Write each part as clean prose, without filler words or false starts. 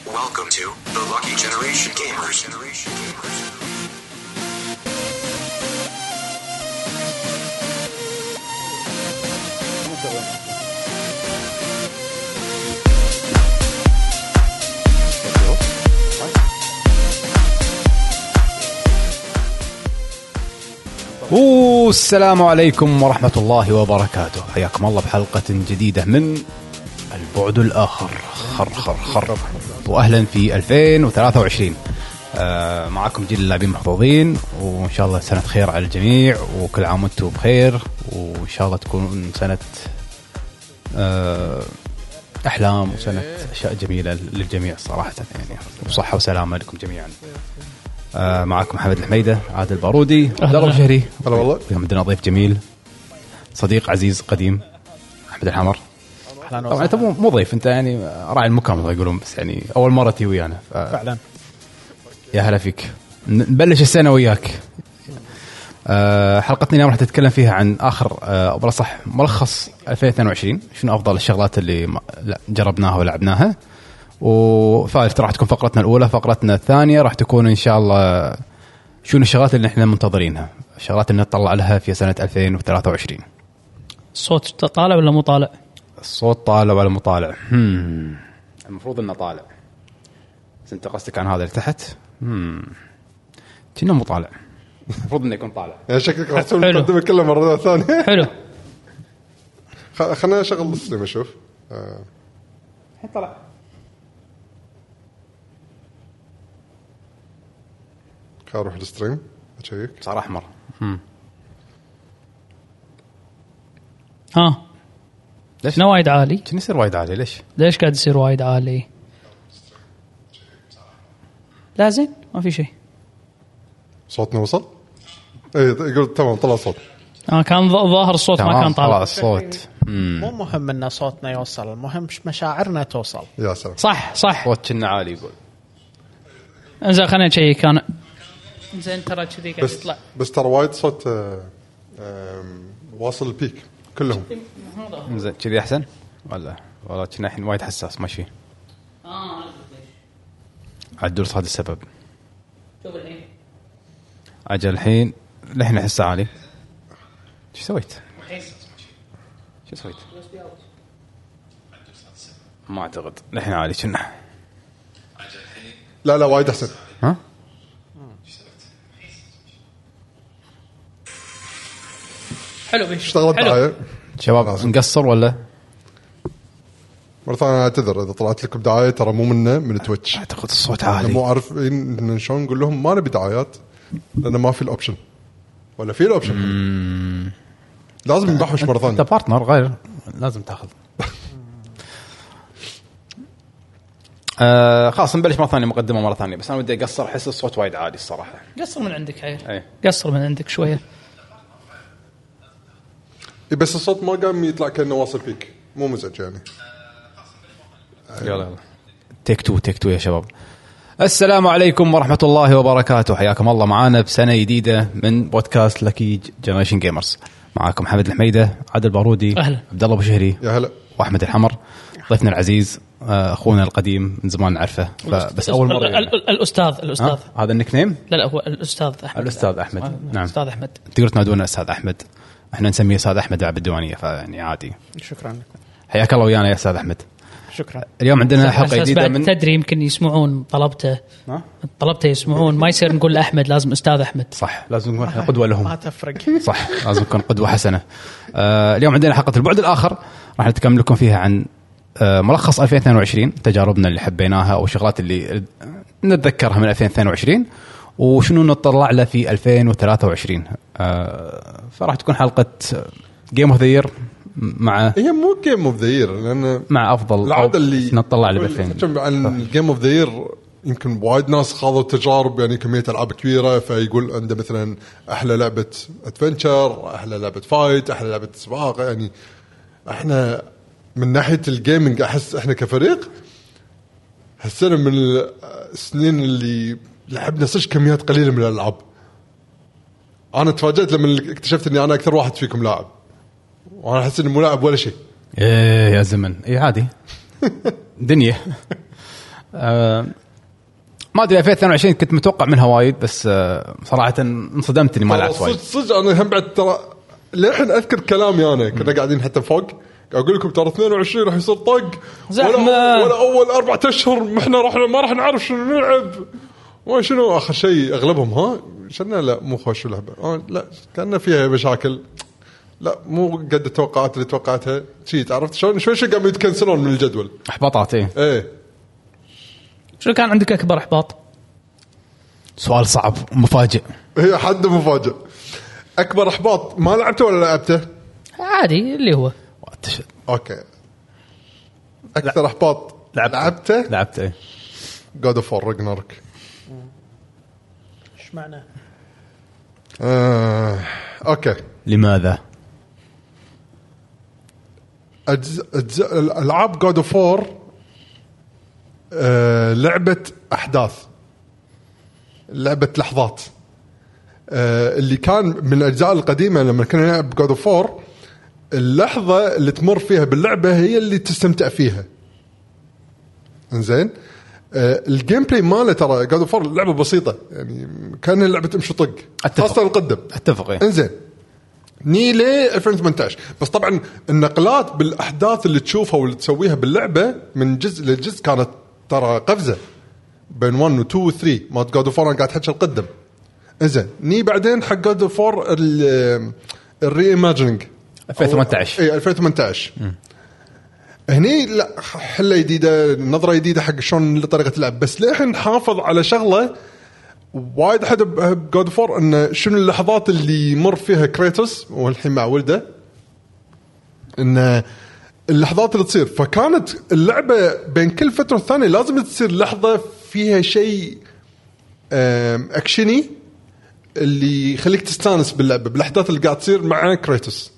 Welcome to the Lucky Generation Gamers. السلام عليكم ورحمة الله وبركاته. حياكم الله بحلقة جديدة من البعد الآخر. خر وأهلا في 2023. معكم جيل اللاعبين محظوظين، وإن شاء الله سنة خير على الجميع، وكل عام وانتم بخير، وإن شاء الله تكون سنة أحلام وسنة أشياء جميلة للجميع صراحة، يعني وصحة وسلامة لكم جميعا. معكم محمد الحميدة، عادل البارودي، عبد الله الشهري. هلا والله. عندنا ضيف جميل، صديق عزيز قديم، أحمد الحمر. طبعا انت مو ضيف، انت يعني راعي المكان ما يقولون، بس يعني اول مره تي ويانا فعلا. يا هلا فيك. نبلش السنه وياك. حلقتنا اليوم راح تتكلم فيها عن اخر ولا صح ملخص 2022، شنو افضل الشغلات اللي جربناها ولعبناها. وثالث راح تكون فقرتنا الاولى. فقرتنا الثانيه راح تكون ان شاء الله شنو الشغلات اللي احنا منتظرينها، الشغلات اللي نطلع لها في سنه 2023. الصوت طالع ولا مو طالع؟ الصوت طالع ولا مو طالع؟ المفروض انه طالع، بس انت قصدك عن هذا اللي تحت. كأنه مو طالع. المفروض انه يكون طالع. يا شكلك راح تسوي المقدمة كلها مرة ثانية. حلو. خلنا نشغل الستريم اشوف. الحين طلع. خلنا نروح الستريم اشيك. صار احمر. ها ليش نو وايد عالي؟ كان يصير وايد عالي. ليش قاعد يصير وايد عالي؟ لا زين، ما في شيء. صوتنا وصل؟ ايه يقول تمام، طلع صوت. كان ظاهر الصوت ما كان طالع. الصوت مو مهم ان صوتنا يوصل، المهم مشاعرنا توصل. يا سلام. صح صوت كنا عالي يقول. انزين خلينا نشيك. كان زين ترى كذي قاعد يطلع، بس ترى وايد صوت واصل البيك كلهم. زين كذي احسن ولا كنا الحين وايد حساس ماشي. عدول هذا السبب. شوف الحين اجل الحين لحين احسه عالي. شو سويت؟ شو سويت؟ ما اعتقد لحين عالي كنا. لا وايد احسن. ها حلو بيش. اشتغلت دعاية شباب، نقصر ولا مرة ثانية؟ اعتذر اذا طلعت لكم دعاية، ترى مو من تويتش. اعتقد الصوت انا عالي. مو عارف ان شلون نقول لهم ما نبي دعايات، لأنه ما في الأوبشن. ولا في الأوبشن؟ لازم نبحوش مرة ثانية. انت بارتنر غير لازم تاخذ. خلاص نبلش مرة ثانية، مقدمة مرة ثانية. بس أنا بدي أقصر، أحس الصوت وايد عالي الصراحة. قصر من عندك عيل. أي. قصر من عندك شوية. بس الصوت ما قام يطلع كأنه واصل فيك، مو مزعج يعني. يلا تيك تو يا شباب. السلام عليكم ورحمة الله وبركاته. حياكم الله معانا بسنة جديدة من بودكاست لكي جنريشن جيمرز. معاكم محمد الحميدة، عادل البارودي، عبد الله بشهري، يا هلا، وأحمد الحمر، ضيفنا العزيز، أخونا القديم من زمان نعرفه، بس أول مرة يعني. الأستاذ هذا النيك نيم؟ لا هو الأستاذ أحمد. نعم، أستاذ أحمد. تقدر تنادونه أستاذ أحمد، احنا نسميه أستاذ أحمد بعد الديوانية، فيعني عادي. شكرا لك. حياك الله ويانا يا أستاذ أحمد. شكرا. اليوم عندنا حلقة جديدة من تدري يمكن يسمعون طلبته يسمعون، ما يصير نقول أحمد، لازم أستاذ أحمد. صح، لازم نكون قدوة لهم. ما تفرق. صح، لازم نكون قدوة حسنة. اليوم عندنا حلقة البعد الآخر، راح نتكلم لكم فيها عن ملخص 2022، تجاربنا اللي حبيناها أو الشغلات اللي نتذكرها من 2022، وشنو نطلع له في 2023. فراح تكون حلقة جيم اوف ذا يير، مع هي مو جيم اوف ذا يير، لان مع افضل العاده اللي نطلع له ب2000 عن الجيم اوف ذا يير. يمكن وايد ناس خاضوا تجارب، يعني كميه العاب كبيره، فيقول عنده مثلا احلى لعبه ادفنتشر، احلى لعبه فايت، احلى لعبه سباق. يعني احنا من ناحيه الجيمنج احس احنا كفريق هالسنه من السنين اللي لعبنا صدق كميات قليله من الالعاب. انا تفاجأت لما اكتشفت اني انا اكثر واحد فيكم لاعب، وانا احس اني مو لاعب ولا شيء. ايه يا زمن، ايه عادي. دنيا. ما ادري 2022 كنت متوقع منها وايد بس صراحه انصدمت اني ما لعبت وايد. صدق انا هم بعد ترى للحين اذكر كلامي انا كنا قاعدين حتى فوق اقول لكم ترى 22 راح يصير طق ولا اول 4 اشهر احنا ما راح نعرف شنو نلعب وشنو اخر شيء اغلبهم ها شنو لا مو خوش لعبه لا كان فيها مشاكل لا مو قد التوقعات اللي توقعتها شيء تعرفت شلون شوي قاموا يتكنسلون من الجدول احباطات ايه شو كان عندك اكبر احباط؟ سؤال صعب مفاجئ. هي حد مفاجئ. اكبر احباط ما لعبته ولا لعبته عادي اللي هو اوكي اكثر احباط لعبته ايه God of War Ragnarok. ايش معنى اوكي لماذا العاب God of War لعبة أحداث لعبة لحظات اللي كان من الأجزاء القديمة لما كنا نلعب God of War اللحظة اللي تمر فيها باللعبة هي اللي تستمتع فيها. إنزين الجيم بلاي ماله ترى God of War لعبة بسيطة يعني كان لعبة امشي طق خاصة القدم اتفق. إنزين نيلي 2018 بس طبعا النقلات بالأحداث اللي تشوفها واللي تسويها باللعبة من جزء لجزء كانت ترى قفزة بين 1 و 2 و 3 ما God of War قاعد تحكي القدم. إنزين ني بعدين حق God of War الريماجينينج 2018 اي 2018 هني لا حله جديده نظره جديده حق شلون طريقه اللعب بس للحين حافظ على شغله وايد حد God of War ان شنو اللحظات اللي يمر فيها كريتوس والحين مع ولده ان اللحظات اللي تصير فكانت اللعبه بين كل فتره ثانيه لازم تصير لحظه فيها شيء اكشني اللي يخليك تستانس باللعبه بالاحداث اللي قاعد تصير مع كريتوس.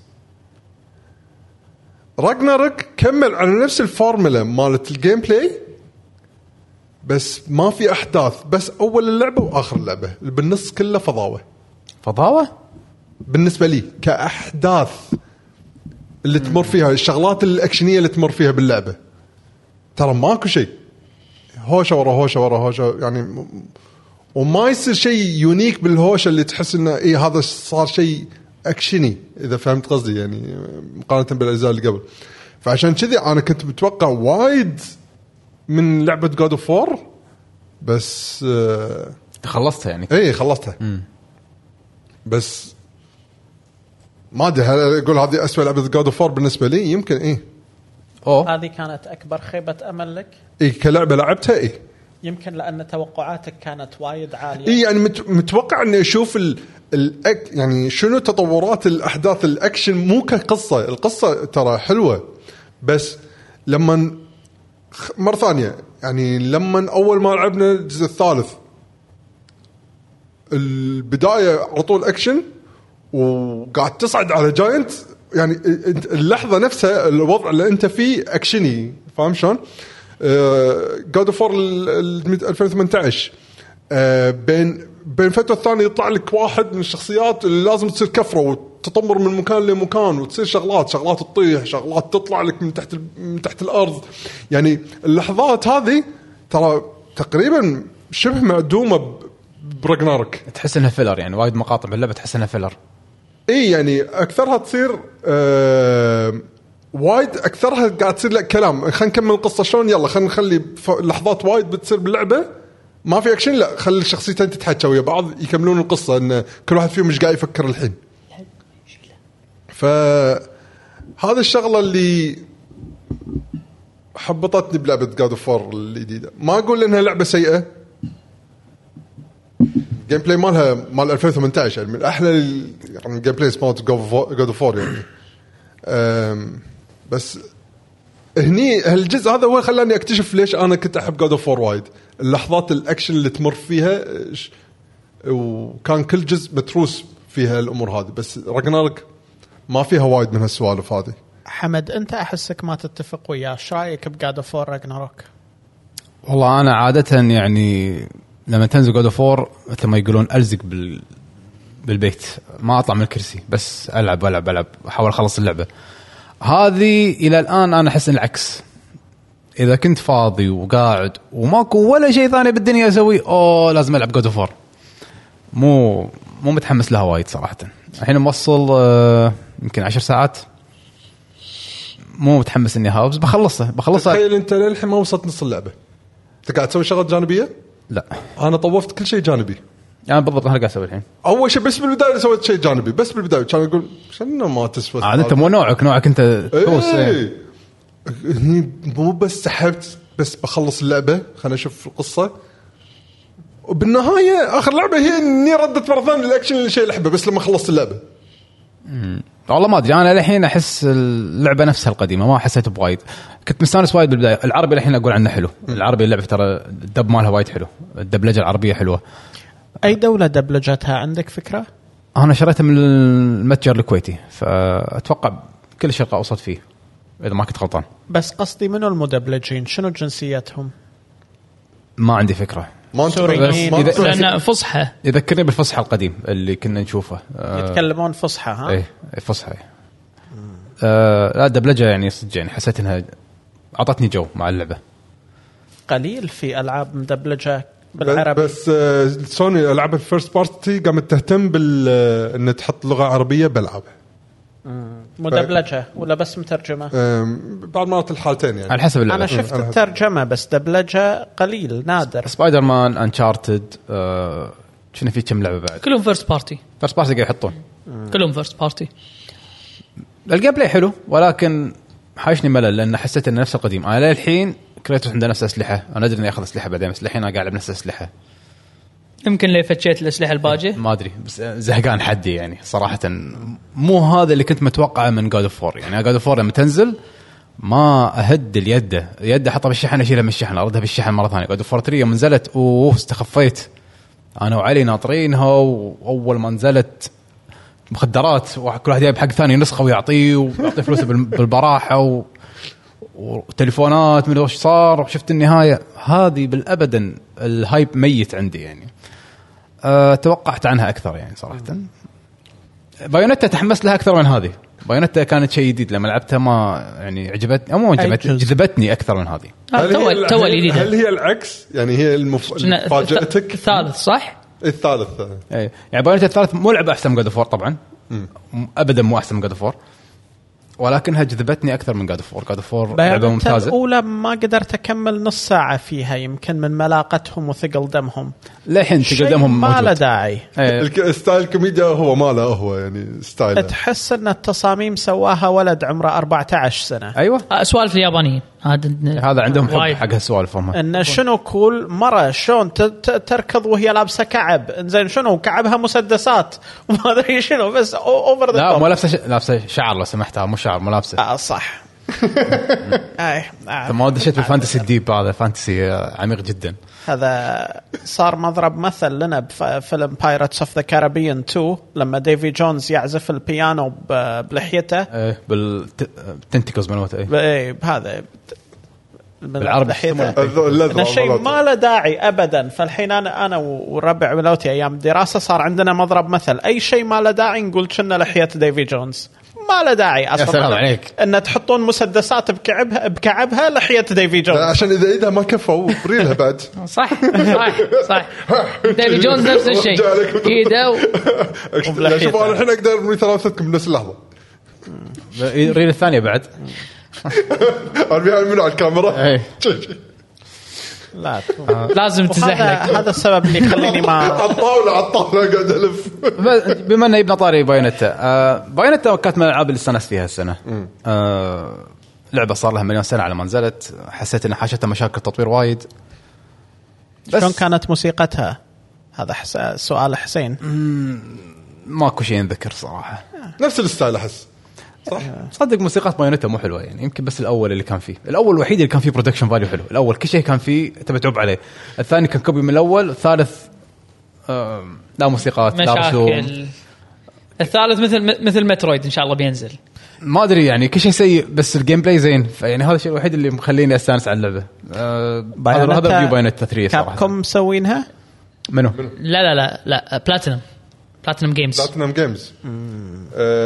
راجناروك كمل على نفس الفورمولا مالت الجيم بلاي بس ما في أحداث بس أول اللعبة وآخر اللعبة بالنص كله فضاوة بالنسبة لي كأحداث اللي تمر فيها الشغلات الأكشنية اللي تمر فيها باللعبة ترى ماكو شيء هوشة ورا هوشة يعني وما يصير شيء يونيك بالهوشة اللي تحس إنه إيه هذا صار شيء أكشني إذا فهمت قصدي يعني مقارنة بالأجزاء اللي قبل. فعشان كذي أنا كنت متوقع وايد من لعبة God of War بس خلصتها يعني إيه خلصتها بس ما أدري هل أقول هذه أسوأ لعبة God of War بالنسبة لي يمكن إيه هذه كانت أكبر خيبة أمل لك إيه كلعبة لعبتها إيه يمكن لأن توقعاتك كانت وايد عالية إيه يعني متوقع إني أشوف يعني شنو تطورات الأحداث الأكشن مو كقصة القصة ترى حلوة بس لما مرة ثانية يعني لما أول ما لعبنا الجزء الثالث البداية على طول أكشن وقاعد تصعد على جاينت يعني اللحظة نفسها الوضع اللي أنت فيه أكشني فاهم شلون God of War 2018 بين فترة الثانية يطلع لك واحد من الشخصيات اللي لازم تصير كفرة وتطمر من مكان لمكان وتصير شغلات تطيح شغلات تطلع لك من تحت الأرض يعني اللحظات هذه ترى تقريبا شبه معدومة براجناروك تحس انها فيلر يعني وايد مقاطع باللعبة تحس انها فيلر اي يعني اكثرها تصير وايد اكثرها قاعد تصير لك كلام خلينا نكمل القصة شلون يلا خلينا نخلي لحظات وايد بتصير باللعبة ما في أكشن لا خلي الشخصيتين تتحكوا ويا بعض يكملون القصة إن كل واحد فيهم مش قاعد يفكر الحين. فهذا الشغلة اللي حبطتني بلعبة God of War الجديدة. ما أقول إنها لعبة سيئة. جيم بلاي مالها مال 2018 يعني من أحلى يعني جيم بلاي مالت God of War يعني. بس هني هالجزء هذا هو خلاني أكتشف ليش أنا كنت أحب God of War وايد. اللحظات الأكشن اللي تمر فيها وكان كل جزء متروس فيها الأمور هذه بس راجناروك ما فيها وايد من هالسوالف هذه. حمد أنت أحسك ما تتفق وياه شو رأيك بGod of War راجناروك؟ والله أنا عادة يعني لما تنزل God of War مثل ما يقولون ألزق بالبيت ما أطلع من الكرسي بس ألعب أحاول أخلص اللعبة هذه. إلى الآن أنا أحس إن العكس اذا كنت فاضي وقاعد وماكو ولا شيء ثاني بالدنيا اسوي لازم العب جود اوف وور. مو متحمس لها وايد صراحه. الحين موصل يمكن 10 ساعات، مو متحمس اني هاوز بخلصها. تخيل انت للحين ما وصلت نص اللعبه، انت قاعد تسوي شغلات جانبيه؟ لا انا طوفت كل شيء جانبي. يعني بالضبط انا قاعد اسوي الحين اول شيء بس بالبدايه سويت شيء جانبي، بس بالبدايه كان اقول شنو ما تسوى. انت مو نوعك انت تفوز. هني مو بس سحبت بس بخلص اللعبه خلينا نشوف القصه، وبالنهايه اخر لعبه هي اني ردت مره ثانيه للاكشن الشيء اللي احبه بس لما خلصت اللعبه. والله ما ادري، انا الحين احس اللعبه نفسها القديمه، ما حسيت بوايد. كنت مستانس وايد بالبدايه. العربي الحين اقول عنه حلو. العربي اللعبه ترى الدب مالها وايد حلو، الدبلجه العربيه حلوه. اي دوله دبلجتها عندك فكره؟ انا شريتها من المتجر الكويتي، فاتوقع كل الشرق الاوسط فيه اذا ما كنت غلطان. بس قصدي منو المدبلجين، شنو جنسيتهم؟ ما عندي فكره. سوريين لأن فصحى يذكرني بالفصحى القديم اللي كنا نشوفه. يتكلمون فصحى. ها ايه فصحى. لا دبلجه يعني صدق، يعني حسيت انها اعطتني جو مع اللعبه. قليل في العاب مدبلجه بالعربي. بس سوني العاب الفيرست بارتي قامت تهتم ان تحط لغه عربيه بالعابها. مدبلجه ولا بس مترجمه؟ بعض مرات الحالتين يعني على حسب اللعبه. انا شفت الترجمه بس دبلجه قليل نادر. سبايدر مان، انشارتد، شنو في كم لعبه بعد؟ كلهم فيرست بارتي قاعد يحطون كلهم فيرست بارتي. الجيم بلاي حلو ولكن حايشني ملل، لان حسيت انه نفس القديم. انا للحين كريتوس عنده نفس الاسلحه، انا ادري اني اخذ اسلحه بعدين، بس الحين انا قاعد العب نفس الاسلحه. يمكن ليه فتشيت الاسلحه الباجيه ما ادري، بس زهقان حدي يعني صراحه. مو هذا اللي كنت متوقعه من جود اوف وور. يعني جود اوف وور لما تنزل ما اهد اليد احطها بالشحن اشيلها من الشحن اردها بالشحن مره ثانيه. جود اوف وور 3 يوم نزلت استخفيت انا وعلي ناطرينها، واول ما نزلت مخدرات وكل واحد جايب حق ثاني نسخه ويعطيه فلوسه بالبراحه وتليفونات من وش صار. وشفت النهايه هذه بالابدا الهايب ميت عندي يعني. توقعت عنها اكثر يعني صراحه. بايونيتا تحمست لها اكثر من هذه. بايونيتا كانت شيء جديد لما لعبتها، ما يعني عجبتني، مو جذبتني اكثر من هذه. تو الجديده. هل هي العكس يعني؟ هي فاجأتك الثالث صح؟ الثالث يعني بايونيتا الثالث مو لعبه احسن من جود اوف وور طبعا. ابدا مو احسن من جود اوف وور، ولكنها جذبتني اكثر من جود اوف وور. جود اوف وور لعبه ممتازه. الاولى ما قدرت اكمل نص ساعه فيها، يمكن من ملاقتهم وثقل دمهم. للحين ثقل دمهم ما له داعي. الستايل كوميديا هو ماله هو يعني ستايل. تحس ان التصاميم سواها ولد عمره 14 سنه. ايوه سوالف اليابانيين هذا عندهم حب حق هالسوالف هم. ان شنو كول مره شلون تركض وهي لابسه كعب، انزين شنو كعبها مسدسات وما ادري شنو، بس اوفر ذا. لا مو لابسه شعر لو سمحتها، مو شعر ملابسه. صح. فما دشيت بالفانتسي الديب، هذا فانتسي عميق جدا. هذا صار مضرب مثل لنا بفيلم بايرتس اوف ذا كاريبيان 2 لما ديفي جونز يعزف البيانو بلحيته. بالتنتيكلز مالته. بهذا بالعربي هذا شيء ما له داعي ابدا. فالحين انا والربع ملوتي ايام الدراسه صار عندنا مضرب مثل، اي شيء ما له داعي نقول كنا لحيه ديفي جونز. ما له داعي اصلا. يا سلام عليك. ان تحطون مسدسات بكعبها لحيه ديفي جونز عشان اذا ايدها ما كفوا بريلها بعد. صح ديفي جونز نفس الشيء ايده شوف انا الحين اقدر ارمي ثلاثتكم بنفس اللحظه. الريل الثانيه بعد ارميها من على الكاميرا. لا لازم تزحلق. هذا السبب اللي يخليني ما على الطاوله قاعد الف. بما انه يبنى طاري بايونيتا كانت من الالعاب اللي استانست فيها السنه. لعبه صار لها مليون سنه على ما نزلت، حسيت ان حاشتها مشاكل تطوير وايد. شلون كانت موسيقتها؟ هذا سؤال حسين. ماكو شيء نذكر صراحه. نفس الستايل احس. صح صدق موسيقى بايونيتا مو حلوه يعني. يمكن بس الاول اللي كان فيه، الاول الوحيد اللي كان فيه برودكشن فاليو حلو. الاول كل شيء كان فيه تبي تعب عليه. الثاني كان كوبي من الاول. الثالث لا موسيقات لا رسوم. الثالث مثل مترويد ان شاء الله بينزل. ما ادري يعني كل شيء سيء بس الجيم بلاي زين. يعني هذا الشيء الوحيد اللي مخليني استانس على اللعبه. هذا ريفيو بايونيتا 3 صراحه. كابكوم مسوينها؟ منو؟ لا بلاتينم جيمز.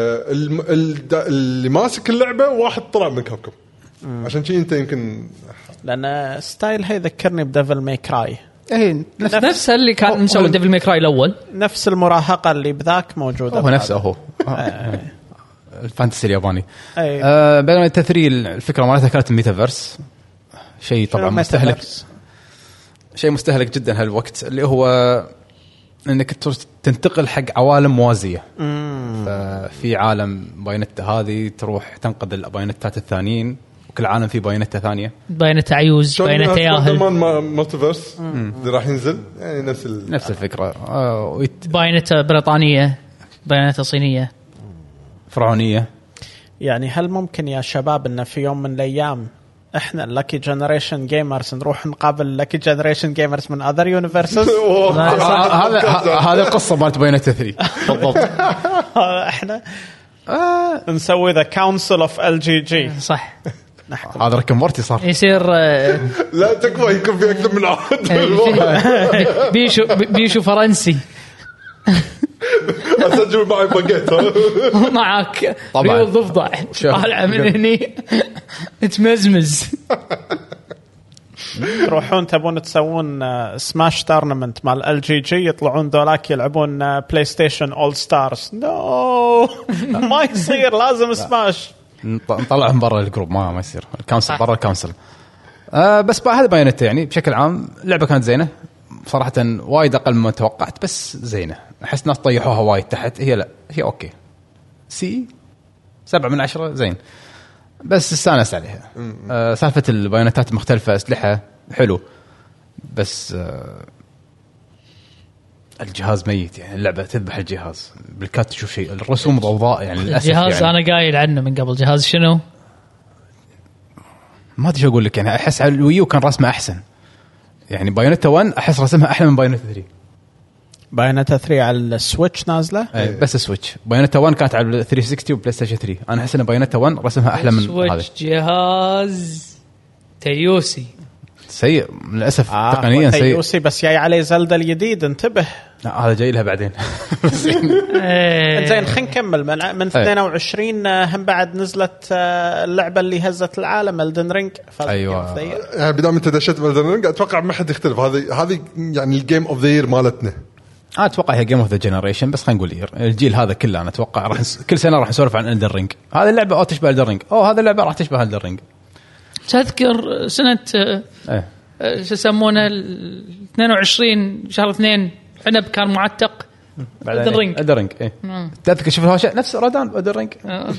اللي ماسك اللعبه واحد طلع من كابكوم، عشان شيء انت يمكن لان ستايل هي ذكرني بديفل ماي كراي. ايه نفس اللي كان مسوي ديفل ماي كراي الاول، نفس المراهقه اللي بذاك موجوده. هو نفسه هو الفانتسي الياباني. أيه. بينما 3 الفكره مالتها كانت الميتافيرس، شيء طبعا مستهلك، شيء مستهلك جدا هالوقت، اللي هو انك تنتقل حق عوالم موازيه. ففي عالم بايونيتا هذه تروح تنقذ البايونيتات الثانيين، وكل عالم فيه بايونيتا ثانيه، بايونيتا عيوز، بايونيتا ياهل، مالتيفيرس اللي راح ينزل يعني نفس الفكره. بايونيتا بريطانيه، بايونيتا صينيه، فرعونيه. يعني هل ممكن يا شباب ان في يوم من الايام احنا اللاكي جنريشن جيمرز نروح نقابل اللاكي جنريشن جيمرز من اذر يونيفرسز؟ هذا القصه مالت بايونيتا 3 بالضبط. احنا نسوي ذا كونسل اوف ال جي جي. صح، هذا ركن مورتي صار يصير لا تكفى، يكون في اكثر من عاد. بيشو فرنسي اسجل معي باكيت معك طبعا ضفدع طالع من هني تمزمز. تروحون تبون تسوون سماش تورنمنت مال ال جي جي، يطلعون ذولاك يلعبون بلاي ستيشن اول ستارز. نو ما يصير، لازم سماش. نطلعهم برا الجروب، ما يصير الكونسل، برا الكونسل. بس هذا بايونيتا يعني بشكل عام اللعبه كانت زينه صراحه، وايد اقل مما توقعت بس زينه. احس ناس طيحوها وايد تحت، هي لا هي اوكي، سي 7 من 10 زين، بس استانس عليها. سالفه البايونيتات المختلفه، اسلحه حلو، بس الجهاز ميت يعني، اللعبه تذبح الجهاز بالكات، تشوف شيء الرسوم ضوضاء يعني للاسف. الجهاز يعني انا قايل عنه من قبل، جهاز شنو ما ادري شو اقول لك، يعني احس على الويو كان رسمه احسن، يعني بايونيتا 1 احس رسمها احلى من بايونيتا 3. بايونيتا 3 على السويتش نازله؟ بس السويتش. بايونيتا 1 كانت على 360 وبلاي ستيشن 3. انا احس ان بايونيتا 1 رسمها احلى من هذا. جهاز تيوسي سيء للاسف، تقنيا سيء. تيوسي بس جاي عليه زلدة الجديد، انتبه. لا هذا جاي لها بعدين. زين خلينا نكمل. من 22 هم بعد نزلت اللعبه اللي هزت العالم، الدن رينج. ايوه يعني بدام انت دشيت بالدن رينج اتوقع ما حد يختلف، هذه يعني الجيم اوف ذا يير مالتنا. اتوقع هي جيم اوف ذا جنريشن، بس خلينا نقول الجيل هذا كله انا اتوقع راح كل سنه راح نسولف عن الدن رينج. هذه اللعبه تشبه الدن رينج، هذه اللعبه راح تشبه الدن رينج. تذكر سنه شو يسمونه 22 شهر 2 عنب كان معتق الدن رينج. تذكر شوف الهوشه نفس رادان الدن رينج.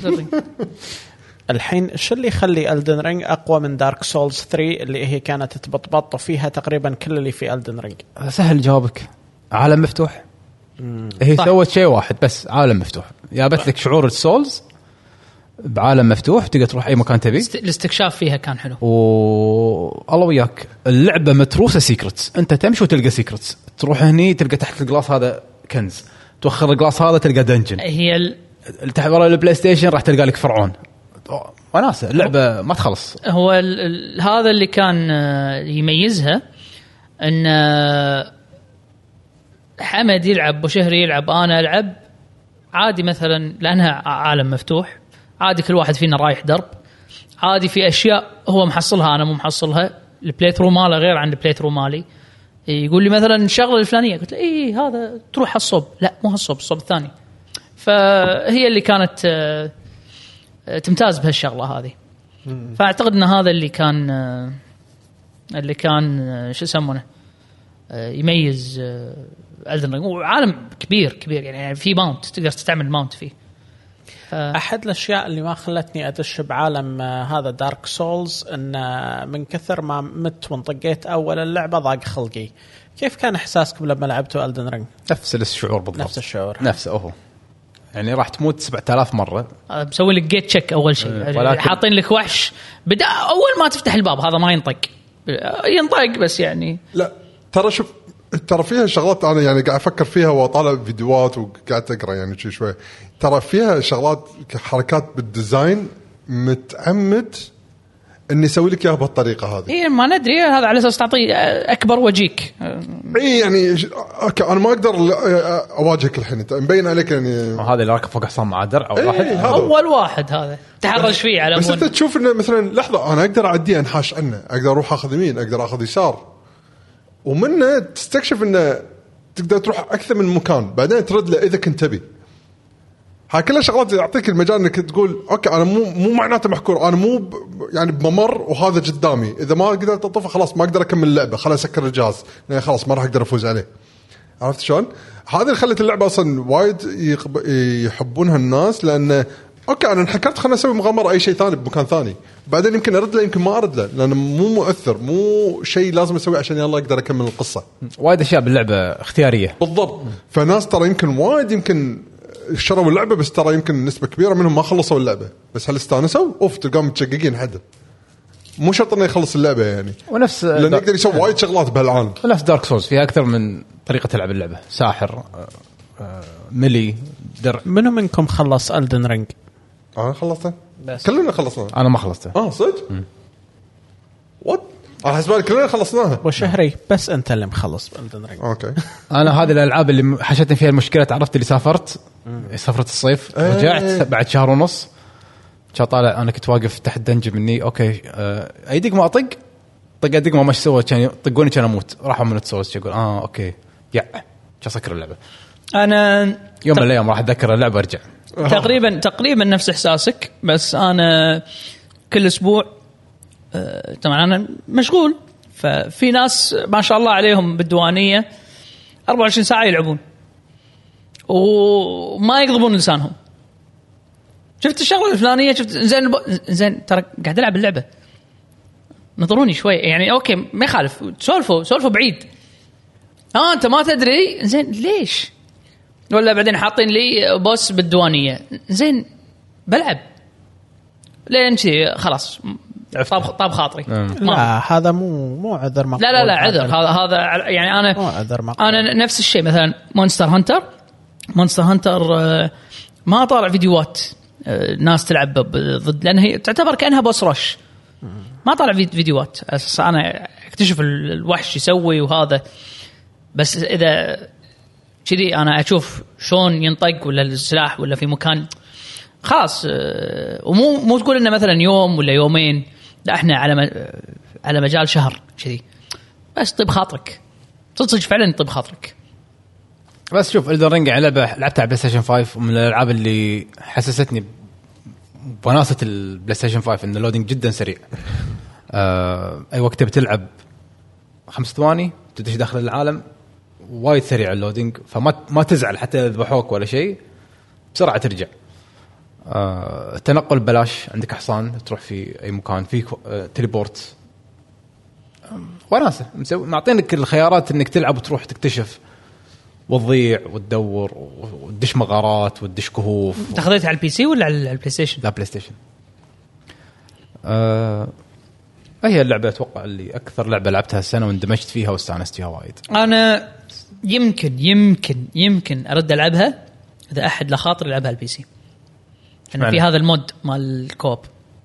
الحين شو اللي يخلي الدن رينج اقوى من دارك سولز 3 اللي هي كانت تبطبط فيها تقريبا كل اللي في الدن رينج؟ سهل جوابك، عالم مفتوح. هي سوت شيء واحد بس، عالم مفتوح. جابت لك شعور السولز بعالم مفتوح، تقدر تروح اي مكان تبي. الاستكشاف فيها كان حلو. الله وياك، اللعبه متروسه سيكرتس، انت تمشي وتلقى سيكرتس، تروح هني تلقى تحت الجلاس هذا كنز، توخر الجلاس هذا تلقى دنجن. هي تحت ورا البلاي ستيشن راح تلقى لك فرعون. وناسه اللعبه ما تخلص. هو هذا اللي كان يميزها، ان حمد يلعب وشهري يلعب انا العب عادي مثلا، لانها عالم مفتوح عادي، كل واحد فينا رايح درب عادي، في اشياء هو محصلها انا مو محصلها، البلاي ثرو ماله غير عن البلاي ثرو مالي. يقول لي مثلا الشغله الفلانيه، قلت له ايه هذا تروح هالصوب، لا مو هالصوب، الصوب الثاني. فهي اللي كانت تمتاز بهالشغله هذه. فاعتقد ان هذا اللي كان شو يسمونه يميز ألدن رينج. وعالم كبير يعني في ماونت، تقدر تستعمل ماونت فيه. أحد الأشياء اللي ما خلتني أدش بعالم هذا دارك سولز إن من كثر ما مت وانطقيت أول اللعبة ضاق خلقي. كيف كان إحساسكم لما لعبتوا ألدن رينج؟ نفس الشعور بالضبط. نفس الشعور. نفسه يعني راح تموت 7000 مرة. مسوي لك جيت تشيك أول شيء، حاطين لك وحش بدأ أول ما تفتح الباب هذا ما ينطق بس يعني لا ترى شوف، ترى فيها شغلات انا يعني قاعد افكر فيها واطالع فيديوهات وقاعد اقرا يعني شوي، ترى فيها شغلات حركات بالديزاين متعمد اني اسوي لك اياها بهالطريقه هذه. إيه ما ندري هذا على اساس تعطي اكبر وجيك. اي يعني اوكي انا ما اقدر اواجهك الحين انت مبين عليك يعني هذا اللي راكب فوق حصان مع درع او واحد اول واحد هذا تحرش فيه على بس انت تشوف انه مثلا لحظه انا اقدر اعدي انحاش عنه اقدر اروح اخذ يمين اقدر اخذ يسار ومنه تستكشف انه تقدر تروح اكثر من مكان بعدين ترد له اذا كنت تبي. هاي كلها شغلات يعطيك المجال انك تقول اوكي انا مو معناته محكور انا مو يعني بممر وهذا قدامي اذا ما قدرت اطفه خلاص ما اقدر اكمل اللعبه خلاص اسكر الجهاز يعني خلاص ما راح اقدر افوز عليه. عرفت شلون؟ هذا اللي خلت اللعبه اصلا وايد يحبونها الناس لان اوكي انا انحكرت خلنا اسوي مغامره اي شيء ثاني بمكان ثاني بعدين يمكن ارد له يمكن ما ارد له لانه مو مؤثر مو شيء لازم اسويه عشان يلا اقدر اكمل القصه. وايد اشياء باللعبه اختياريه بالضبط. فناس ترى يمكن وايد يمكن شروا اللعبه بس ترى يمكن نسبه كبيره منهم ما خلصوا اللعبه بس هل استانسوا تلقاهم متشققين حدا مو شرط انه يخلص اللعبه يعني ونفس لانه يقدر يسوي وايد شغلات بهالعالم. ونفس دارك سولز فيها اكثر من طريقه تلعب اللعبه ساحر ملي درع. منو منكم خلص ألدن رينج؟ انا خلصته كلنا خلصنا. انا ما خلصته. صدق وات انا حسبالي كلنا خلصناها وشهري بس انت اللي مخلص ألدن رينج. اوكي انا هذه الالعاب اللي حشتني فيها المشكله عرفت اللي سافرت سفره الصيف رجعت بعد شهر ونص كان طالع انا كنت واقف تحت دنج مني اوكي اي دقمه اطق دقمه ما سوى كان يطقوني كان اموت راحوا من السوس يقول اوكي يا اسكر اللعبه. انا يوم من الايام راح اتذكر اللعبه ارجع تقريبا نفس احساسك بس انا كل اسبوع طبعا انا مشغول ففي ناس ما شاء الله عليهم بالديوانيه 24 ساعه يلعبون وما يقضبون لسانهم. شفت الشغله الفلانيه شفت زين ترى قاعد العب اللعبه نظروني شوي يعني اوكي ما يخالف سولفوا بعيد انت ما تدري زين ليش ولا بعدين حاطين لي بوس بالديوانيه زين بلعب لين شيء خلاص طاب خاطري. لا هذا مو عذر مقبول. لا عذر هذا يعني انا نفس الشيء مثلا مونستر هانتر ما طالع فيديوهات ناس تلعب ضد لان هي تعتبر كانها بوس رش ما طالع فيديوهات اساس انا اكتشف الوحش يسوي وهذا بس اذا كذي انا اشوف شلون ينطق ولا السلاح ولا في مكان خلاص ومو تقول انه مثلا يوم ولا يومين لا احنا على مجال شهر كذي بس طيب خاطرك تصدق فعلا طيب خاطرك. بس شوف إلدن رينج لعبة لعبتها على بلاي ستيشن 5 ومن الألعاب اللي حسستني بوناسة البلاي ستيشن 5 إن اللودينج جدا سريع. أي وقت بتلعب 5 ثواني تدش داخل العالم وايد سريع اللودينج فما تزعل حتى يذبحوك ولا شيء بسرعة ترجع. التنقل بلاش عندك حصان تروح في أي مكان فيك تليبورت وناسة معطينك الخيارات إنك تلعب وتروح تكتشف وتضيع وتدور وتدش مغارات وتدش كهوف. تاخذتها على البي سي ولا على البلاي ستيشن؟ لا بلاي ستيشن. هي اللعبة أتوقع اللي أكثر لعبة لعبتها السنة واندمجت فيها واستانست فيها وايد. أنا يمكن أرد ألعبها إذا أحد لخاطر يلعبها البي سي. أنا في هذا المود مال الكوب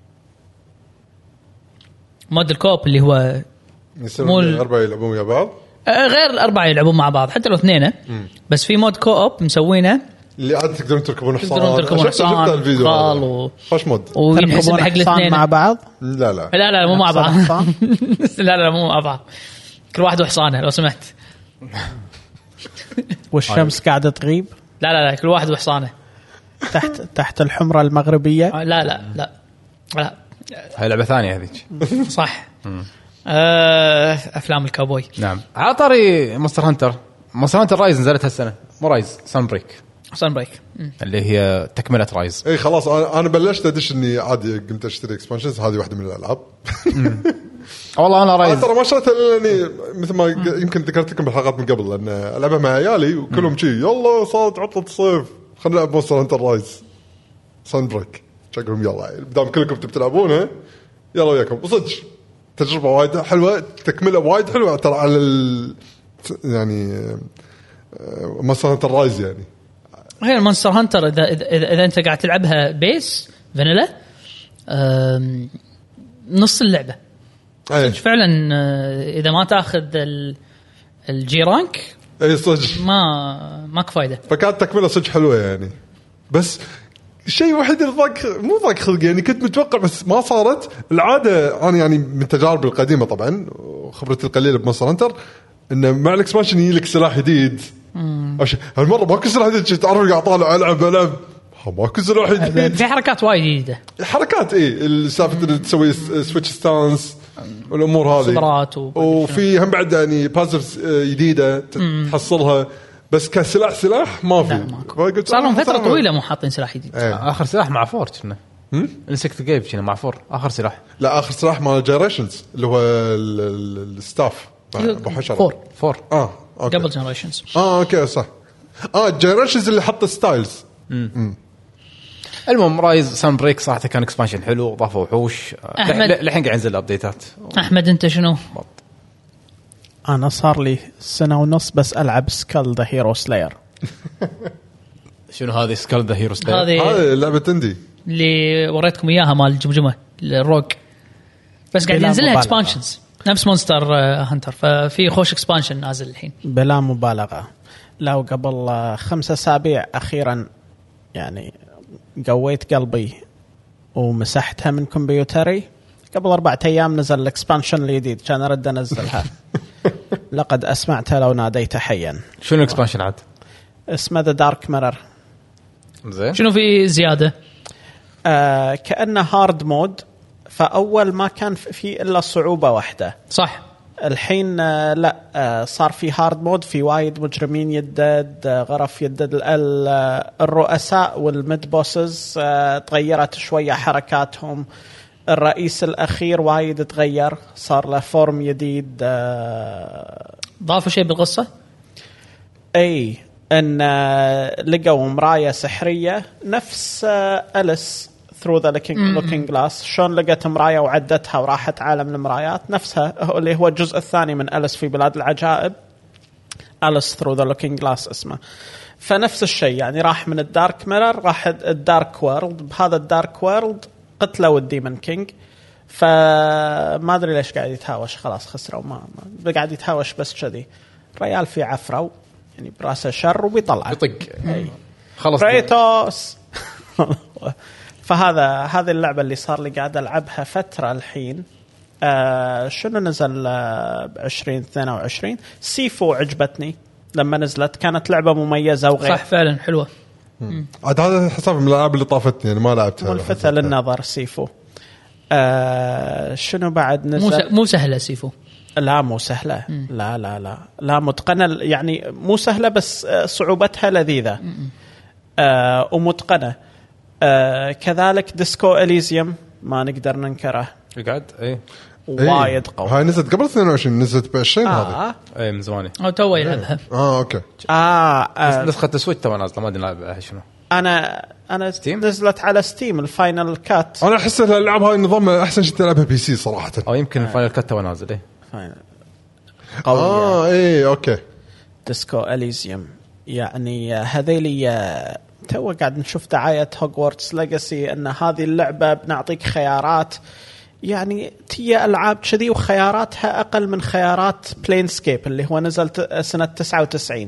مود الكوب اللي هو مو الأربعة يلعبون ويا بعض غير الأربعة يلعبون مع بعض حتى لو اثنين بس في مود كوب مسوينه اللي عاد تقدرون تركبون حصان خوش مود وينحسب حق الاثنين مع بعض لا مو مع بعض لا مو مع بعض كل واحد وحصانه لو سمحت والشمس قاعدة تغيب لا كل واحد وحصانه تحت الحمرة المغربية لا هاي لعبة ثانية هذيك صح أفلام الكاوبوي. نعم على طاري مونستر هانتر رايز نزلت هالسنة مو رايز سان بريك اللي هي تكملة رايز. اي خلاص انا بلشت ادش اني عادي قمت اشتري اكسبانشنز هذه واحدة من الالعاب والله انا رايز ترى ما شريتها لاني مثل ما يمكن ذكرت لكم بالحلقات من قبل لان العبها مع عيالي وكلهم شيء يلا صارت عطلة الصيف خلينا نلعب مونستر هانتر رايز سان بريك شكلهم يلا بدام كلكم تلعبونها يلا وياكم وصدق تجربة وايد حلوة تكملة وايد حلوة ترى على يعني مونستر هانتر رايز يعني هي المونستر هانتر إذا أنت قاعد تلعبها بيس فانيلا نص اللعبه اي فعلا. اذا ما تاخذ الجي رانك اي صدق ماك فايده. فكانت تكمله صدق حلوه يعني. بس الشيء الوحيد اللي مو ضاق خلقي يعني كنت متوقع بس ما صارت العاده. انا يعني من تجاربي القديمه طبعا وخبرتي القليله بمونستر هانتر انه مع الاكسبانشن يجي لك سلاح جديد. هالمره ماكو سلاح جديد. تعرف قاعد طالع العب ماكو سلاح جديد. في حركات وايد جديده. حركات السالفه اللي تسوي سويتش ستانس والامور هذه صبرات وفي هم بعد يعني بازلز جديده تحصلها. بس كسلاح ما في. صار لهم فتره طويله مو حاطين سلاح جديد. اخر سلاح مع فور كنا انسكت جيف كنا مع فور اخر سلاح. لا اخر سلاح مال جنريشنز اللي هو الستاف ابو حشره. فور اوكي قبل جنريشنز. اوكي صح. جنريشنز اللي حط ستايلز. المهم رايز سان بريك صراحه كان اكسبانشن حلو. ضافوا وحوش الحين قاعد ينزل ابديتات. احمد انت شنو؟ انا صار لي سنه ونص بس العب سكال ذا هيرو سلاير. شنو هذه سكال ذا هيرو سلاير؟ هذه لعبه اندي اللي وريتكم اياها مال الجمجمه الروج. بس قاعد ينزل لها اكسبانشنز نفس مونستر هانتر. ففي خوش اكسبانشن نازل الحين بلا مبالغه. لو قبل 5 أسابيع اخيرا يعني قويت قلبي ومسحتها من كمبيوتري. قبل 4 أيام نزل الاكسبانشن الجديد كان ارد انزلها. لقد اسمعته لو ناديت حيا. شنو الاكسبانشن عاد؟ اسمه ذا دارك ميرور. زين شنو في زياده؟ كأنه هارد مود. فاول ما كان في الا صعوبه واحده صح. الحين لا صار في هارد مود. في وايد مجرمين يدد غرف يدد. الرؤساء والميد بوسز تغيرت شويه حركاتهم. الرئيس الأخير وايد تغير صار له فورم جديد. ضافوا شيء بالقصة؟ أي أن لقوا مراية سحرية نفس أليس ثرو ذا لوكينج جلاس. شلون لقت مراية وعدتها وراحت عالم المرايات نفسها اللي هو الجزء الثاني من أليس في بلاد العجائب. أليس ثرو ذا لوكينج جلاس اسمه. فنفس الشيء يعني راح من الدارك ميرور راح الدارك وورلد. بهذا الدارك وورلد قتلوا الديمن كينج. فما أدري ليش قاعد يتهاوش. خلاص خسروا ما قاعد يتهاوش بس كذي. ريال في عفرة يعني براسه شر وبيطلع يطق خلص بريتوس. هذه اللعبة اللي صار لي قاعد ألعبها فترة الحين. شنو نزل 2022 سيفو عجبتني لما نزلت. كانت لعبة مميزة وغير. صح فعلا حلوة. عاد هذا حساب من الألعاب اللي طافتني يعني ما لعبتها. ملفتة للنظر سيفو. شنو بعد نزل؟ مو سهلة سيفو. لا مو سهلة. لا متقنة يعني مو سهلة بس صعوبتها لذيذة. ومتقنة. كذلك ديسكو إليزيوم ما نقدر ننكره. قاعد وايد قوي. هاي نزلت قبل 22 نزلت ب20 هذه. اي من زمان. او تو يلعبها. اوكي. نسخة السويتش تو نازلة ما ادري نلعبها شنو. انا ستيم؟ نزلت على ستيم الفاينل كات. انا احس الالعاب هاي النظام احسن شيء تلعبها بي سي صراحه. او يمكن الفاينل كات تو نازل. ايه فاينل قوية. ايه اوكي. ديسكو إليزيوم يعني هذيلي تو قاعد نشوف دعاية هوغورتس ليجاسي ان هذه اللعبة بنعطيك خيارات يعني تي ألعاب كذي وخياراتها أقل من خيارات بلينسكيب اللي هو نزل سنة 99.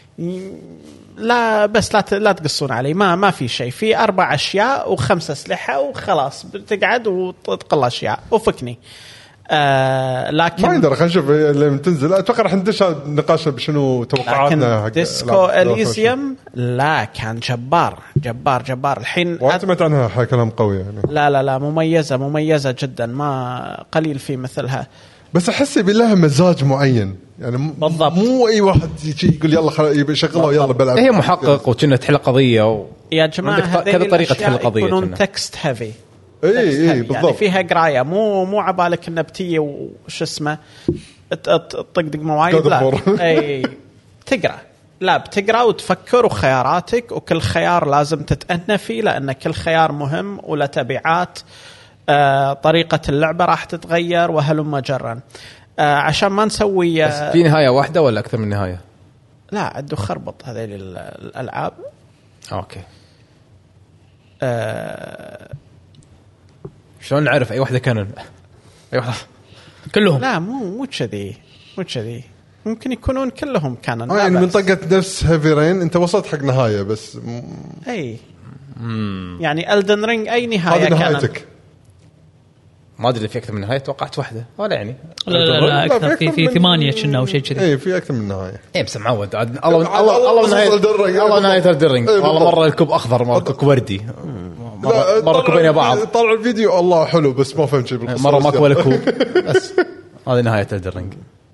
لا بس لا تقصون علي. ما في شيء. في 4 أشياء و5 أسلحة وخلاص بتقعد وتطقل أشياء وفكني. لكن ما يقدر. خلينا نشوف لما تنزل. أتوقع رح ندش نقاش بشنو توقعاتنا. ديسكو إليزيوم لا كان جبار الحين. وأعتمد عنها كلام قوي يعني. لا مميزة جدا. ما قليل في مثلها. بس أحس بالله مزاج معين يعني. بالضبط. مو أي واحد يقول يلا يشغله ويلا بلعب. هي محقق وكنا تحل قضية يا جماعة كذا طريقة تحل قضية. يكونون تكست هيفي. اي بالضبط. يعني فيها قرايه مو عبالك النبتيه وش اسمه طقدق موايد. لا اي تقرا. لا بتقرا وتفكر وخياراتك وكل خيار لازم تتأنى فيه لان كل خيار مهم وله تبعات. طريقه اللعبه راح تتغير وهلم جرا. عشان ما نسوي بس في نهايه واحده ولا اكثر من نهايه؟ لا عدو خربط هذه الالعاب. اوكي. شلون نعرف اي واحده كانون؟ ايوه كلهم. لا مو كذي ممكن يكونون كلهم كانوا يعني منطقة نفس هيفي رين انت وصلت حق نهاية بس اي يعني ألدن رينج اي نهاية هذه نهايتك. ما ادري في اكثر من نهايه، توقعت واحده ولا يعني لا اكثر في 8 كنا او شيء كذي. اي في اكثر من نهايه. اي بس معود الله نهايه الدرينج والله مره الكوب اخضر مره الكوب وردي مره كوبين بعض. طلع الفيديو الله حلو بس ما فهمت شيء بالقصه. مره ماكو ولا كوب بس هذه نهايه الدرينج.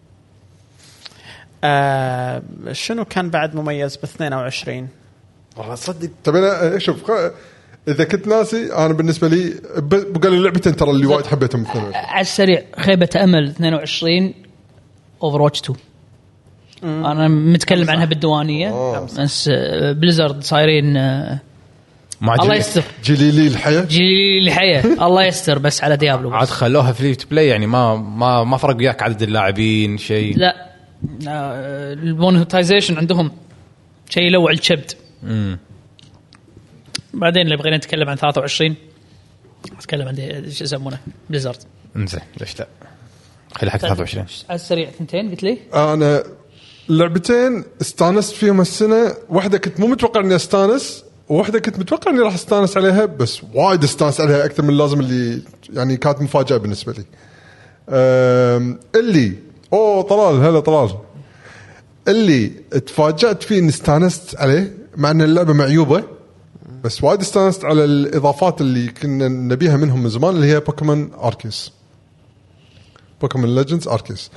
شنو كان بعد مميز ب 22 والله صدق. طب انا شوف اذا كنت ناسي انا بالنسبه لي بقى لي لعبتين ترى اللي وايد حبيتهم مثلا على السريع خيبه امل 22 اوفرواتش 2 انا متكلم عنها بالديوانيه بس بليزرد صايرين الله يستر جليلي الحياه الله يستر بس على ديابلو عاد خلوها فري تو بلاي يعني ما فرق وياك عدد اللاعبين شيء. لا المونتايزيشن عندهم شيء لوع الكبد. بعدين اللي بغينا نتكلم عن 23 نتكلم عن ايش يسمونه بليزرد. انزين ليش لا خلي حق 23 على السريع. ثنتين قلت لي انا لعبتين استانست فيهم السنه. واحده كنت مو متوقع اني استانس وواحده كنت متوقع اني راح استانس عليها بس وايد استانس عليها اكثر من اللازم اللي يعني كانت مفاجاه بالنسبه لي. اللي طلال هلا طلال اللي اتفاجأت فيه اني استانست عليه مع ان اللعبه معيوبه بس وايد استانست على الاضافات اللي كنا نبيها منهم من زمان اللي هي بوكيمون اركيس بوكيمون ليجندز اركيس.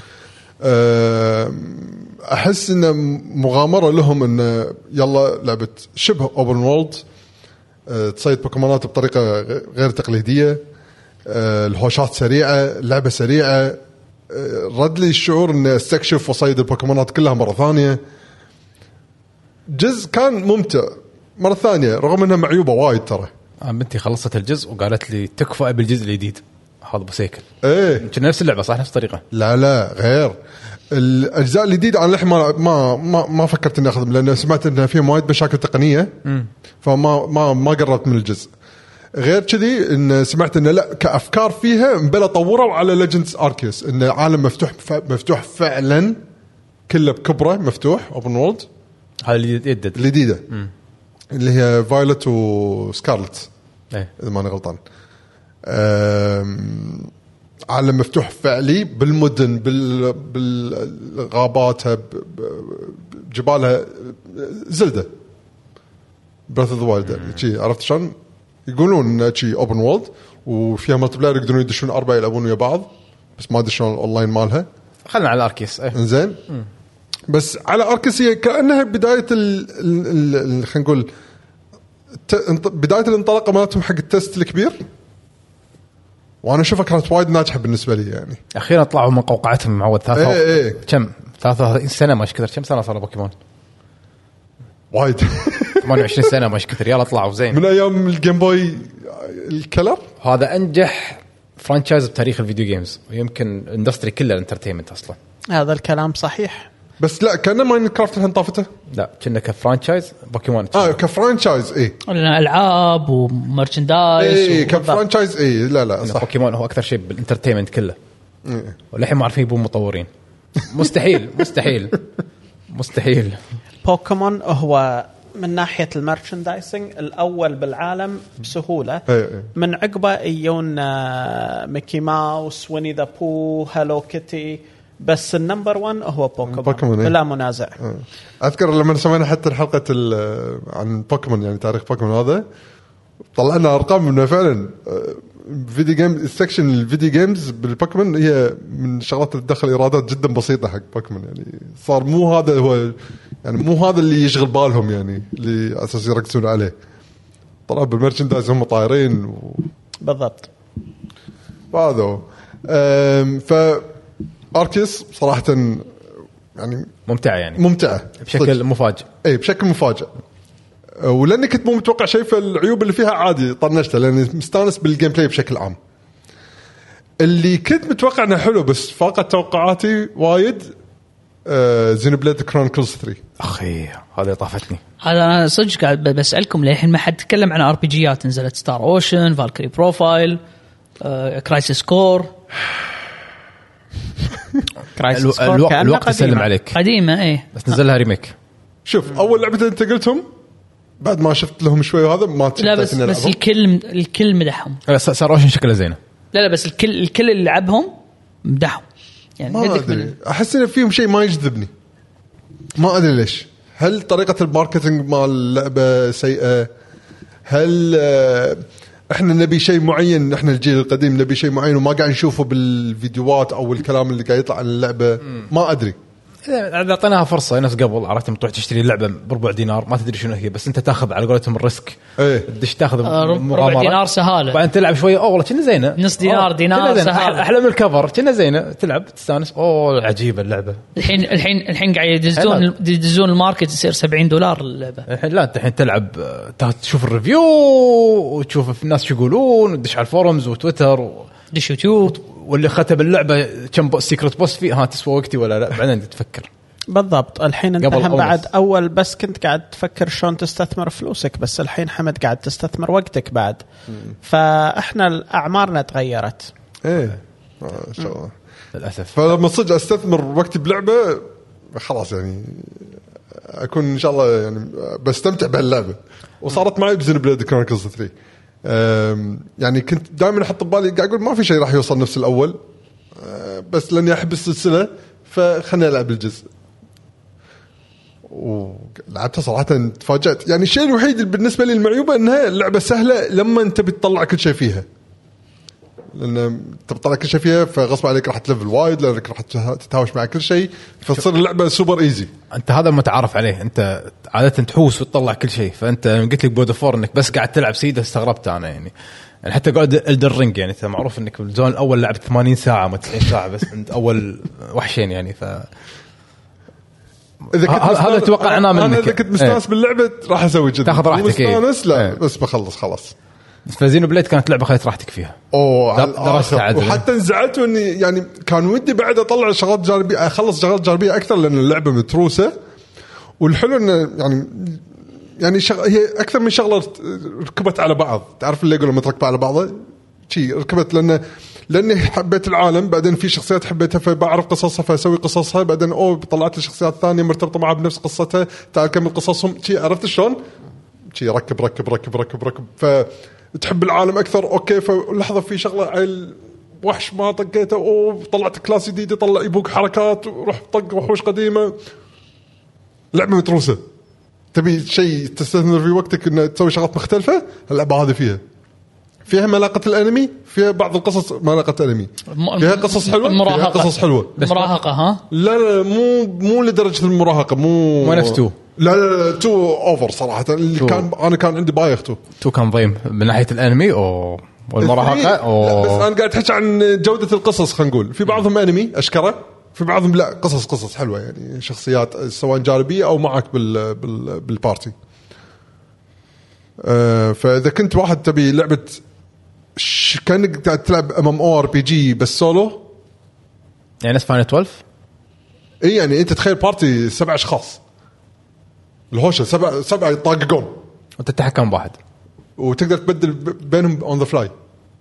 احس انه مغامره لهم ان يلا لعبه شبه اوبن وورلد تصيد بوكيمونات بطريقه غير تقليديه. الهوشات سريعه لعبه سريعه رد لي الشعور ان استكشف وصيد البوكيمونات كلها مره ثانيه. جزء كان ممتع مرة ثانية رغم أنها معيوبة وايد ترى. بنتي خلصت الجزء وقالت لي تكفى بالجزء الجديد هذا بسيكل. إيه كنا نفس اللعبة صح نفس الطريقة. لا غير الأجزاء الجديدة أنا لحين ما فكرت إني أخذهم لأن سمعت إنها فيها وايد مشاكل تقنية فما قربت من الجزء. غير كذي إن سمعت إن لا كأفكار فيها مبلا طوروا على ليجندز أركيس إن عالم مفتوح فعلا كله بكبره مفتوح أوبن وورلد. هذا الجديدة اللي هي فايلت وسكارلت إذا ما أنا غلطان. عالم مفتوح فعلي بالمدن بالغاباتها بجبالها زلدة بريث اوف ذا وايلد شيء عرفت شلون يقولون شيء اوبن وورلد وفيها مالتي بلاير يقدرون يدشون 4 يلعبون ويا بعض بس ما ادري شلون اونلاين مالها. خلنا على اركيس زين بس على اركيس هي كانها بدايه خلينا نقول بدايه الانطلاقه مالتهم حق التست الكبير وانا اشوفها كانت وايد ناجحه بالنسبه لي يعني. اخيرا طلعوا من قوقعتهم معود 3 كم 33 سنه ما ايش كثر كم سنه صار بوكيمون وايد 28 سنه ما ايش كثر يلا طلعوا زين من ايام الجيم بوي الكلر. هذا انجح فرانشايز بتاريخ الفيديو جيمز ويمكن الاندستري كلها الانترتينمنت اصلا. هذا الكلام صحيح بس لا كان ماينكرافت الحين طافته. لا كنا كفرانشايز بوكيمون كفرانشايز لنا العاب ومرشندايز كفرانشايز لا صح. بوكيمون هو اكثر شيء بالانترتينمنت كله والحين ما عارفين يبون مطورين. مستحيل. بوكيمون هو من ناحية المارشندايزنج الأول بالعالم بسهولة. من عقبه يجون ميكي ماوس ويني ذا بو هالو كيتي بس النمبر 1 هو بوكيمون بلا منازع. أذكر لما سوينا حتى الحلقة عن بوكيمون يعني تاريخ بوكيمون هذا طلعنا أرقام منه فعلا. فيديو جيم سكشن الفيديو جيمز بالبوكيمون هي من شغلات اللي تدخل إيرادات جدا بسيطة حق بوكيمون يعني صار مو هذا هو يعني مو هذا اللي يشغل بالهم يعني اللي أساس يركزون عليه. طلع بالمرشندايز هم طايرين بالضبط هذا. أركيس صراحة يعني ممتعة بشكل مفاجئ. بشكل مفاجئ ولاني كنت مو متوقع شيء فالعيوب اللي فيها عادي طنشتها لاني مستانس بالجيم بلاي بشكل عام. اللي كنت متوقع انه حلو بس فاقت توقعاتي وايد زينوبليد كرونيكلز 3. اخي هذا طافتني. هذا انا صدق قاعد بسالكم ليه ما حد تكلم عن ار بي جيات نزلت ستار اوشن فالكري بروفايل كرايسيس كور الوقت يسلم عليك. قديمه ايه بس نزلها ريميك. شوف اول لعبه انت قلتهم بعد ما شفت لهم شوي وهذا ما لا بس الكل مدحهم. صار اوشن شكله زينه. لا بس الكل اللي لعبهم مدحهم يعني. ما ادري احس ان فيهم شيء ما يجذبني ما ادري ليش. هل طريقه الماركتينج مال اللعبه سيئه؟ هل احنا نبي شيء معين؟ احنا الجيل القديم نبي شيء معين وما قاعد نشوفه بالفيديوهات او الكلام اللي قاعد يطلع عن اللعبه. ما ادري. إذا أعطيناها فرصة نفس قبل عرفت تروح تشتري لعبة ب4 دينار ما تدري شنو هي بس أنت تأخذ على قولتهم الريسك. تدش تاخذ 4 دينار سهالة بعدين تلعب شوية والله كنا زينة نص دينار سهالة أحلى من الكفر كنا زينة تلعب تستانس عجيبة اللعبة. الحين قاعد يدزون الماركت يصير $70 اللعبة الحين. لا أنت الحين تلعب تشوف الريفيو وتشوف الناس شو يقولون وتدش على الفورمز وتويتر دش يوتيوب واللي ختم اللعبة كم سيكرت بوست فيه تسوى وقتي ولا لا بعدين تفكر. بالضبط. الحين انت هم بعد اول بس كنت قاعد تفكر شلون تستثمر فلوسك بس الحين حمد قاعد تستثمر وقتك بعد. فاحنا اعمارنا تغيرت. ايه ان شاء الله للاسف. فلما صدق استثمر وقتي بلعبه خلاص يعني اكون ان شاء الله يعني بستمتع بهاللعبه. وصارت معي بزين بلاد كرونيكلز 3 يعني كنت دائما احط ببالي قاعد اقول ما في شيء راح يوصل نفس الاول بس لاني احب السلسله فخلني العب الجزء. ولعبتها صراحه تفاجأت. يعني الشيء الوحيد اللي بالنسبه لي المعيوبه انها اللعبه سهله لما انت بتطلع كل شيء فيها لان انت بتطلع كل شيء فيها فغصب عليك راح تلفل وايد لانك راح تتهاوش مع كل شيء فتصير اللعبه سوبر ايزي. انت هذا المتعارف عليه. انت عاده تحوس وتطلع كل شيء فانت قلت لك بود فور انك بس قاعد تلعب سيده استغربت انا يعني حتى قاعد الدر رينج يعني انت معروف انك بالزون الاول لعبت 80 ساعه ما 90 ساعه بس انت اول وحشين يعني ف هذا توقعناه منك. انا اذا كنت مستانس باللعبه راح اسوي كذا تاخذ راحتك مستانس لا بس بخلص خلاص. فزينو بليد كانت لعبه خليت راحتك فيها وحتى انزعلت اني يعني كان ودي بعد اطلع شغلات جانبيه اخلص شغلات جانبيه اكثر لان اللعبه متروسه. والحلو انه يعني هي اكثر من شغله ركبت على بعض. تعرف اللي يقولوا متركبه على بعضها شيء ركبت لاني حبيت العالم بعدين في شخصيات حبيتها فبعرف قصصها فاسوي قصصها بعدين طلعت لي شخصيات ثانيه مرتبطه معها بنفس قصتها تعال كمل قصصهم شيء. عرفت شلون شيء ركب ركب ركب ركب ركب فتحب العالم اكثر. اوكي فلحظه في شغله عيل وحش ما طقيته طلعت كلاس جديد يطلع يبوق حركات وروح طق وحوش قديمه. لعبه متروسه تبي شيء تستثمر في وقتك ان تسوي شغلات مختلفه. اللعبه هذه فيها ملاقة الانمي فيها بعض القصص ملاقة انمي فيها قصص حلوه فيها قصص حلوه بس مراهقه لا مو لدرجه المراهقه مو نفس 2 لا 2 اوفر صراحه اللي كان عندي بايخ 2 كان ضيم من ناحيه الانمي والمراهقه بس انا قاعد احكي عن جوده القصص. خلينا نقول في بعضهم انمي اشكره في بعضهم لا قصص حلوه يعني شخصيات سواء جانبيه او معك بالبارتي. فاذا كنت واحد تبي لعبه كانك تلعب MMORPG بس سولو يعني نفس فاينل 12 يعني انت تخيل بارتي 7 اشخاص الهوشه 7 يطاققون وانت تتحكم بواحد وتقدر تبدل بينهم اون ذا فلاي.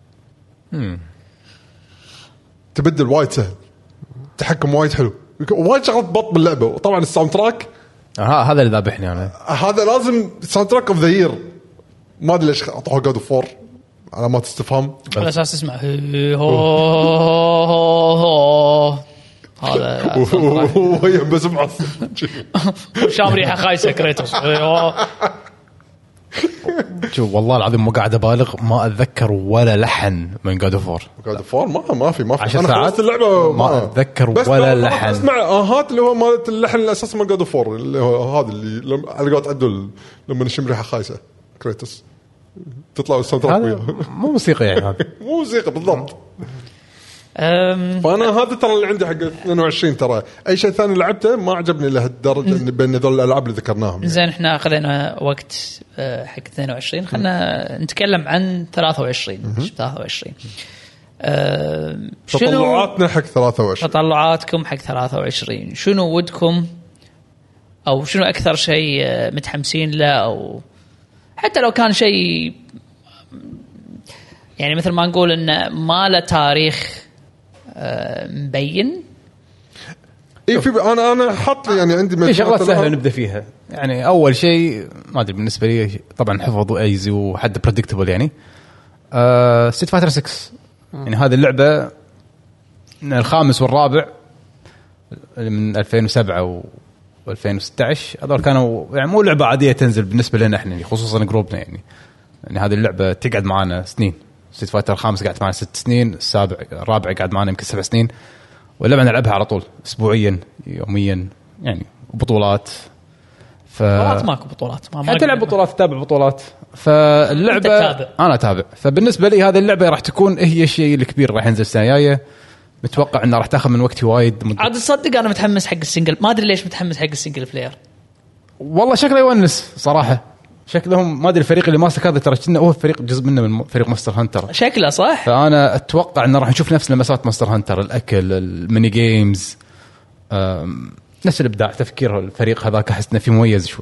تبدل وايد سهل تحكم وايد حلو وايد شغلات بط باللعبه. وطبعا الساوند تراك هذا اللي ذابحني انا. هذا لازم ساوند تراك اوف ذا يير. ما ادري ليش اعطوه جود اوف 4 علامات استفهام على اساس تسمع هذا وهي بس معصب شام ريحه خايسه كريتوس. شوف والله العظيم ما قاعد ابالغ ما اتذكر ولا لحن من God of War. God of War ما في 10 انا ساعات اللعبه ما اتذكر ولا لحن. اسمع اللي هو مالت اللحن الاساسي من God of War اللي هو هذا اللي على قولت عدل لما نشم ريحه خايسه كريتوس تطلع الساوند تراك مو موسيقى يعني هذا مو موسيقى بالضبط. فانا هذا ترى اللي عندي حق 22 ترى اي شيء ثاني لعبته ما عجبني لهالدرجه ان بين ذول الالعاب اللي ذكرناهم. زين احنا اخذنا وقت حق 22 خلينا نتكلم عن 23 مش 23. تطلعاتنا حق 23 تطلعاتكم حق 23 شنو ودكم او شنو اكثر شيء متحمسين له او حتى لو كان شيء يعني مثل ما نقول إنه ما له تاريخ مبين. اي في انا حط يعني عندي في شغلات سهله نبدا فيها. يعني اول شيء ما ادري بالنسبه لي طبعا حفظ وايزي وحد بريدكتبل يعني ستريت فايتر 6 يعني هذه اللعبه الخامس والرابع من 2007 و2016 هذول كانوا يعني مو لعبه عاديه تنزل بالنسبه لنا احنا خصوصا جروبنا يعني هذه اللعبه تقعد معنا سنين. ستريت فايتر الخامس قعدت معنا 6 سنين الرابع قعد معنا يمكن 7 سنين واللعبه نلعبها على طول اسبوعيا يوميا يعني بطولات ماكو بطولات ما تلعب بطولات تتابع بطولات فاللعبه انا اتابع فبالنسبه لي هذه اللعبه راح تكون هي الشيء الكبير راح ينزل السنه الجايه متوقع انها راح تاخذ من وقتي وايد عاد تصدق انا متحمس حق السنجل ما ادري ليش متحمس حق السنجل بلاير والله شكله يونس صراحه شكلهم ما ادري الفريق اللي ماسك هذا ترى كنا هو فريق جزء منه من فريق ماستر هانتر شكله صح فانا اتوقع ان راح نشوف نفس لمسات ماستر هانتر الاكل الميني جيمز نفس الابداع تفكير الفريق هذاك احس انه في مميز شوي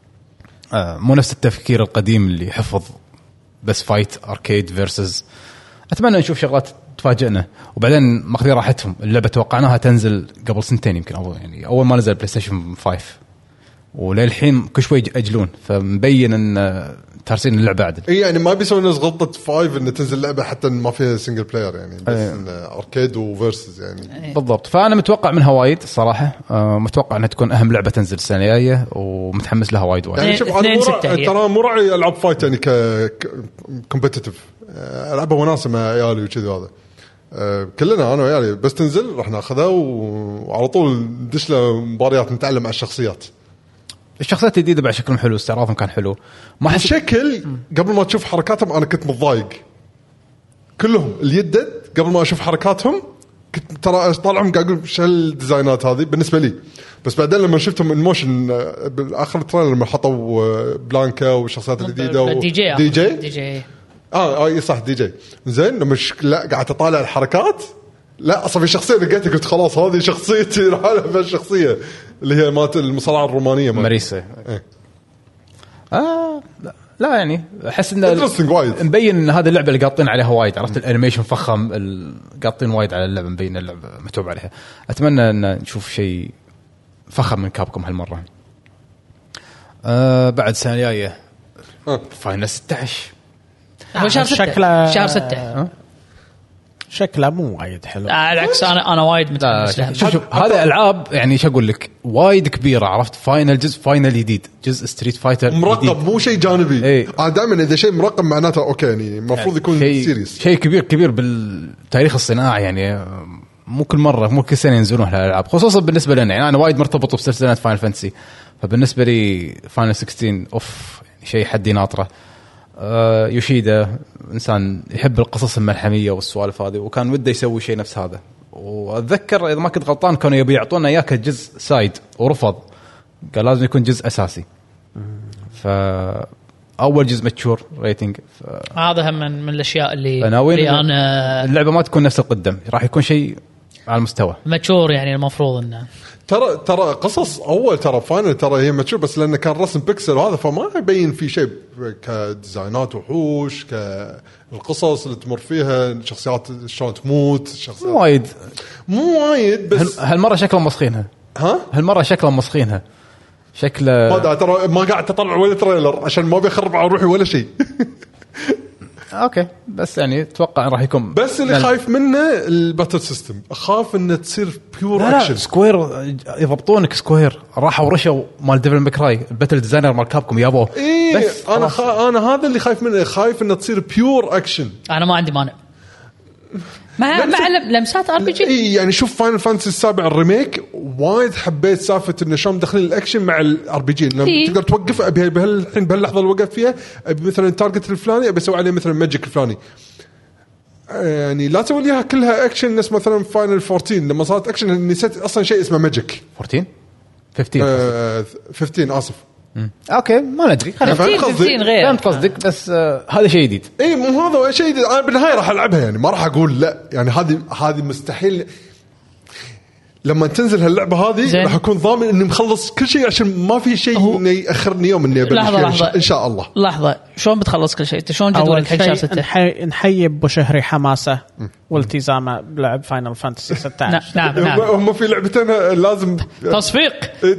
مو نفس التفكير القديم اللي حفظ بس فايت اركيد فيرسز اتمنى نشوف شغلات تفاجئنا وبعدين ماخذين راحتهم اللعبه توقعناها تنزل قبل سنتين يمكن يعني اول ما نزل بلاي ستيشن 5 وللحين كل شوي يأجلون فمبين ان تارسين اللعبه عدل يعني ما بيسوون ناس غلطه 5 ان تنزل لعبه حتى ما فيها سنجل بلاير يعني بس اركيد وفيرسز يعني بالضبط فانا متوقع منها وايد الصراحه متوقع انها تكون اهم لعبه تنزل السنه الجايه ومتحمس لها وايد يعني شوف ترى مو راعي العب فايت يعني كومبتيتيف العبها وناسه مع عيالي وكذا هذا كلنا انا وعيالي بس تنزل راح ناخذها وعلى طول ندش له مباريات نتعلم على الشخصيات الجديده بعد شكلهم حلو استعراضهم كان حلو ما الشكل قبل ما تشوف حركاتهم انا كنت متضايق كلهم اليدد قبل ما اشوف حركاتهم كنت ترى طالعهم قاعد اقول شو الديزاينات هذه بالنسبه لي بس بعدين لما شفتهم الموشن بالاخر التريلر لما حطوا بلانكا والشخصيات الجديده دي جي صح دي جي زين لما لا قاعد اطالع الحركات لا اصلا في شخصيه لقيتها قلت خلاص هذه شخصيتي لها الشخصيه اللي هي مالت المصارعه الرومانيه ماريسا لا يعني احس ان مبين ان هذه اللعبه اللي قاطين عليها وايد عرفت الانيميشن فخم قاطين وايد على اللعبه مبين اللعبه متعوب عليها اتمنى ان نشوف شيء فخم من كابكوم هالمره بعد سنه جايه فاينل 16 هو شهر 6 شكله مو وايد حلو العكس انا وايد متحمس له شوف هذا العاب يعني ايش اقول لك وايد كبيره عرفت فاينل جزء فاينل جديد جزء ستريت فايتر مرقب مو شيء جانبي انا دائما اذا شيء مرقب معناته اوكي يعني المفروض يكون سيريس شيء كبير بالتاريخ الصناعي يعني مو كل مره مو كل سنه ينزلون هالالعاب خصوصا بالنسبه لنا يعني انا وايد مرتبط بسلسله فاينل فانتسي فبالنسبه لي فاينل 16 اوف يعني شيء حد ناطره يوشيدا إنسان يحب القصص الملحمية والسوالف هذه وكان وده يسوي شيء نفس هذا وأتذكر إذا ما كنت غلطان كانوا يبي يعطونا إياه كجزء سايد ورفض قال لازم يكون جزء أساسي فأول جزء ماتشور ريتنج هذا هم من الأشياء اللي أنا اللعبة ما تكون نفس القدم راح يكون شيء على المستوى ماتشور يعني المفروض إنه ترى قصص اول ترى فاينل ترى هي ماتشور بس لانه كان رسم بيكسل وهذا فما يبين في شيء كديزاينات وحوش كالقصص اللي تمر فيها الشخصيات شلون تموت الشخصيات مو وايد بس هالمره شكلهم مسخينها هالمره شكلهم مسخينها شكله ترى ما قاعد تطلع ولا تريلر عشان ما بيخرب على روحي ولا شيء اوكي بس يعني اتوقع راح يكون بس اللي خايف منه الباتل سيستم اخاف انه تصير بيور اكشن سكوير يضبطونك سكوير راحوا ورشوا مال ديفل ماكراي الباتل ديزاينر مال كابكوم يابوه بس انا هذا اللي خايف منه خايف انه تصير بيور اكشن انا ما عندي مانع مع لمسات ار بي جي يعني شوف فاينل فانتسي السابع الريميك وايد حبيت سالفه انه شلون مدخلين الاكشن مع الار بي جي تقدر توقف ابي بهالحين بهاللحظه اللي وقف فيها ابي مثلا التارجت الفلاني ابي اسوي عليه مثلا ماجيك الفلاني يعني لا تسوي ليها كلها اكشن نفس مثلا فاينل 14 لما صارت اكشن نسيت اصلا شيء اسمه ماجيك 15 اسف اوكي ما ندري فهمت قصدك بس هذا شيء جديد اي مو هذا شيء جديد انا بالنهايه راح العبها يعني ما راح اقول لا يعني هذه مستحيل لما تنزل هاللعبه هذه راح اكون ضامن اني مخلص كل شيء عشان ما في شيء انه ياخرني يوم اني ابلش لحظة. ان شاء الله. لحظة شلون بتخلص كل شيء؟ انت شلون جدولك حق شهر 6؟ نحيي ابو شهري حماسه والتزامه بلعب فاينل فانتسي 16. نعم هم في لعبتين لازم تصفيق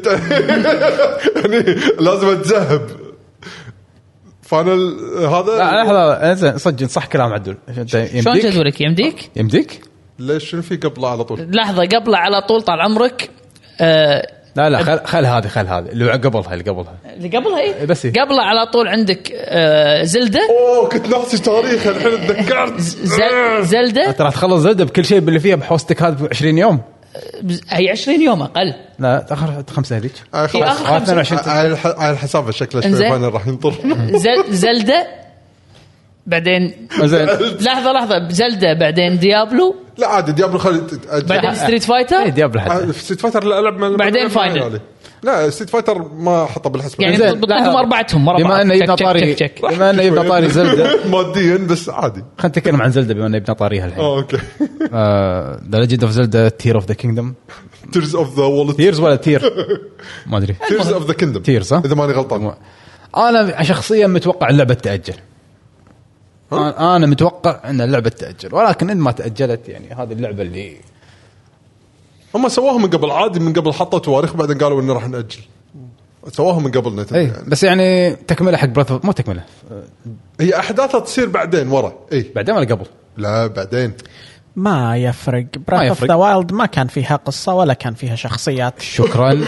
يعني لازم اتذهب فاينل هذا. لحظه زين صدق صح كلام عدول. شلون جدولك؟ يمديك ليش شنو في قبله على طول؟ لحظة قبله على طول طال عمرك. لا خل هذه اللي قبلها اللي قبلها ايه بس إيه؟ قبله على طول عندك زلدة. كنت ناسي تاريخ الحين تذكرت. زلدة ترى تخلص زلدة بكل شيء باللي فيها بحوستك هذا ب 20 يوم. هي 20 يوم اقل. لا تاخر 5 هذيك. خلاص 22 على الحساب شكله شوي فاينل راح ينطر. زلدة بعدين لحظة زلدة بعدين ديابلو. لا عادي ديابلو بعدين ستريت فايتر. ديابلو حتى ستريت فايتر لا ألعب بعدين فاينل. لا ستريت فايتر ما حطه بالحسبة يعني بتطقهم أربعتهم مرة. بما أنه يبنى طاري زلدة ماديا بس عادي. خلينا نتكلم عن زلدة بما أنه يبنى طاريها الحين. أوكي. The Legend of Zelda Tears of the Kingdom. Tears of the Wallet. Tears ولا تير ما أدري. Tears of the Kingdom. Tears ها. إذا ماني غلطان. أنا شخصيا متوقع اللعبة تأجل. أنا متوقع أن اللعبة تأجل ولكن إن ما تأجلت يعني هذه اللعبة اللي هم سواهم من قبل عادي من قبل حطوا تواريخ بعدين قالوا إنه راح نأجل. سواهم من قبل أي يعني. بس يعني تكملة حق براث مو تكملة. هي أحداثها تصير بعدين ورا. بعدين ولا قبل؟ لا بعدين. ما يفرق. براث اوف ذا وايلد ما كان فيها قصة ولا كان فيها شخصيات. شكرا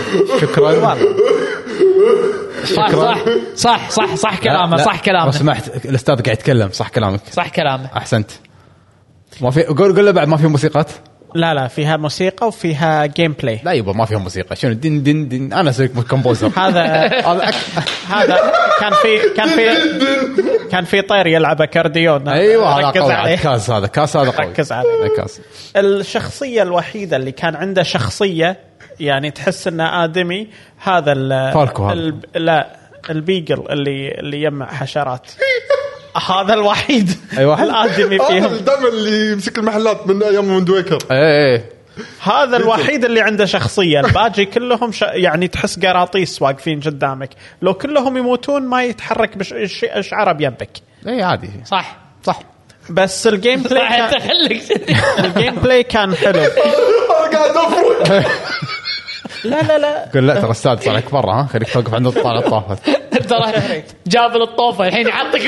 صح كلامه. صح كلامه. لو سمحت الأستاذ قاعد يتكلم. صح كلامك. صح كلامه. أحسنت. ما في قول له بعد ما في موسيقات. لا فيها موسيقى وفيها جيم بلاي. لا يبا ما فيها موسيقى. شنو دين دين دين أنا سويك كومبوزر. هذا كان في طير يلعب أكارديون. أيوة هذا كاس هذا قوي. ركز عليه. الشخصية الوحيدة اللي كان عنده شخصية يعني تحس إنه آدمي هذا لا البيجل اللي يجمع حشرات. هذا الوحيد. أيوة الآدمي فيهم. الدم اللي يمسك المحلات من أيام ويندويكر. هذا الوحيد اللي عنده شخصية. الباقي كلهم يعني تحس قراطيس واقفين قدامك. لو كلهم يموتون ما يتحرك بشعره بيبك. عادي. صح. بس الجيم بلاي كان حلو. قاعد أفرق. لا قل لا ترى استاذ صار لك برا خليك توقف عند الطافة. ترى جاب الطوفة الحين يعطيك.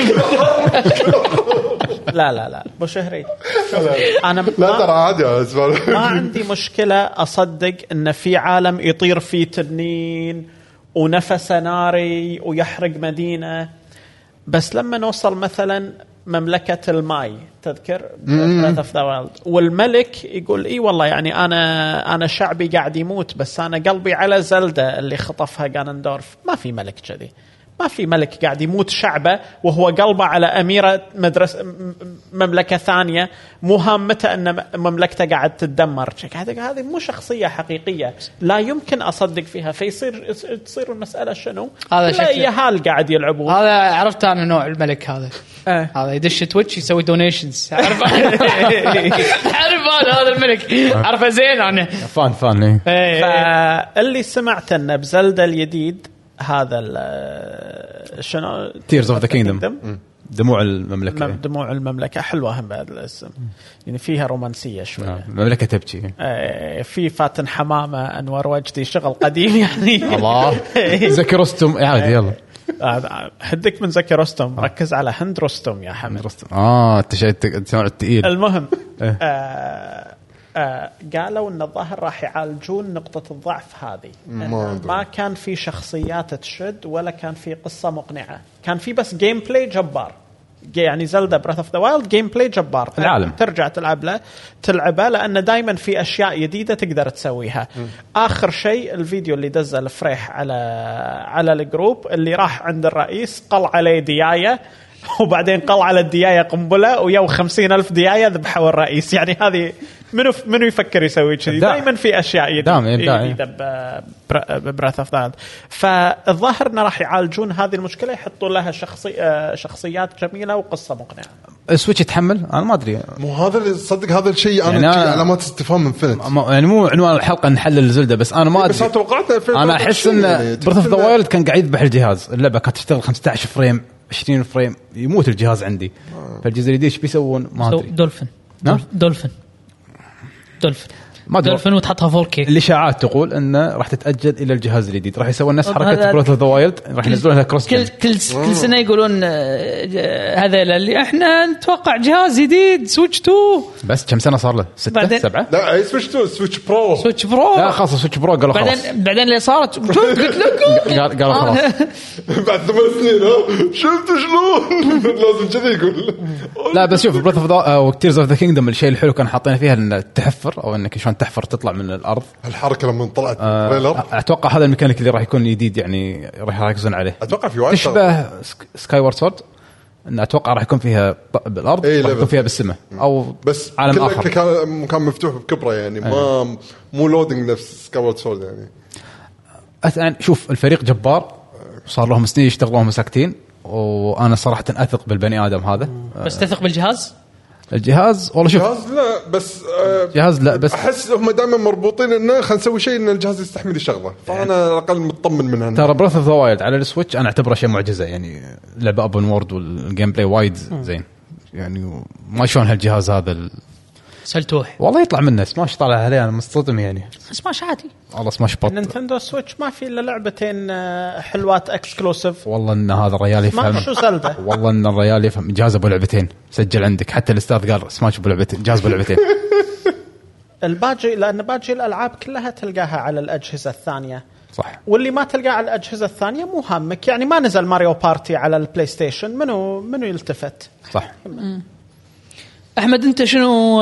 لا ابو شهري انا لا ترى عادي ما عندي مشكلة اصدق ان في عالم يطير فيه تنين ونفسه ناري ويحرق مدينة. بس لما نوصل مثلا مملكة الماي تذكر Breath of the Wild والملك يقول اي والله يعني انا شعبي قاعد يموت بس انا قلبي على زلدة اللي خطفها غانندورف. ما في ملك كذي. ما في ملك قاعد يموت شعبه وهو قلبه على أميرة مملكة ثانية مو هامته أن مملكته قاعد تتدمر. هذه مو شخصية حقيقية لا يمكن أصدق فيها. تصير المسألة شنو؟ هذا شكله يهال قاعد يلعبون. هذا عرفت أنا نوع الملك هذا. هذا يدش تويتش يسوي دونيشنز. عارف أنا هذا الملك عارفه زين أنا فان. فاللي سمعت أنه بزلدة الجديد هذا شنو Tears of the Kingdom دموع المملكة حلوة هم بعد الاسم يعني فيها رومانسية شوية. المملكة تبكي. في فاتن حمامة أنور وجدي شغل قديم يعني. الله زكي رستم عادي يلا حدك من زكي رستم ركز على هند رستم يا حمد. تسمع التقيل. المهم قالوا ان الظاهر راح يعالجون نقطة الضعف هذه. ما كان في شخصيات تشد ولا كان في قصة مقنعة. كان في بس جيم بلاي جبار. يعني زلدا Breath of the Wild جيم بلاي جبار. العالم ترجع تلعبه لأن دايما في أشياء جديدة تقدر تسويها. آخر شيء الفيديو اللي دزه الفريح على الجروب اللي راح عند الرئيس قل عليه دياية وبعدين قل على الدياية قنبلة ويو 50,000 دياية ذبحوا الرئيس. يعني هذه منو يفكر يسوي كذي؟ دائما في أشياء جديدة ببراث اوف ذا. فالظاهر إنه راح يعالجون هذه المشكلة يحطوا لها شخصيات جميلة وقصة مقنعة. السويتش يتحمل انا ما ادري مو هذا اللي صدق هذا الشيء انا يعني علامات استفهام انفنت يعني مو عنوان الحلقه نحلل زلدة بس انا ما بس ادري. توقعت انا احس ان بريث اوف ذا وايلد كان قاعد يذبح الجهاز. اللعبه كانت تشتغل 15 فريم 20 فريم يموت الجهاز عندي. فالجزء الجديد ايش بيسوون ما ادري. دولفين ما أدري. دولفين وتحطها 4K. الاشاعات تقول انه راح تتاجل الى الجهاز الجديد. راح يسوون نفس حركه بريث اوف ذا وايلد راح ينزلونها كروس كل سنه يقولون هذا اللي احنا نتوقع جهاز جديد سويتش 2. بس كم سنه صار له 6 7 لا اي سويتش 2 سويتش برو لا خلاص سويتش برو قالوا خلاص بعدين اللي صارت قلت لكم قالوا خلاص بعد 8 سنين شفتوا شلون لازم كذا يقول. لا بس شوف بريث اوف ذا او تيرز اوف ذا كينجدوم الشيء الحلو كان حاطين فيها ان التحفر او انك شلون تحفر تطلع من الارض. الحركه لما طلعت تريلر اتوقع هذا الميكانيك اللي راح يكون جديد يعني راح يركزون عليه. اتوقع في وايد تشبه سكاي وورد سورد ان اتوقع راح يكون فيها بالارض راح يكون فيها بالسماء او بس عالم اخر كان مفتوح بكبره يعني ما مو لودينج نفس سكاي وورد سورد يعني. شوف الفريق جبار صار لهم سنين يشتغلون مساكتين وانا صراحه اثق بالبني ادم هذا. بس تثق بالجهاز؟ الجهاز والله شوف جهاز لا بس جهاز لا بس احس هم دائما مربوطين انه خلينا نسوي شيء ان الجهاز يستحمل الشغله فانا على الاقل مطمن منها. ترى بريث اوف ذا وايلد على السويتش انا اعتبره شيء معجزه يعني لعبه اوبن وورد والجيم بلاي وايد زين يعني ما شلون هالجهاز هذا سلتوح والله يطلع منه سماش طالع عليه انا مصطدم يعني سماش عادي والله سماش بط. نينتندو سويتش ما في الا لعبتين حلوات اكسكلوسيف. والله ان هذا الرجال يفهم شو سلده والله ان الرجال يفهم جهاز ابو لعبتين سجل عندك حتى الاستاذ قال سماش ابو لعبتين جهاز ابو لعبتين. الباجي لان باجي الالعاب كلها تلقاها على الاجهزه الثانيه صح واللي ما تلقاه على الاجهزه الثانيه مو هامك يعني ما نزل ماريو بارتي على البلاي ستيشن منو يلتفت. صح. احمد انت شنو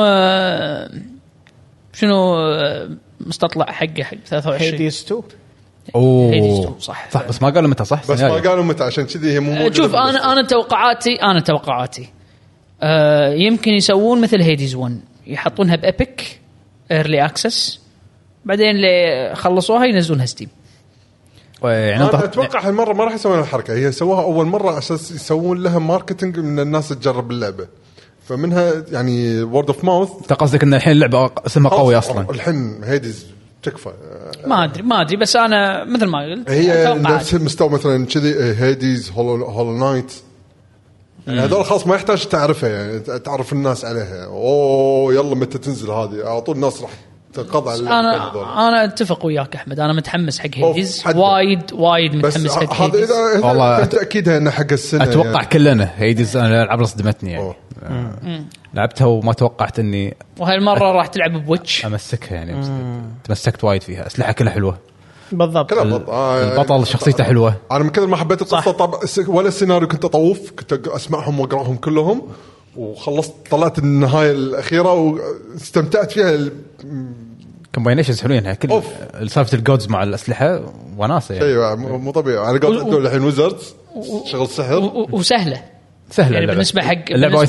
مستطلع حقه حق 23 هيديز 2 اوه صح بس ما قالوا متى صح بس ما قالوا متى عشان كذي هي مو شوف انا توقعاتي يمكن يسوون مثل هيديز 1 يحطونها بابيك ايرلي اكسس بعدين اللي خلصوها ينزلونها ستيم. يعني انا اتوقع هالمره ما راح يسوون الحركه هي سووها اول مره اساس يسوون لها ماركتينج من الناس تجرب اللعبه فمنها يعني وورد اوف ماوث. قصدك ان الحين اللعبه اسمها قوي اصلا الحين هيديز تكفى. ما ادري بس انا مثل ما قلت هي نفس المستوى مثلا كذي هيديز هولو نايت هذول خلاص ما يحتاج تعرفها يعني تعرف الناس عليها اوه يلا متى تنزل هذه على طول الناس راح تنقضى على انا اتفق وياك احمد انا متحمس حق هيديز وايد متحمس حق هيديز والله تاكيدها انه حق السنه اتوقع يعني. كلنا هيديز انا الالعاب صدمتني يعني لعبتها وما توقعت اني وهاي المره راح تلعب بويتش امسكها يعني تمسكت وايد فيها اسلحه كلها حلوه بالضبط البطل شخصيته حلوه. انا من كثر ما حبيت القصه طبعا ولا السيناريو كنت اطوف كنت اسمعهم واقراهم كلهم وخلصت طلعت النهايه الاخيره واستمتعت فيها. كومباينيشنز حلوين كل سالفه الجودز مع الاسلحه وناسه يعني ايوه مو طبيعي على قولت عندهم الحين ويزردز شغل سحر وسهله يعني بالنسبه حق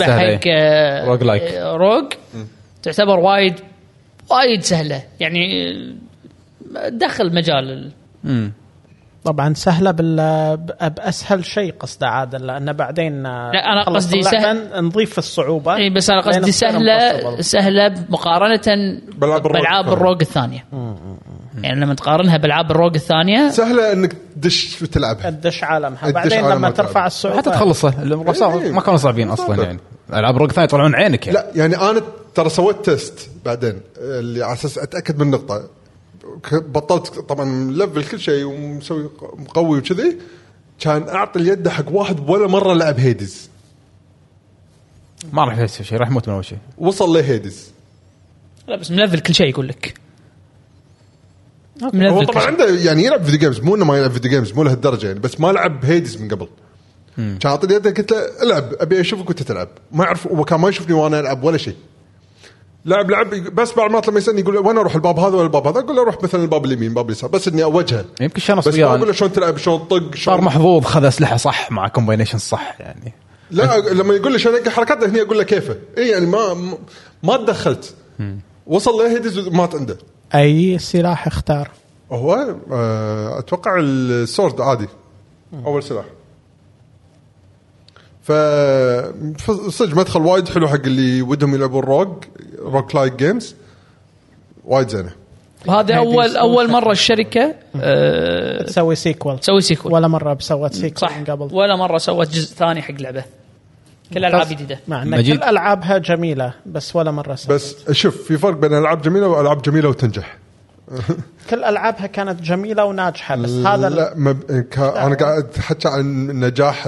روج تعتبر وايد سهله يعني دخل مجال طبعا سهله باسهل شيء قصده عاده لان بعدين لا انا قصدي نضيف الصعوبه اي بس انا قصدي سهله مقارنه بالعاب الروج الثانيه يعني لما تقارنها بالعاب الروج الثانيه سهله انك تدش وتلعبها تدش عالمها بعدين لما ترفع الصعوبه حتى تخلصه ما كانوا صعبين اصلا يعني العاب الروج الثانيه يطلعون عينك يعني. لا يعني انا ترى سويت تيست بعدين اللي على اساس اتاكد من النقطه بطلت طبعا ليفل كل شيء ومسوي مقوي وكذي كان اعطي اليد حق واحد ولا مره لعب هيدز ما راح يسوي شيء راح يموت من اول شيء وصل لهيدز لا بس ملفل كل شيء يقول لك هو طبعا عنده يعني يلعب فيديو جيمز مو انه ما يلعب فيديو جيمز مو لهالدرجه يعني بس ما لعب هيدز من قبل كان اعطي اليد قلت له العب ابي اشوفك وانت تلعب ما يعرف وكان ما يشوفني وانا العب ولا شيء لعب بس بعد ما لما يسألني يقول وين اروح الباب هذا ولا الباب هذا اقول له اروح مثلا الباب اليمين الباب اليسار بس اني اوجهه يمكن شنص بس اقول له شلون تلعب شلون طق صار محظوظ خذ اسلحه صح مع كومباينيشن صح يعني لا لما يقول لي شلون انقل حركاته هني اقول له كيفه اي يعني ما تدخلت وصل له هيدز مات عنده اي سلاح اختار هو اتوقع السورد عادي اول سلاح فصدق مدخل وايد حلو حق اللي ودهم يلعبون روك لايك جيمز وايد زينه. وهذا اول مره الشركه تسوي سيكول ولا مره سوت سيكول من قبل ولا مره سوت جزء ثاني حق لعبه. كل العاب جديده مع ان كل العابها جميله بس ولا مره سوت. بس شوف في فرق بين العاب جميله والعاب جميله وتنجح. كل العابها كانت جميله وناجحه بس هذا لا انا قاعد احكي عن نجاح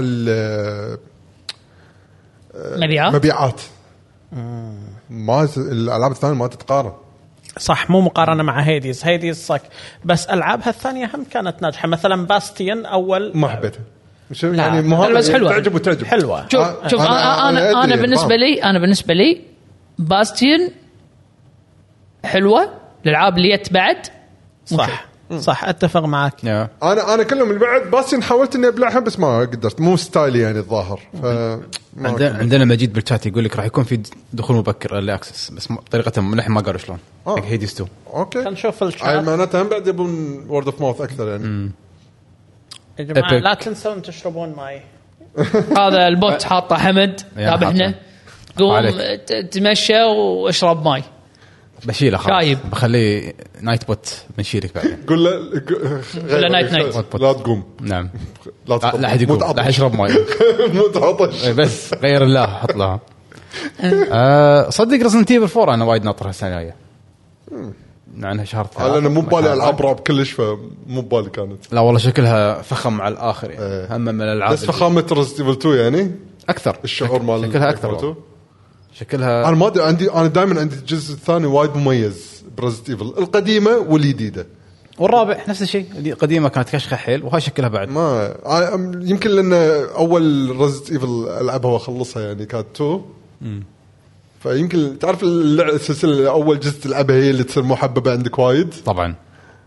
مبيعات. ما الالعاب الثانيه ما تتقارن. صح مو مقارنه مع هيديز صك بس العابها الثانيه هم كانت ناجحه. مثلا باستيون اول ما حبيتها يعني بس حلوه تعجب حلوه. شوف انا بالنسبه لي باستيون حلوه. الالعاب اللي جت بعد صح اتفق معك. انا كلهم اللي بعد باستيون حاولت اني ابلعها بس ما قدرت مو ستايلي يعني الظاهر. عندنا مجيد بالشات يقول لك راح يكون في دخول مبكر للاكسس بس طريقتهم نحن ما قالوا شلون حق هيديز 2. اوكي خلينا نشوف الشات. معناتها هم بعد يبون وورد اوف ماوث اكثر يعني. يا جماعه لا تنسون تشربون ماي. هذا البوت حاطه حمد تابعنا قوم تمشى واشرب ماي. بشيله خلاص بخليه نايت بوت بنشيلك بعدين. قول له نايت لا تقوم. نعم لا حد يقوم لا يشرب ماي مو تعطش بس غير الله حط لها. صدق ريزنت ايفل 4 انا وايد ناطرها السنه الجايه مع انها شهر 3. انا مو ببالي العاب رعب كلش فمو ببالي كانت. لا والله شكلها فخم على الاخر يعني هم من الالعاب بس فخامه ريزنت ايفل 2 يعني اكثر الشعور مال شكلها اكثر. شكلها انا ما ادري انا دائما عندي الجزء الثاني وايد مميز بريزنت ايفل القديمه والجديده والرابع نفس الشيء. القديمه كانت كشخه حيل وهاي شكلها بعد ما يمكن لان اول ريزنت ايفل العبها واخلصها يعني كانت 2 فيمكن تعرف السلسله اول جزء تلعبها هي اللي تصير محببه عندك وايد طبعا.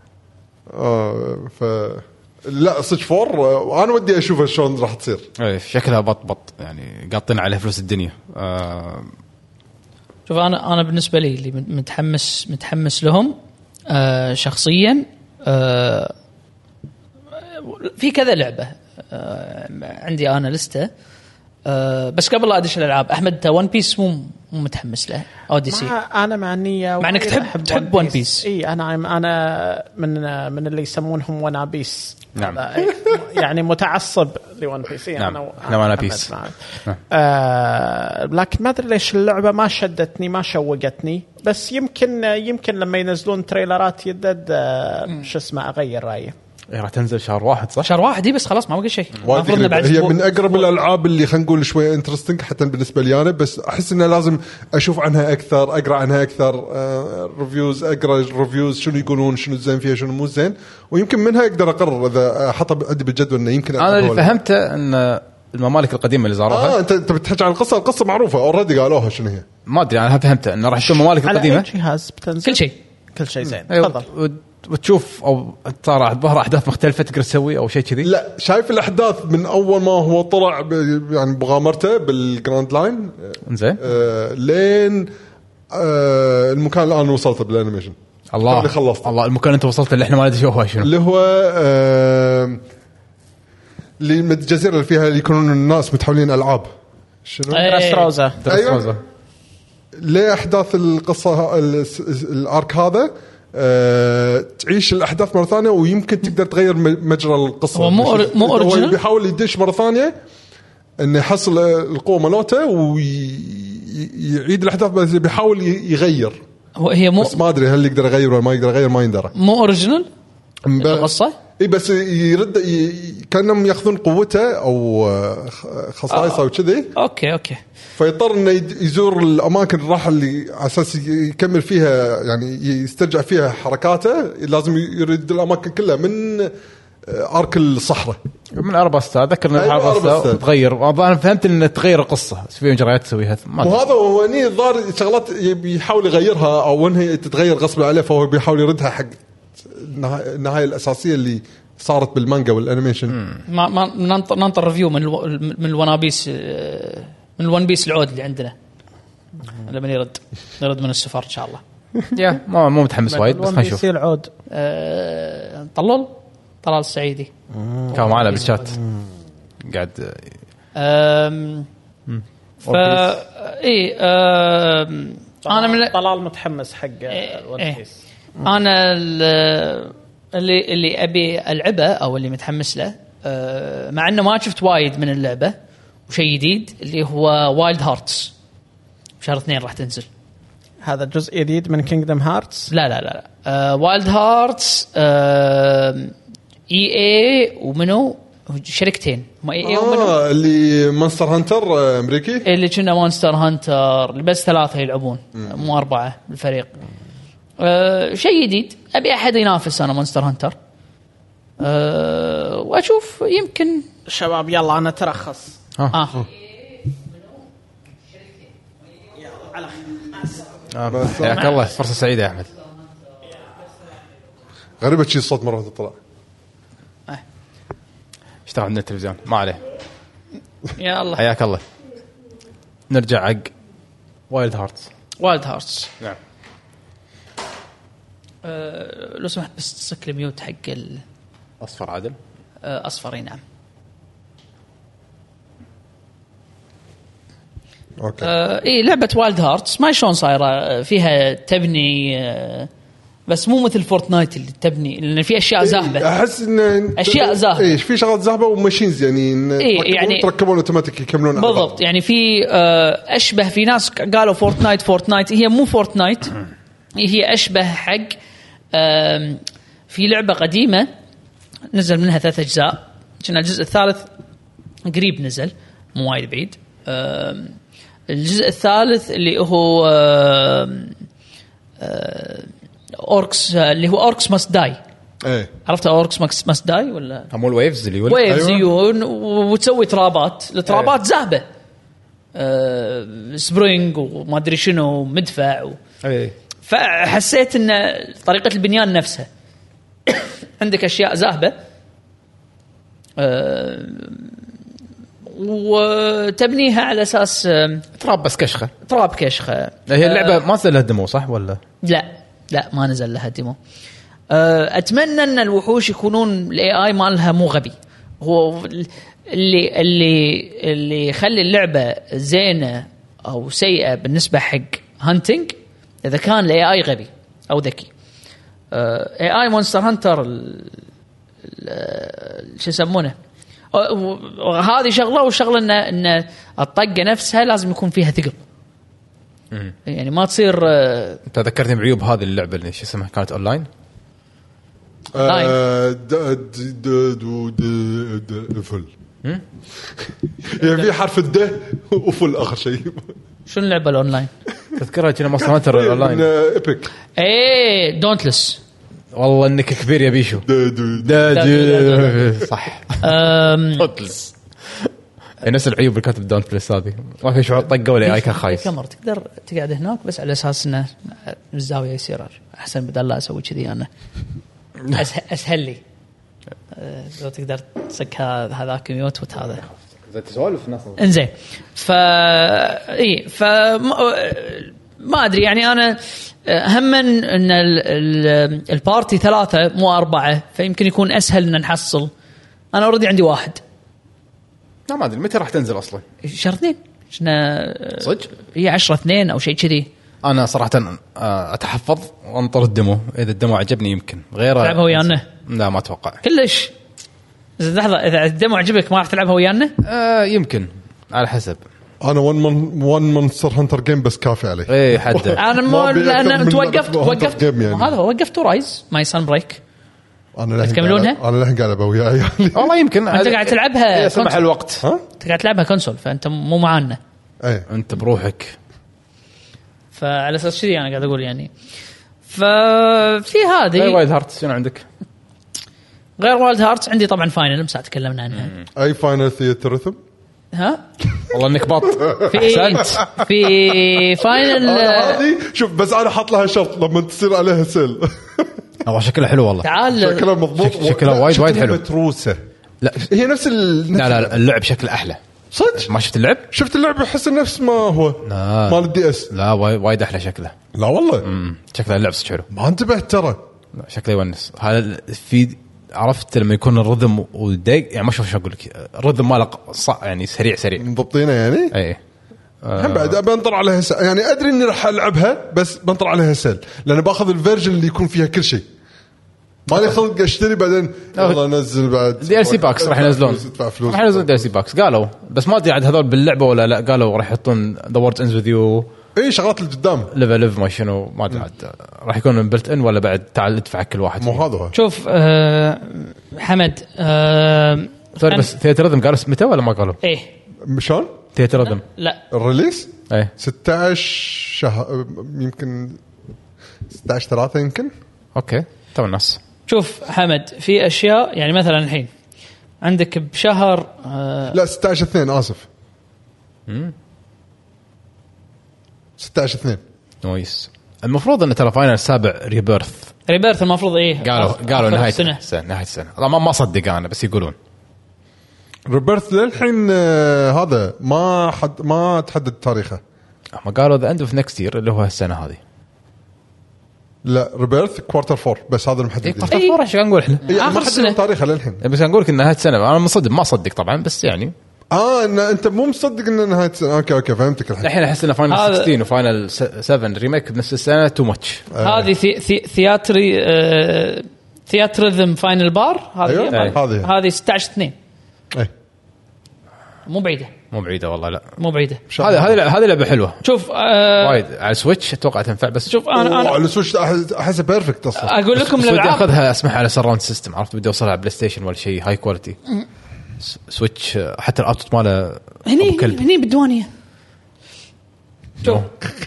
لا صدق فور انا ودي اشوفها شلون راح تصير. شكلها بط يعني قاطين عليها فلوس الدنيا. شوف انا بالنسبه لي اللي متحمس لهم شخصيا. في كذا لعبه عندي انا لسته بس قبل لا ادش الالعاب. احمد ون بيس مو متحمس له. اوديسي انا مع النيه مع انك تحب ون بيس. اي انا من اللي يسمونهم ونابيس. نعم يعني متعصب لون بيس. نعم. انا ون بيس لكن ما ادري ليش اللعبه ما شدتني ما شوقتني. بس يمكن لما ينزلون تريلرات يدد شو اسمه اغير رايي. راح تنزل شهر 1 صح؟ شهر 1 دي بس خلاص ما بقى شيء. هي من اقرب الالعاب اللي خلينا نقول شويه انترستنج حتى بالنسبه لي انا. بس احس انه لازم اشوف عنها اكثر اقرا عنها اكثر ريفيوز اقرا ريفيوز شنو يقولون شنو زين فيها شنو مو زين ويمكن منها اقدر اقرر اذا احطها عندي بالجدول انه يمكن انا اللي فهمته ان الممالك القديمه اللي زاروها انت بتحكي عن القصه معروفه اوريدي قالوها شنو هي ما ادري. انا فهمته انه راح تكون الممالك القديمه على جهاز بتنزل كل شيء زين. تفضل وتشوف او ترى ظهر احداث مختلفه تقدر تسوي او شيء كذي. لا شايف الاحداث من اول ما هو طلع يعني بغامرته بالجراند لاين زين لين المكان اللي انا وصلته بالانيميشن. الله اللي خلصت الله المكان اللي انت وصلت اللي احنا ما ندري هو شنو اللي هو اللي الجزيره اللي فيها اللي يكونون الناس متحولين العاب شنو دراسروزا. أيوة. ليه احداث القصه الارك هذا تعيش الأحداث مرة ثانية ويمكن تقدر تغير مجرى القصة. هو مو أوريجينال. بيحاول يدش مرة ثانية إنه يحصل القوة مالته ويعيد الأحداث بس بيحاول يغير. هي مو بس ما أدري هل يقدر يغير ولا ما يقدر يغير ما يندرى. مو أوريجينال القصة. إيه بس يرد كأنهم يأخذون قوته أو خصائصه أو كذي. أوكي. فيضطر إنه يزور الأماكن الراحة اللي على أساس يكمل فيها يعني يسترجع فيها حركاته. لازم يرد الأماكن كلها من أرك الصحراء من أرباستا. أذكر إن أرباستا تغير. أنا فهمت إن تغير القصة في مجريات تسويها. وهذا هو ني ضار شغلات بيحاول يغيرها أو إنها تتغير غصب عليه فهو بيحاول يردها حق النهاية الأساسية اللي صارت بالمانجا والأنيميشن. ما ننطر ريفيو من الونابيس من الون بيس العود اللي عندنا لما نرد من السفر إن شاء الله. يا مو متحمس وايد بس خلينا نشوف. العود طلال السعيدي كان معنا بالشات قاعد انا من طلال متحمس حق ون بيس. انا اللي ابي العبه او اللي متحمس له، مع انه ما شفت وايد من اللعبه وشيء جديد، اللي هو وايلد هارتس. بشهر 2 راح تنزل. هذا جزء جديد من كينغدم هارتس؟ لا وايلد هارتس اي ومنو شركتين، ما اي ومنو اللي مونستر هانتر امريكي، اللي كنا مونستر هانتر اللي بس 3 يلعبون مو 4 بالفريق. شيء جديد، ابي احد ينافس انا مونستر هانتر. واشوف يمكن شباب يلا انا ترخص. حياك الله، فرصة سعيدة يا أحمد. غريبة شيء الصوت مرة تطلع. اشتغل عندنا التلفزيون ما عليه. يا الله حياك الله. نرجع حق وايلد هارتس. نعم. لو سمحت بس تسكر الميوت حق أصفر عادل. أصفر نعم. اوكي. ايه لعبه وايلد هارتس ما شلون صايره، فيها تبني بس مو مثل فورتنايت اللي تبني، لان في اشياء زاهبه. احس ان اشياء زاهبه، ايش في شغلات زاهبه وماشينز يعني يعني تركبون اوتوماتيك يكملون بالضبط. يعني في اشبه، في ناس قالوا فورتنايت هي مو فورتنايت، هي اشبه حق في لعبه قديمه نزل منها 3 أجزاء، كنا الجزء الثالث قريب نزل مو وايد بعيد. الجزء الثالث اللي هو اوركس، اللي هو اوركس ماست داي. ايه عرفت اوركس ماست داي ولا مو الويفز اللي ويفز أيوة. وتسوي ترابات، الترابات زهبه، سبرينج وما ادري شنو مدفع فحسيت ان طريقه البنيان نفسها عندك اشياء زاهبه وتبنيها على اساس تراب بس كشخه. هي اللعبه ما نزل لها ديمو صح ولا لا ما نزل لها ديمو. اتمنى ان الوحوش يكونون الاي اي مالها مو غبي، هو اللي يخلي اللعبه زينه او سيئه بالنسبه حق هانتنج، اذا كان الاي اي غبي او ذكي. اي اي مونستر هانتر شو يسمونه، هذه شغله، وشغله ان الطقه نفسها لازم يكون فيها ثقل، يعني ما تصير. انت ذكرتني بعيوب هذه اللعبه اللي شو اسمها كانت اونلاين. فل يعني في حرف الد وفل اخر شيء. شنو اللعبه الاونلاين؟ تذكرها كنا مونستر هانتر الاونلاين ايبك. ايه دونتلس. والله انك كبير يا بيشو. صح. دونتلس نفس العيوب اللي كاتب دونتلس هذه، ما في شعور طقه ولا اي كان خايس. كاميرا تقدر تقعد هناك بس على اساس انه الزاويه يصير احسن، بدل لا اسوي كذي انا اسهل لي. لو تقدر تسك هذاك ميوت وهذا اذا تسولف ناس انزين. ما ادري يعني انا هم ان البارتي 3 مو 4 فيمكن يكون اسهل ان نحصل. انا اوريدي عندي 1. لا ما ادري متى راح تنزل اصلا. شهر 2 كنا صدق هي 10/2 او شيء كذي. انا صراحه اتحفظ وانطر الدمو، اذا الدمو عجبني يمكن غيره تلعبها ويانا. لا ما اتوقع كلش. لحظه اذا الدمو عجبك ما راح تلعبها ويانا؟ يمكن على حسب. انا 1 مونستر هانتر جيم بس كافي عليه. ايه حد انا توقفت يعني. هذا هو وقفت رايز ماي سان بريك. انا تكملونها؟ انا الحين قاعد العبها وياي والله يمكن انت قاعد تلعبها سمح الوقت. انت قاعد تلعبها كونسول فانت مو معانا. ايه انت بروحك. فعلى اساس كذي انا قاعد اقول يعني. ففي هذه غير وايلد هارتس شنو عندك؟ غير وايلد هارتس عندي طبعا فاينل مساعد تكلمنا عنها. اي فاينل ثياتر ريثم. ها والله انك بط. في فاينل هذه شوف بس انا حاط لها شرط لما تصير عليها سيل. والله شكلها حلو والله. تعال شكلها مضبوط. شكلها وايد حلو. متروسه. لا هي نفس لا اللعب شكله احلى صدق. ما شفت اللعب؟ شفت اللعب احس نفس ما هو مال الدي اس. لا وايد احلى شكله. لا والله شكله اللعب حلو. ما انتبهت ترى. شكله يونس. هذا في عرفت لما يكون الرذم ودق يعني ما شوف شو اقول لك الرذم ماله يعني سريع مضبطينه يعني اي هم بعد بنطر عليها يعني ادري اني راح العبها بس بنطر عليها سل لان باخذ الفيرجن اللي يكون فيها كل شيء مالي خلق اشتري بعدين يلا نزل بعد دي ال سي باكس راح ينزلون راح ينزلون دي ال سي باكس قالوا بس ما ادري عاد هذول باللعبه ولا لا قالوا راح يحطون ذا وورد انز وذ يو اي شغلات اللي قدام ليفل ما شنو ما ادري عاد راح يكون بلت ان ولا بعد تعال ادفع كل واحد مو هذا هو شوف حمد سوري بس ثياتر ريذم قالوا متى ولا ما قالوا ايه شلون ثياتر ريذم لا الريليس ايه 16 شهر يمكن 16/3 يمكن اوكي تو الناس شوف حمد في اشياء يعني مثلا الحين عندك بشهر لا 16/2 اسف 16/2 نويس المفروض ان ترى فاينل السابع ريبيرث المفروض ايه قالوا نهاية السنة ما صدق انا بس يقولون ريبيرث للحين هذا ما تحدد تاريخه ما قالوا ذا اند اوف نكست يير اللي هو السنة هذه لا ريبيرث كوارتر 4 بس هذا المحدد كوارتر 4 ايش نقول احنا آخر السنة تاريخه للحين بس نقول لك نهاية السنة انا مصدق ما اصدق طبعا بس يعني إن انت مو مصدق ان نهاية السنة اوكي فهمتك الحين احس ان فاينل 16 وفاينل 7 ريميك بنفس السنة تو ماتش هذه ثياتريزم فاينل بار هذه 16/2 اي مو بعيدة والله لا مو بعيدة هذه لعبة حلوة شوف وايد على السويتش اتوقع تنفع بس شوف انا على السويتش احسه بيرفكت اصلا اقول لكم بدي الالعاب اخذها اسمح على سراوند سيستم عرفت بدي اوصلها على بلاي ستيشن ولا شيء هاي كواليتي سويتش حتى الاوتبوت ماله هني بالديوانية شوف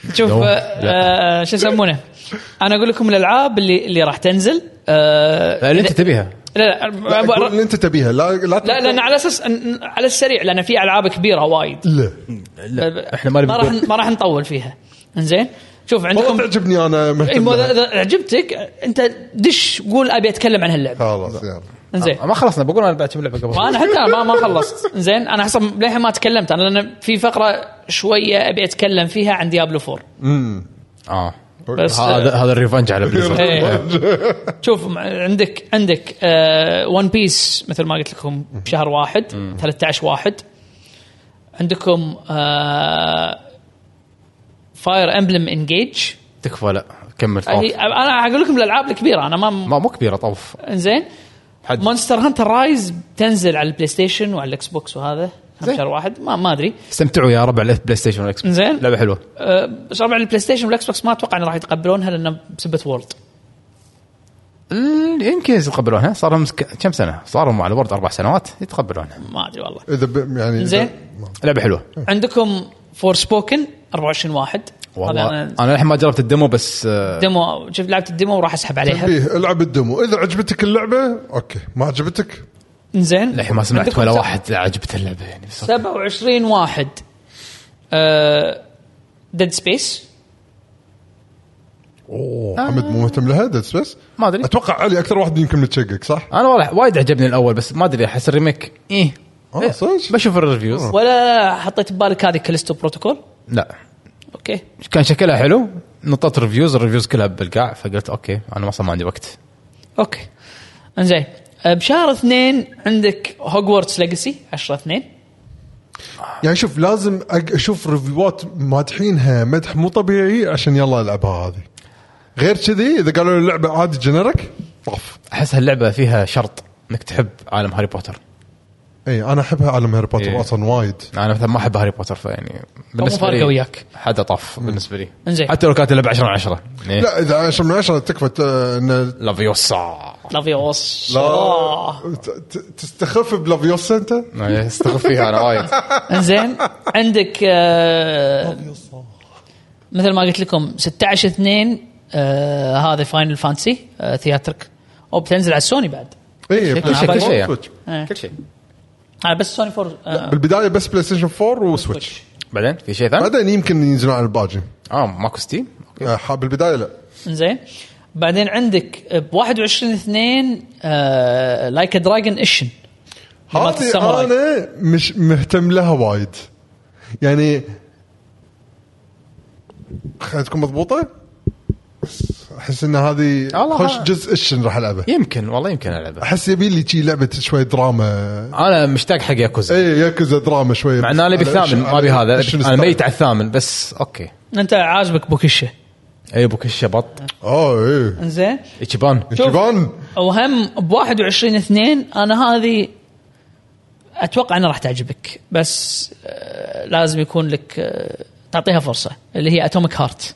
شو يسمونه انا اقول لكم الالعاب اللي راح تنزل اللي انت تبيها لا اللي انت تبيها لا لان على اساس على السريع لان في العاب كبيره وايد لا احنا ما راح نطول فيها انزين شوف عندكم تعجبني انا مهتم اذا عجبتك انت دش قول ابي اتكلم عن هاللعبه خلاص يلا انزين ما خلصنا بقول انا بعد كم لعبه قبل انا حتى ما خلصت انزين انا حسب للحين ما تكلمت انا لان في فقره شويه ابي اتكلم فيها عن ديابلو 4 بس هذا الريفنج على بليزرد شوف عندك ون بيس مثل ما قلت لكم بشهر 1 13/1 عندكم فاير امبلم انجيج تكفى لا كمل انا اقول لكم الالعاب الكبيره انا ما مو كبيره طوف انزين مونستر هانتر رايز تنزل على البلاي ستيشن وعلى الاكس بوكس وهذا شهر 1 ما ادري استمتعوا يا ربع البلاي ستيشن والاكس بوكس زين لعبه حلوه بس ربع البلاي ستيشن والاكس بوكس ما اتوقع ان راح يتقبلونها لان بسبه وورد يمكن يتقبلونها صار لهم كم سنه صاروا على وورد 4 سنوات يتقبلونها ما ادري والله اذا يعني زين لعبه حلوه عندكم فور سبوكن 24/1 والله انا الحين ما جربت الديمو بس ديمو شفت لعبت الديمو وراح اسحب عليها العب الديمو اذا عجبتك اللعبه اوكي ما عجبتك زين الحين ما سمعت ولا واحد عجبته اللعبه يعني 27/1 ديد سبيس محمد مو مهتم لها ديد سبيس ما ادري اتوقع علي اكثر واحد يمكن متشقق صح انا والله وايد عجبني الاول بس ما ادري احس الريميك بشوف الريفيوز ولا حطيت ببالك هذه كاليستو بروتوكول لا اوكي كان شكلها حلو نطت الريفيوز كلها بالقاع فقلت اوكي انا اصلا ما عندي وقت اوكي انزين بشهر 2 عندك هوغورتس ليجاسي 10/2 يعني شوف لازم اشوف ريفيوات مادحينها مدح مو طبيعي عشان يلا العبها هذه غير كذي اذا قالوا اللعبه عادي جنرك طف احس هاللعبه فيها شرط انك تحب عالم هاري بوتر اي انا احبها عالم هاري بوتر اصلا وايد انا مثلا ما احب هاري بوتر فيعني بالنسبه لي وياك حدا طف بالنسبه لي انزين حتى لو كانت اللعبه 10/10 لا اذا 10/10 تكفى ان لافيوسا لا تستخف بلافيوسا انت استخف فيها انا وايد انزين عندك مثل ما قلت لكم 16/2 هذا فاينل فانتسي ثياترك او بتنزل على السوني بعد كل شيء بس سوني 4 بالبدايه بس بلاي ستيشن 4 وسويتش بعدين في شيء ثاني بعدين يمكن ينزلون على الباجي ماكو ستيم بالبدايه لا زين بعدين عندك ب 21/2 لايك دراجون ايشن هذه انا مش مهتم لها وايد يعني خلينا تكون مضبوطه احس ان هذه خوش جزء ايش راح العبه. يمكن والله يمكن العبه. احس يبي لي شي لعبه شوي دراما. انا مشتاق حق ياكوزا. اي ياكوزا دراما شويه. مع ان انا بالثامن ما ابي هذا، انا ميت على الثامن بس اوكي. انت عاجبك بوكيشه؟ اي بوكيشه بط. ايه انزين ايتشيبان وهم ب21/2 انا هذه اتوقع انها راح تعجبك، بس لازم يكون لك تعطيها فرصه، اللي هي اتوميك هارت.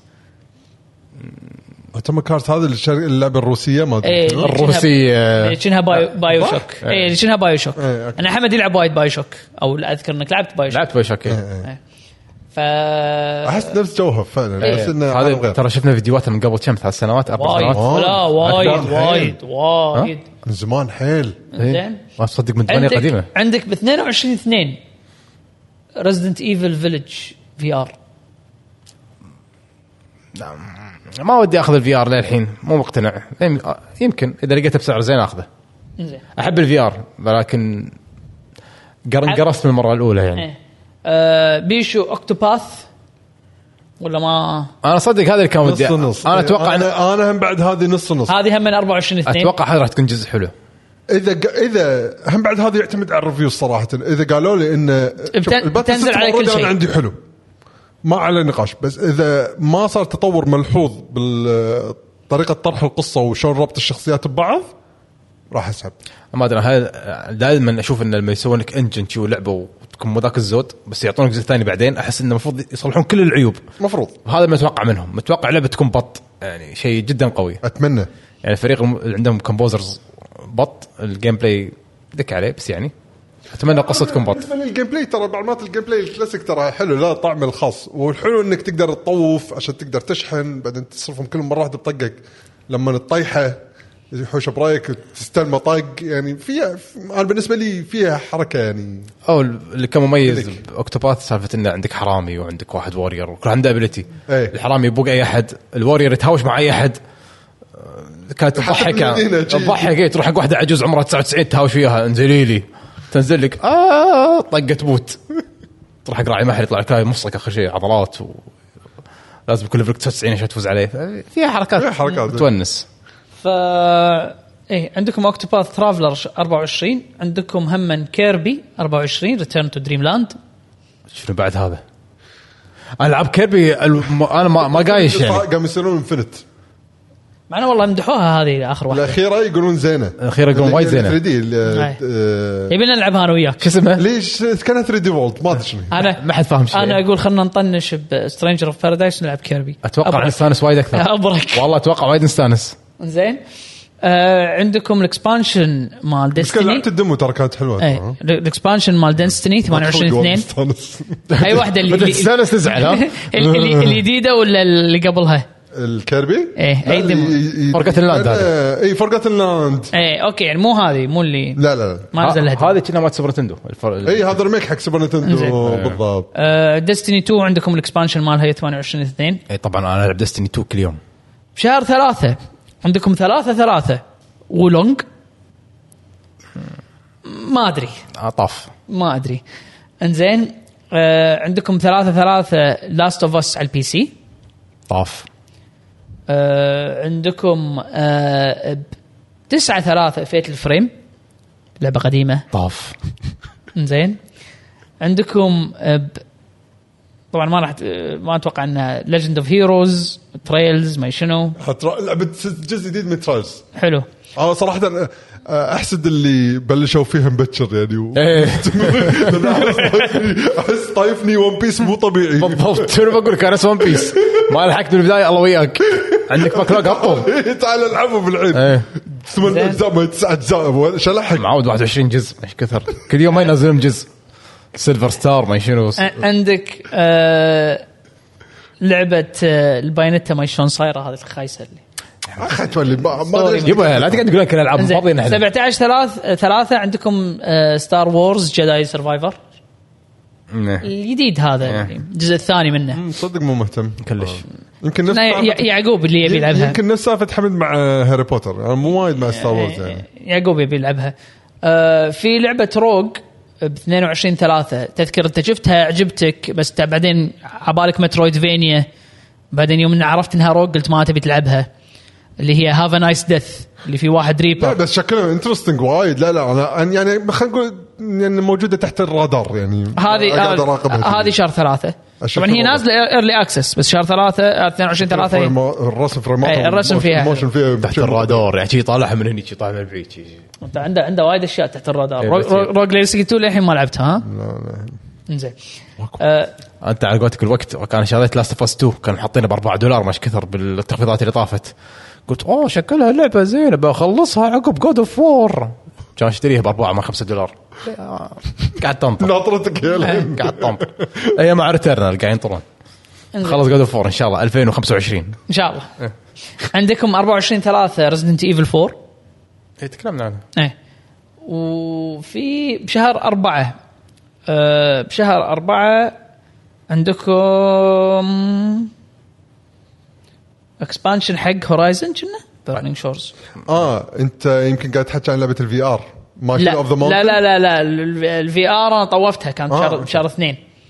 اتوميك هارت هذا اللعبه الروسيه ما ادري الروسيه كأنها بايو شوك. اي كأنها بايو شوك. انا حمد يلعب وايد بايو شوك، او اذكر انك لعبت بايو شوك. ف احس نفس جوها فعلا. بس انه هذا ترى شفنا فيديوهات من قبل كم 3 سنوات 4 سنوات. لا وايد من زمان حيل. زين ما تصدق من زمان قديمه. عندك ب22/2 Resident Evil Village VR. ما ودي اخذ الفي ار للحين، مو مقتنع. يمكن اذا لقيته بسعر زين اخذه. احب الفي ار لكن قرصت من المره الاولى يعني. بيشو اوكتوباث ولا ما؟ انا صدق هذا اللي كان ودي. انا اتوقع انا هم بعد هذه نص هذه هم من 24/2. اتوقع هذه راح تكون جزء حلو. اذا هم بعد هذا يعتمد على الريفيو صراحه. اذا قالوا لي ان تنزل على كل شيء عندي حلو ما على نقاش، بس اذا ما صار تطور ملحوظ بالطريقه طرح القصه وشون ربط الشخصيات ببعض راح اسحب. ما ادري، هذا دائما اشوف ان لما يسوون لك انجن شو لعبه وتكون مو ذاك الزود بس يعطونك جزء ثاني بعدين، احس انه المفروض يصلحون كل العيوب. مفروض هذا ما اتوقع منهم. متوقع لعبه تكون بط يعني، شيء جدا قوي. اتمنى يعني الفريق عندهم كومبوزرز بط، الجيم بلاي دك عليه بس يعني اتمنى قصه تكون بط. بالنسبه للجيم بلاي ترى بعض الجيم بلاي الكلاسيك ترى حلو، لا طعم الخاص، والحلو انك تقدر تطوف عشان تقدر تشحن بعدين تصرفهم كلهم مره واحده بطقك لما تطيحه يحوش برايك وتستلم طاق يعني. فيها انا بالنسبه لي فيها حركه يعني. او اللي كان مميز باوكتوباث سالفه انه عندك حرامي وعندك واحد وورير وكل عنده ابيليتي. الحرامي يبوق اي احد، الوورير يتهاوش مع اي احد. كانت تضحك تروح حق واحده عجوز عمرها 99 تهاوش وياها، انزلي لي تنزل لك طقه بوت تروح حق راعي محل يطلع لك مفصك اخر شيء عضلات لازم كل فرق 99 عشان تفوز عليه. فيها حركات تونس. عندكم اوكتوباث ترافلر 24، عندكم همن كيربي 24 ريتيرن تو دريم لاند. شنو بعد هذا؟ العاب كيربي انا ما قايش يعني قام يصيرون انفنت معنا والله مدحوها هذه اخر واحده. الاخيره يقولون زينه، الاخيره يقولون وايد زينه. 3D يبينا نلعبها انا وياك. شو اسمها؟ ليش كانت 3D فولت ما ادري شنو. انا ما حد فاهم شيء. انا اقول خلنا نطنش بسترينجر اوف بارادايس نلعب كيربي. اتوقع نستانس وايد اكثر. ابرك والله اتوقع وايد نستانس. زين عندكم الاكسبانشن مال ديستني. لعبت الدمو ترى كانت حلوه. الاكسبانشن مال ديستني 28/2. اي واحده اللي تستانس تزعل الجديده ولا اللي قبلها؟ الكيربي اي ديمو فورغتن لاند هذا. اي فورغتن لاند. اوكي يعني مو هذه مو اللي لا ما نزل هذه كنا مال سوبر نتندو. اي هذا ريميك حق سوبر نتندو بالضبط. ديستني 2 عندكم الاكسبانشن مالها 28/2. اي طبعا انا العب ديستني 2 كل يوم. شهر 3 عندكم 3 ولونج ما ادري طاف ما ادري. انزين عندكم 3 لاست اوف اس على البي سي طاف. عندكم 9/3 فيت الفريم لعبة قديمة طاف. إنزين عندكم طبعا ما أتوقع أن Legend of Heroes Trails ما شنو لعبة جزء جديد من Trails حلو. صراحة أحسد اللي بلشوا فيها مبكر يعني أحس طايفني ون بيس مو طبيعي. بالضبط شنو بقول لك أنا ون بيس ما لحقت بالبداية الله وياك عندك باكلوج هطل تعال العبوا بالعيد 8 أجزاء ما 9 أجزاء شو لحق معود 21 جزء مش كثر كل يوم ما ينزلون جزء سيلفر ستار ما شنو. عندك لعبة الباينتا ما شلون صايرة هذه الخايسة اللي أخذت واللي ما يبغى لا تقعد تقول لك الألعاب فاضيين احنا. 17/3 عندكم ستار وورز جداي سرفايفر الجديد هذا الجزء الثاني منه. صدق مو مهتم كلش. يمكن نفس يعقوب اللي يبي يلعبها يمكن نفس سالفة حمد مع هاري بوتر يعني مو وايد مع ستار وورز يعني. يعقوب يبي يلعبها. في لعبة روج ب22/3 تذكر انت شفتها عجبتك بس بعدين عبالك مترويد فينيا بعدين يوم ان عرفت انها روج قلت ما تبي تلعبها. اللي هي هاف ا نايس ديث اللي في واحد لا ريبر. بس شكلها انترستنج وايد. لا انا يعني خلينا نقول يعني موجوده تحت الرادار يعني قاعد اراقبها. هذه شهر 3 طبعا هي نازله ايرلي اكسس بس شهر 3 22 3 الرسم فريمات الرسم فيها تحت الرادار يعني طالعها من هني طالع من بعيد. انت عنده وايد اشياء تحت الرادار. روج ليجاسي 2 للحين ما لعبتها ها؟ لا انزين انت على قولتك الوقت كان شريت لاست اوف اس 2 كانوا حاطينه $4 مش كثر بالتخفيضات اللي طافت. قلت شكلها لعبه زينه بخلصها عقب جود اوف وور. كان اشتريها ب$4 ما $5. قاعد تنطر ناطرتك يا لين قاعد تنطر هي مع ريتيرنال قاعد ينطرون. خلص جود اوف وور ان شاء الله 2025 ان شاء الله. عندكم 24/3 ريزيدنت ايفل 4 تكلمنا عنها. وفي بشهر 4 بشهر 4 عندكم اكسبانشن حق هورايزن كنا بيرنينج شورز. انت يمكن قاعد تحكي عن لعبه الفي ار لا الفي ار انا طوفتها كانت بشهر 2.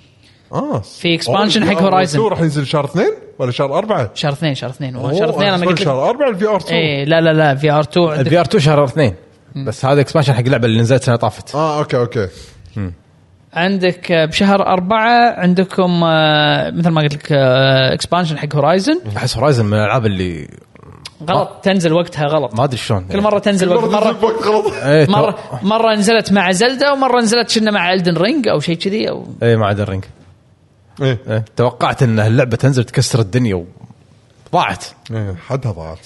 في اكسبانشن حق هورايزن راح ينزل شهر 2 ولا شهر 4؟ شهر 2 شهر 2 انا قلت شهر 4 الفي ار 2. اي لا في ار 2 الفي ار 2 شهر 2 بس هذا اكسبانشن حق اللعبه اللي نزلت سنه طافت. اوكي عندك بشهر 4 عندكم مثل ما قلت لك اكسبانشن حق هورايزن. احس هورايزن من الالعاب اللي غلط تنزل وقتها غلط ما ادري شلون كل مره تنزل وقت مره نزلت مع زلدا ومره نزلت شنو مع ألدن رينج او شيء كذي او مع ألدن رينج. توقعت ان اللعبه تنزل تكسر الدنيا وضاعت. حدها ضاعت.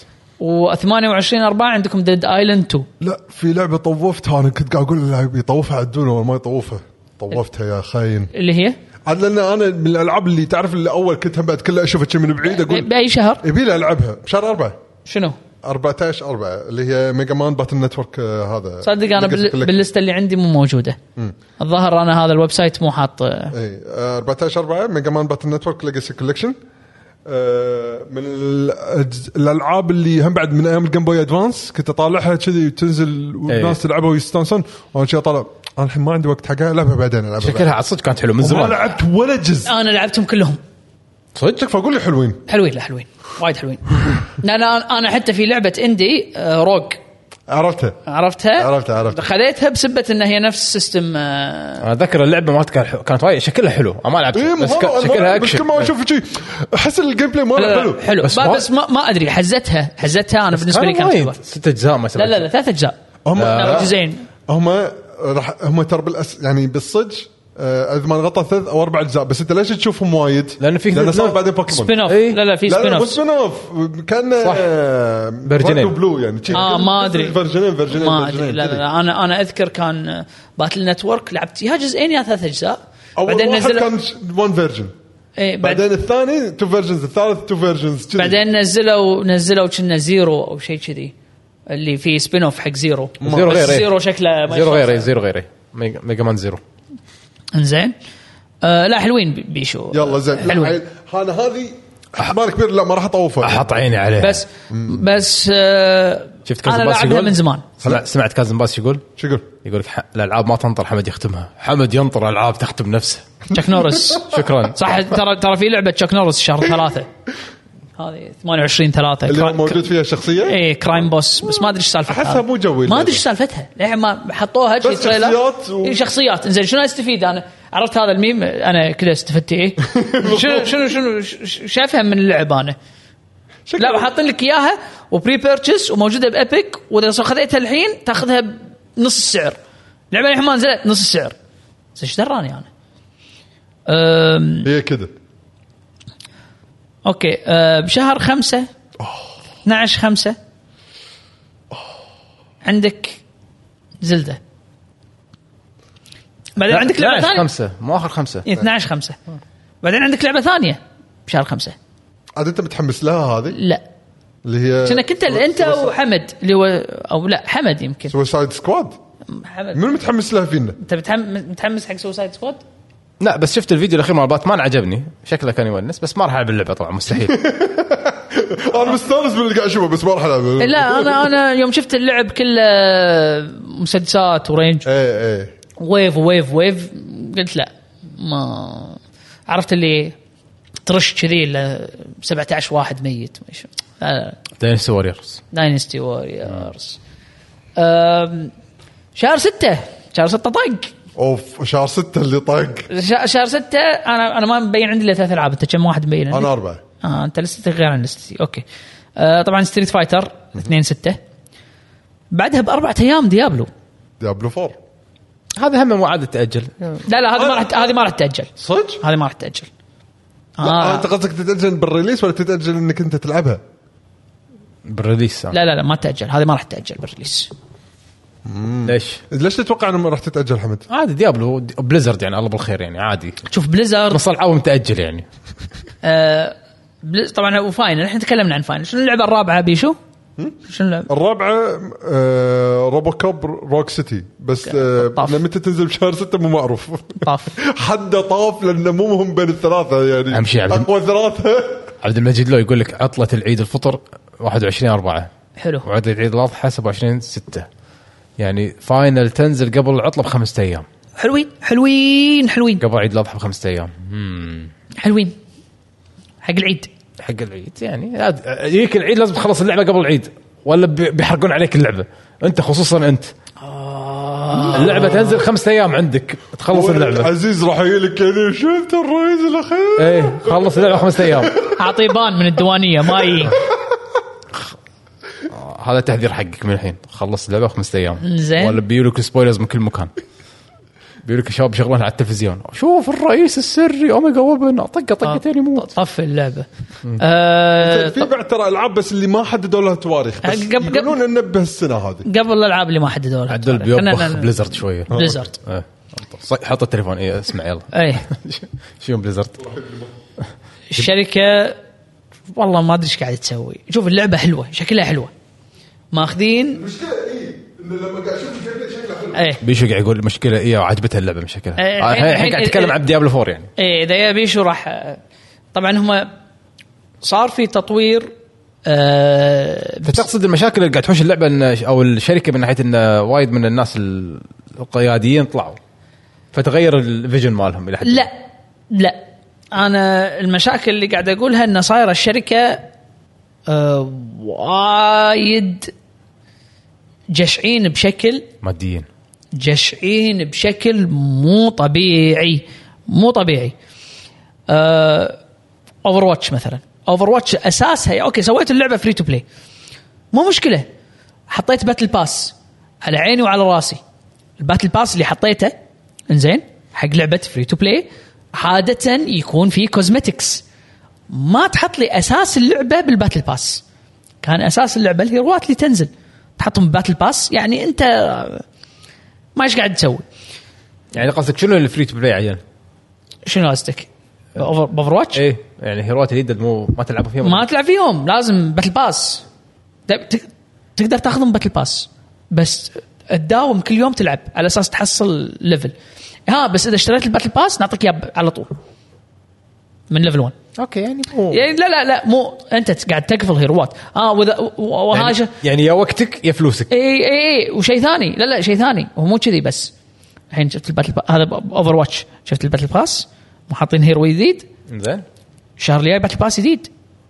و28/4 عندكم ديد ايلاند 2. لا في لعبه طوفتها انا كنت قاعد اقول اللاعب يطوفها عدونه ولا ما يطوفها. طوفتها يا خاين اللي هي عاد لان انا من الالعاب اللي تعرف اللي اول كنت هم بعد كلها اشوفها من بعيد اقول باي شهر يبي لي العبها بشهر 4. شنو 14/4 اللي هي ميجا مان باتل نتورك. هذا صدق انا باللسته اللي عندي مو موجوده. الظاهر انا هذا الويب سايت مو حاط. 14/4 ميجا مان باتل نتورك ليجاسي كولكشن. من الالعاب اللي هم بعد من ايام الجيم بوي ادفانس كنت اطالعها كذي وتنزل والناس تلعبها ويستانسون وانا شي اطالع. انا الحين ما عندي وقت حقها العبها بعدين العبها شكلها على صدق كانت حلوه من زمان. ما لعبت ولا جزء. انا لعبتهم كلهم صدق فاقول لي حلوين لا حلوين وايد حلوين. انا حتى في لعبه اندي روج عرفتها خذيتها بسبة انها هي نفس السيستم. انا ذكر اللعبه مالتها كانت وايد شكلها حلو ما لعبتها بس شكلها اكشن. بس ما اشوف شيء احس الجيم بلاي ماله حلو بس ما ادري حزتها انا بالنسبه لي كانت حلوه. 6 أجزاء ما لا 3 أجزاء جزئين. هم ترى يعني بالصدق اذا ما نغطى 3 أو 4 أجزاء بس انت ليش تشوفهم وايد؟ لان صار بعدين بوكيمون سبين اوف. لا في سبين اوف كان فيرجنين بلو يعني ما ادري فيرجنين ما ادري. لا انا اذكر كان باتل نتورك لعبت يا جزئين يا 3 أجزاء بعدين نزل كان 1 فيرجن بعدين الثاني 2 فيرجنز الثالث 2 فيرجنز بعدين نزلوا كنا زيرو او شيء كذي اللي فيه سبين اوف حق زيرو زيرو شكله زيرو غيره ميجا مان زيرو. انزين لا حلوين بيشو يلا زين انا هذه احتمال كبير لا ما راح اطوفها احط عيني عليها بس شفت انا لعبها من زمان. سمعت كازن باس يقول لك الالعاب ما تنطر حمد يختمها. حمد ينطر العاب تختم نفسه. تشاك نورس شكرا صح ترى في لعبه تشاك نورس شهر 3 هذه 28/3 اللي موجود فيها شخصيه كرايم بوس بس ما ادري ايش سالفتها. احسها مو جوي ما ادري ايش سالفتها ليه ما حطوها شيء تريلر شخصيات. انزين شنو استفيد انا؟ عرفت هذا الميم انا كذا استفدت شنو شايفها من اللعبه انا لا حاطين لك اياها وبري بيرتشيز وموجوده بابيك واذا خذيتها الحين تاخذها بنص السعر. اللعبه الحين ما نزلت نص السعر ايش دراني انا هي كذا. اوكي بشهر 5 12/5 عندك زلدة. بعدين عندك لعبة ثانية 5 مو آخر 5 12/5 بعدين عندك لعبة ثانية بشهر 5. عاد انت متحمس لها هذه؟ لا اللي هي شنو كنت انت وحمد اللي هو او لا حمد يمكن سوسايد سكواد. حمد من متحمس لها فينا؟ انت متحمس حق سوسايد سكواد؟ لا بس شفت الفيديو الاخير مال باتمان عجبني شكله كان يونس بس ما راح العب اللعبه طبعا مستحيل. انا مستانس باللي قاعد اشوفه بس ما راح العب. لا انا يوم شفت اللعب كله مسدسات ورينج ويف قلت لا ما عرفت اللي ترش كذي 17 واحد ميت داينستي ووريرز. داينستي ووريرز. شهر 6 طق. اوف شهر 6 اللي طق. شهر 6 انا ما مبين عندي الا 3 العاب. انت كم واحد مبين عندي؟ انا 4. انت لستك غير عن لستي. اوكي. طبعا ستريت فايتر 2/6. بعدها ب4 أيام ديابلو 4. هذا هم معاد تأجل. لا هذه ما راح تأجل صدق. هذه ما راح تأجل. انت قصدك تتأجل بالريليس ولا تتأجل انك انت تلعبها بالريليس؟ لا ما تأجل. هذه ما راح تأجل بالريليس. ليش تتوقع انه راح تتأجل حمد؟ عادي ديابلو بليزرد يعني الله بالخير يعني عادي. شوف بليزرد نص العاب متأجل يعني. طبعا وفاينل. احنا تكلمنا عن فاينل. شنو اللعبة الرابعة بيشو؟ شنو اللعبة الرابعة؟ روبوكوب روك سيتي. بس متى تنزل بشهر 6 مو معروف. طاف حد طاف لأنه مو مهم بين الثلاثة يعني. أهم شيء أقوى 3. عبد المجيد لو يقول لك عطلة العيد الفطر 21/4. حلو. وعطلة العيد الأضحى 27/6. يعني فاينل تنزل قبل العطلة ب5 أيام. حلوين قبل عيد الأضحى ب5 أيام. حلوين حق العيد يعني يجيك العيد لازم تخلص اللعبة قبل العيد ولا بيحرقون عليك اللعبة أنت خصوصا أنت. اللعبة تنزل 5 أيام عندك تخلص اللعبة. عزيز راح يقولك يعني شفت الرئيس الأخير. إيه خلص اللعبة 5 أيام. أعطي بان من الديوانية ماي. هذا تحذير حقك من الحين. خلص اللعبة 5 أيام. زين. ولا بيقولك سبويلرز من كل مكان. بيقولك شباب شغلون على التلفزيون شوف الرئيس السري أوميجا وبن طقتين يموت. طف اللعبة. في بعد ترى ألعاب بس اللي ما حددوا لها تواريخ بس يقولون إنه بهالسنة هذه قبل الألعاب اللي ما حددوا لها. عدل بيوبخ بليزرد شوية. بليزرد حط التليفون اسمع يلا. شو بليزرد الشركة والله ما أدري إيش قاعد تسوي. شوف اللعبة حلوة شكلها حلوة ماخذين مشكلة إنه لما قاعد أشوف شكلها حلو. بيشو قاعد يقول مشكلة وعجبتها اللعبة مشكلة. الحين قاعد أتكلم عن ديابلو 4 يعني. إذا بيشو راح طبعا هم صار في تطوير. فتقصد المشاكل اللي قاعد تحوش اللعبة أو الشركة من ناحية إن وايد من الناس القياديين طلعوا فتغير الفيجن مالهم إلى حد. لا أنا المشاكل اللي قاعد أقولها إن صايرة الشركة وايد جشعين بشكل ماديين. جشعين بشكل مو طبيعي. اوفرواتش مثلا. اوفرواتش اساسها اوكي سويت اللعبه فري تو بلاي مو مشكله. حطيت باتل باس على عيني وعلى راسي. الباتل باس اللي حطيته انزين حق لعبه فري تو بلاي عاده يكون فيه كوزمتكس. ما تحط لي اساس اللعبه بالباتل باس. كان اساس اللعبه الهيروات اللي تنزل تحطهم باتل باس. يعني انت ما ايش قاعد تسوي. يعني قصدك شنو الفري تو بلاي عيان؟ شنو قصدك باوفرواتش؟ ايه يعني هيروات الجديد مو ما تلعب فيهم. ما تلعب فيهم لازم باتل باس. تقدر تاخذهم باتل باس بس تداوم كل يوم تلعب على اساس تحصل ليفل. بس اذا اشتريت الباتل باس نعطيك اياه على طول من ليفل 1. اوكي يعني مو يعني لا مو انت قاعد تقفل هيروات وهاجه يعني يا وقتك يا فلوسك. اي وشيء ثاني. لا شيء ثاني ومو كذي بس. الحين شفت الباتل هذا اوفر واتش. شفت الباتل باس محاطين هيرو جديد. زين الشهر الجاي باتل باس جديد.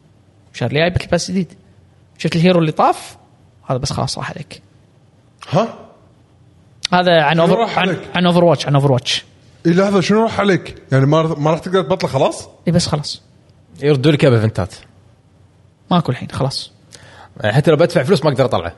شفت الهيرو اللي طاف هذا بس خلاص راح عليك. هذا عن اوفر واتش. إيه لحظة شنو راح عليك يعني ما راح تقدر تبطل خلاص. إيه بس خلاص يردوا لك بإيفنتات ماكو الحين خلاص. يعني حتى لو بدفع فلوس ما أقدر أطلعه.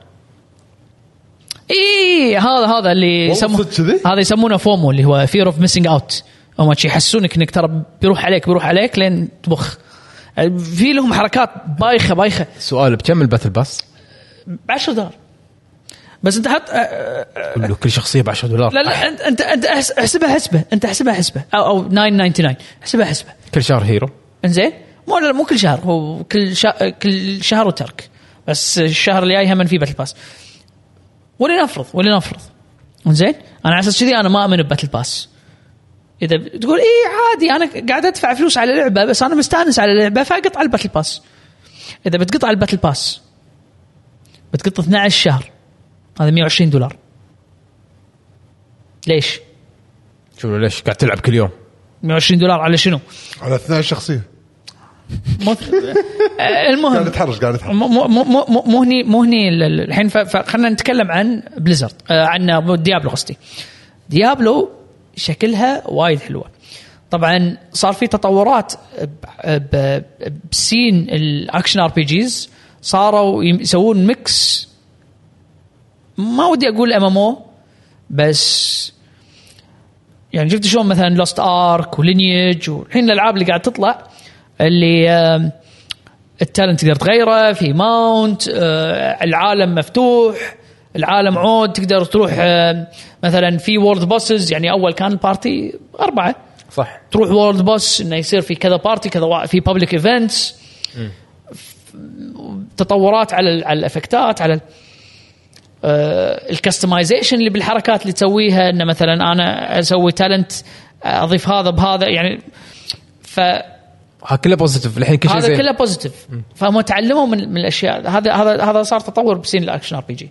إيه هذا اللي هذا يسمونه فومو اللي هو fear of missing out. أو شيء يحسونك إنك ترى بيروح عليك لين تبخ. في لهم حركات بايخة. سؤال بكم الباتل باس؟ $10 بس انت حط كل شخصيه $10. لا انت احسبها حسبه او $9.99 احسبها كل شهر هيرو. انزين مو كل شهر. هو كل شهر وترك. بس الشهر اللي جاي هم في باتل باس. ولنفرض انزين انا على اساس كذي انا ما امن بباتل باس. اذا تقول عادي انا قاعد ادفع فلوس على لعبه بس انا مستانس على اللعبه فاقطع الباتل باس. اذا بتقطع الباتل باس بتقطع 12 شهر هذا $120. ليش قاعد تلعب كل يوم $120 على شنو؟ على 12 شخصية. المهم قاعد نتحرش مو هني الحين. فخلنا نتكلم عن بليزرد، عن ديابلو قصدي. ديابلو شكلها وايد حلوة. طبعا صار في تطورات بسين الأكشن RPGs، صاروا يسوون ميكس، ما ودي أقول MMO بس يعني شفت شلون مثلا لوست آرك ولينيج، والحين الألعاب اللي قاعد تطلع اللي التالنت تقدر تغيره في ماونت، العالم مفتوح، العالم عود، تقدر تروح مثلا في وورد بوسز. يعني أول كان البارتي 4 صح، تروح وورد بوس إنه يصير في كذا بارتي كذا، في بابليك إيفنتس، تطورات على الأفكتات، على الكستمايزيشن اللي بالحركات اللي تسويها. إنه مثلا أنا أسوي تالنت أضيف هذا بهذا يعني. هذا كله بوزيتيف الحين، كل شيء هذا كله بوزيتيف. فهم تعلموا من الاشياء. هذا صار تطور بسين الاكشن RPG.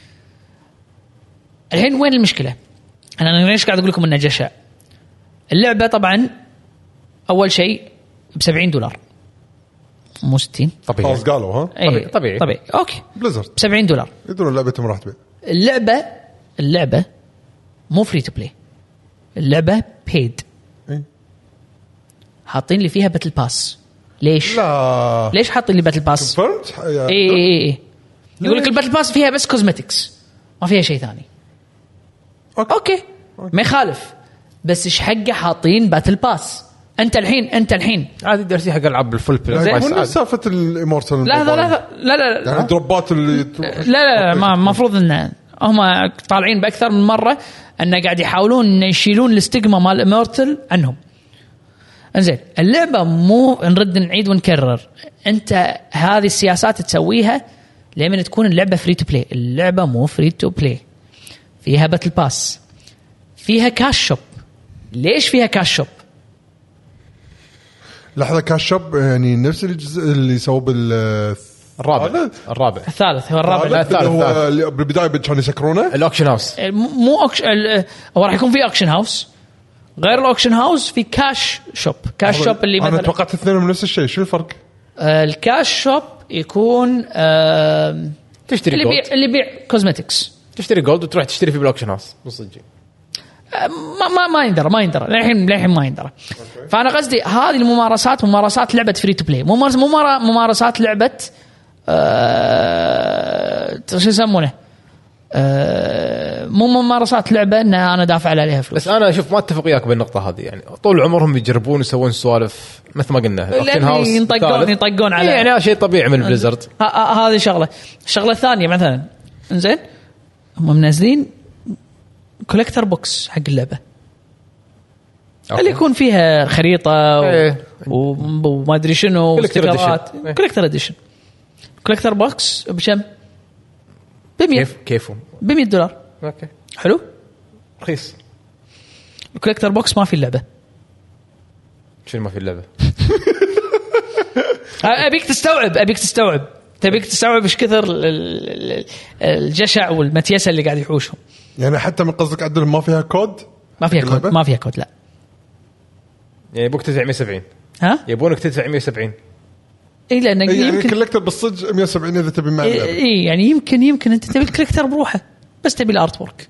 الحين وين المشكله؟ انا ليش قاعد اقول لكم انه جشع؟ اللعبه طبعا اول شيء $70 مو 60. طبيعي قالوا ها طبيعي اوكي بليزرد $70 يدرون لعبتهم راح تبيع. اللعبه مو فري تو بلاي، اللعبه بيد. حاطين لي فيها باتل باس. ليش؟ لا ليش حاطين لي باتل باس؟ اي يقول لك الباتل باس فيها بس كوزمتكس، ما فيها شيء ثاني. اوكي ما يخالف، بس ايش حقه حاطين باتل باس؟ انت الحين عادي درسي حق العاب بالفول بلاي. مو سالفه الامورتال. لا يعني دروبات اللي لا ما المفروض ان هم طالعين باكثر من مره انه قاعد يحاولون ان يشيلون الاستجما مال الامورتال عنهم. انزين اللعبه مو نرد نعيد ونكرر، انت هذه السياسات تسويها لمن تكون اللعبه فري تو بلاي. اللعبه مو فري تو بلاي، فيها باتل باس، فيها كاش شوب. ليش فيها كاش شوب؟ لحظه، كاش شوب يعني نفس الجزء اللي سووه الرابع الثالث هو الرابع. هو بالبدايه كانوا يسكرونه الاوكشن هاوس. مو اوكشن، هو راح يكون في اوكشن هاوس. غير الاوكشن هاوس في كاش شوب. كاش شوب اللي انا توقعت الاثنين من نفس الشيء. شو الفرق؟ الكاش شوب يكون تشتري اللي يبيع كوزمتكس، تشتري جولد وتروح تشتري في بالاوكشن هاوس بالصدق. ما يندرى للحين ما يندرى. فانا قصدي هذه الممارسات ممارسات لعبه فري تو بلاي، ممارسات لعبه شو يسمونه، مو ممارسات لعبه ان انا دافع عليها فلوس. بس انا اشوف ما اتفق وياك بالنقطه هذه. يعني طول عمرهم يجربون يسوون سوالف مثل ما قلنا الاوكشن هاوس ينطقون على يعني شيء طبيعي من بليزرد. هذه الشغله الثانيه مثلا انزين هم منزلين كولكتر بوكس حق اللعبه اللي يكون فيها خريطه وما ادري شنو استيكرات. كولكتر اديشن. كولكتر بوكس بكم؟ كيفهم $100. اوكي حلو رخيص. الكولكتر بوكس ما في اللعبه. شنو ما في اللعبه؟ ابيك تستوعب ايش كثر الجشع والمتيسه اللي قاعد يحوشهم. يعني حتى من قصدك عدل ما فيها كود؟ ما فيها كود لا. يعني يبوك تدفع 170. ها يبونك تدفع 170. اي لانك يعني يمكن كولكتر بالصدق 170 اذا تبي مع اللعبه. اي يعني يمكن انت تبي الكولكتر بروحه بس تبي الارت وورك.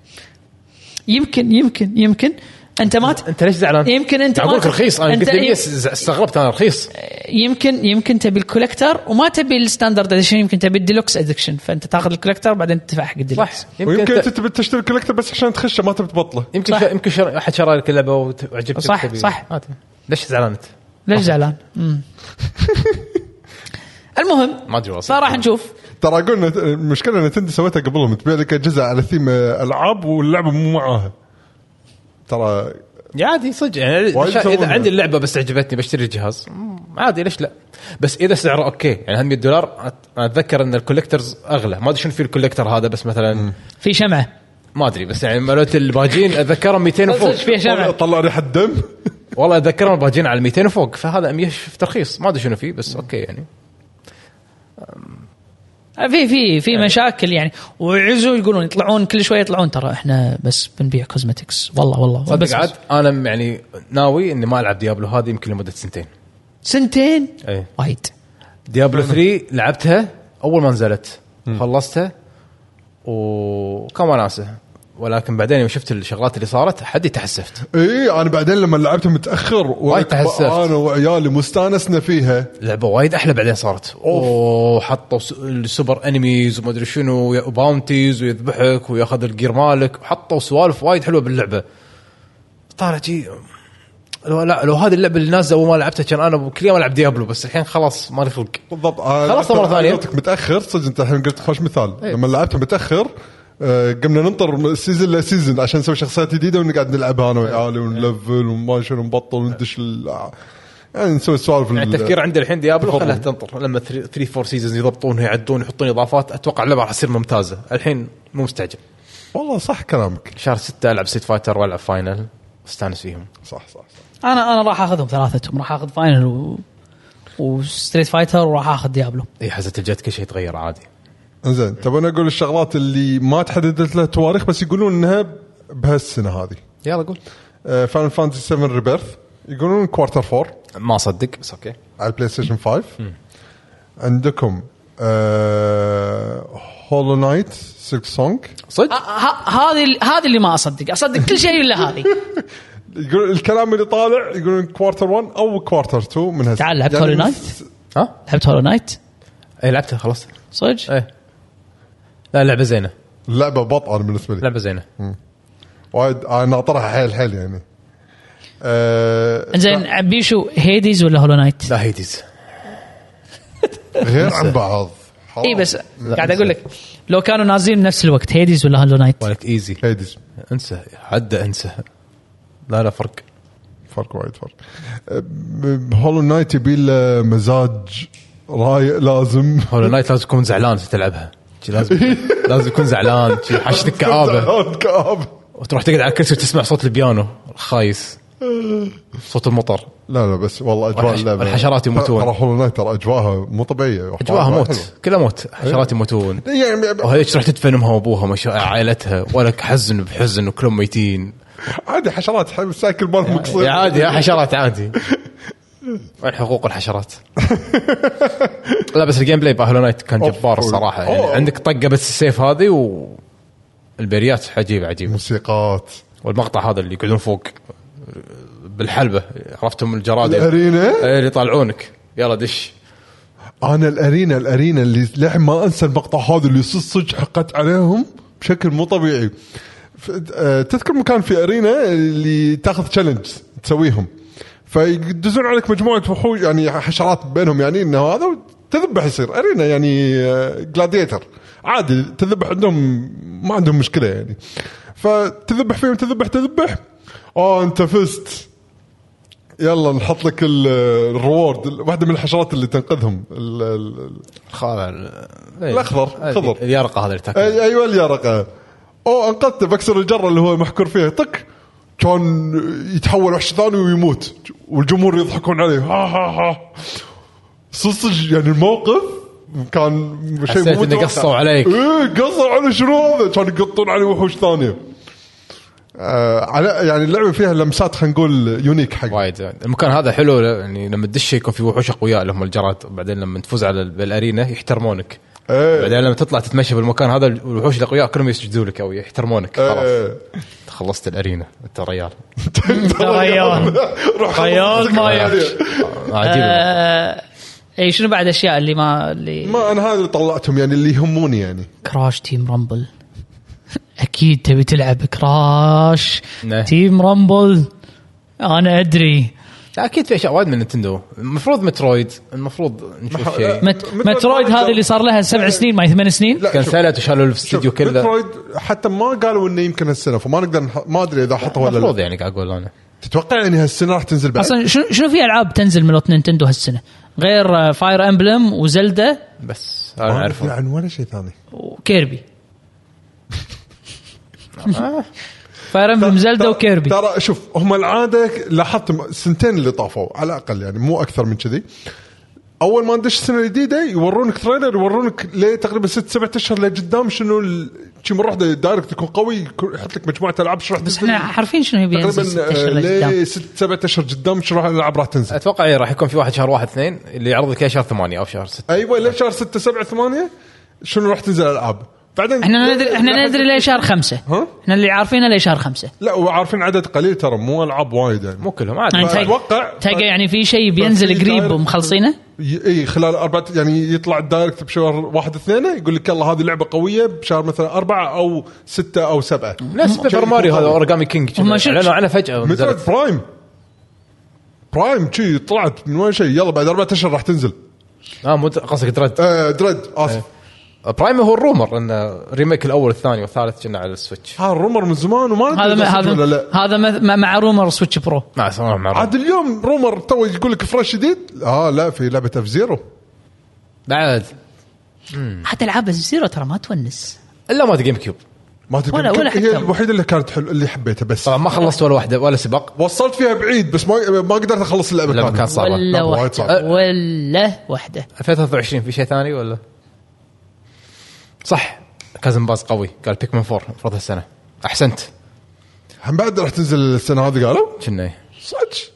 يمكن انت ما انت ليش زعلان؟ يمكن انت ما اقولك رخيص. انا قلت لي استغربت انا رخيص. يمكن تبي الكولكتر وما تبي الستاندرد اديشن، يمكن تبي الديلوكس اديشن، فانت تاخذ الكولكتر بعدين تدفع حق الديلوكس. يمكن انت تبي تشتري الكولكتر بس عشان تخشه ما تبي تبطله. يمكن احد شرى لك اللعبه وعجبتك. صح. ليش زعلان انت؟ ليش زعلان؟ المهم ما ادري فراح نشوف. ترى قلنا المشكله ان نتندو سويتها قبلهم، تبيع لك جزء على ثيم العاب واللعبه مو معاها. ترى عادي صدق يعني اذا عندي اللعبه بس عجبتني بشتري الجهاز عادي، ليش لا؟ بس اذا سعره اوكي يعني $100. انا اتذكر ان الكوليكترز اغلى، ما ادري شنو في الكوليكتر هذا بس مثلا في شمعه ما ادري، بس يعني مالوت الباجين اتذكرهم 200 وفوق. فيها شمعه طلع ريحه دم. والله اتذكرهم الباجين على 200 وفوق، فهذا 100 في ترخيص ما ادري شنو فيه بس اوكي يعني. في مشاكل يعني، ويعزوا يقولون يطلعون كل شويه يطلعون ترى احنا بس بنبيع كوزمتكس. والله بس عاد انا يعني ناوي اني ما العب ديابلو هذه يمكن لمده 2 سنين. سنتين اي وايد. ديابلو 3 لعبتها اول ما نزلت خلصتها وكم وناسه، ولكن بعدين يوم شفت الشغلات اللي صارت حدي تحسفت. ايه انا بعدين لما لعبتها متاخر وايد تحسفت. انا وعيالي مستانسنا فيها. لعبه وايد احلى بعدين صارت. وحطوا السوبر انميز وما ادري شنو وباونتيز ويذبحك وياخذ الجير مالك، وحطوا سوالف وايد حلوه باللعبه. طارت شي لو هذه اللعبه اللي نازله وما لعبتها كان انا كل يوم العب ديابلو، بس الحين خلاص ما لي خلق. بالضبط. خلاص مره ثانيه لعبتك متاخر صدق. انت الحين قلت خوش مثال. لما لعبتها متاخر قمنا ننطر سيزن لسيزن عشان نسوي شخصيات جديده ونقعد نلعبها انا وعيالي ونلفل وما شنو نبطل وندش يعني نسوي السوالف. يعني التفكير عندي الحين ديابلو خلها تنطر لما 3 4 سيزونز يضبطونها يعدون يحطون اضافات. اتوقع اللعبه راح تصير ممتازه. الحين مو مستعجل. والله صح كلامك. شهر 6 العب ستريت فايتر والعب فاينل استانس فيهم. صح. انا راح اخذهم ثلاثتهم، راح اخذ فاينل وستريت فايتر وراح اخذ ديابلو. اي حزت الجد كل شيء يتغير عادي. زين طب انا اقول الشغلات اللي ما تحددت لها تواريخ بس يقولون انها بهالسنه هذه. يلا قول. فاينل فانتسي 7 ريبيرث يقولون كوارتر 4. ما صدق بس اوكي. على البلاي ستيشن 5. عندكم هولو نايت سيلك سونج. صدق هذه اللي ما اصدق كل شيء الا هذه. يقول الكلام اللي طالع يقولون كوارتر 1 او كوارتر 2 من تعال لعبت هولو نايت؟ ها لعبت هولو نايت؟ اي لعبتها خلاص صدق؟ ايه لا لعبه زينه. اللعبه بطل بالنسبه لي. لعبه زينه وايد انا ناطرها حيل يعني. زين بيشو هيديز ولا هولو نايت؟ لا هيديز غير عن بعض. اي بس قاعد اقول لك لو كانوا نازلين بنفس الوقت هيديز ولا هولو نايت؟ ولك ايزي هيديز. انسى عدى انسى. لا فرق وايد فرق. هولو نايت يبي له مزاج رايق. لازم هولو نايت لازم تكون زعلان تلعبها. لازم تكون زعلان حشتك كآبة وتروح تقعد على الكرسي وتسمع صوت البيانو الخايس صوت المطر. لا بس والله اجواء اللعبه الحشرات يموتون. ترى هولو نايت ترى اجواءها مو طبيعيه. اجواءها موت كلها موت. حشرات يموتون وهذيك تروح تدفن امها وابوها عائلتها ولك حزن بحزن وكلهم ميتين. عادي حشرات ساكل مالهم قصير عادي يا حشرات عادي. وين حقوق الحشرات؟ لا بس الجيم بلاي بهولو نايت كان جبار الصراحه. يعني عندك طقه بس السيف هذه والبريات عجيبه موسيقات. والمقطع هذا اللي يقعدون فوق بالحلبه عرفتهم الجراد الارينا اللي يطالعونك يلا دش. انا الارينا اللي لحين ما انسى المقطع هذا اللي صدق حقت عليهم بشكل مو طبيعي. تذكر مكان في ارينا اللي تاخذ تشالنج تسويهم فيدزون عليك مجموعه وحوش يعني حشرات بينهم يعني انه هذا تذبح يصير ارينا يعني جلاديتر عادي تذبح عندهم ما عندهم مشكله يعني. فتذبح فيهم تذبح انت فزت يلا نحط لك الريورد. واحده من الحشرات اللي تنقذهم الاخضر خضر اليرقه هذا اللي تاكل. ايوه اليرقه. انقذته بكسر الجره اللي هو محكور فيها طق كان يتحول وحش ثاني ويموت والجمهور يضحكون عليه ها صدق يعني الموقف كان شيء مو قصوا عليك. قصوا على شنو هذا كان يقطون عليه وحوش ثانيه. على يعني اللعبه فيها لمسات خلينا نقول يونيك حق وايد. المكان هذا حلو يعني لما تدش يكون في وحوش اقوياء اللي هم الجراد. بعدين لما تفوز على الارينا يحترمونك. بعدين لما تطلع تتمشى بالمكان هذا الوحوش الاقوياء كلهم يسجدوا لك او يحترمونك. خلاص خلصت الارينا انت ريال. ريال ما عجيب. اي شنو بعد اشياء اللي ما انا هذا اللي طلعتهم يعني اللي يهموني يعني. كراش تيم رامبل اكيد تبي تلعب كراش تيم رامبل. انا ادري اكيد في اشياء وايد من نينتندو. المفروض مترويد المفروض نشوف شيء. مترويد هذه اللي صار لها 7 سنين ما 8 سنين كنسلت وشالوا الاستوديو كله. مترويد حتى ما قالوا انه يمكن هالسنه فما نقدر ما ادري اذا حطوا ولا المفروض يعني قاعد اقول انا تتوقع يعني هالسنه راح تنزل بعد اصلا شنو في العاب تنزل من نينتندو هالسنه غير فاير امبلم وزلدا بس انا اعرفه يعني ولا شيء ثاني وكيربي. فاير امبلم زلدا وكيربي. ترى شوف هم العاده لاحظت السنتين اللي طافوا على الاقل يعني مو اكثر من كذي اول ما ندش السنه الجديده يورونك تريلر، يورونك ليه تقريبا 6-7 اشهر لقدام شنو شي مره واحده دايركت يكون قوي، يحط لك مجموعه العاب شو راح بس احنا عارفين شنو يبي ينزل 6 اشهر ليه 6-7 اشهر قدام شو راح الالعاب راح تنزل. اتوقع راح يكون في واحد شهر 1-2 اللي يعرض لك شهر 8 او شهر 6. ايوه ليه شهر 6-7-8 شنو راح تنزل العاب. بعدين احنا ندري ليه شهر 5. احنا اللي عارفينه ليه شهر 5. لا وعارفين عدد قليل ترى مو العاب وايد يعني مو كلهم عادي. يعني اتوقع يعني في شيء بينزل قريب ومخلصينه اي خلال 4 يعني يطلع الدايركت بشهر 1-2 يقول لك يلا هذه لعبه قويه بشهر مثلا 4 أو 6 أو 7 نفس سوبر ماريو هذا اوريجامي كينج اعلنوا عنه فجاه مثل برايم شي طلعت من وين شيء يلا بعد 4 أشهر راح تنزل. مو قصدك دريد دريد اسف. برايم هو الرومر ان ريميك الاول والثاني والثالث كنا على السويتش. الرومر من زمان وما هذا مع رومر سويتش برو عاد اليوم رومر تو يقول لك فريش جديد. لا في لعبه اف زيرو بعد حتى العاب زيرو ترى ما تونس الا ما جيم كيوب ولا هي الوحيده اللي كانت حلوه اللي حبيتها بس طبعا ما خلصت ولا واحده ولا سباق وصلت فيها بعيد بس ما قدرت اخلص اللعبه كانت صعبه ولا واحده. 2023 في شيء ثاني ولا صح؟ كازن باز قوي قال بيكمان 4 فرض السنه. احسنت هم بعد راح تنزل السنه هذه قالوا كنا صدق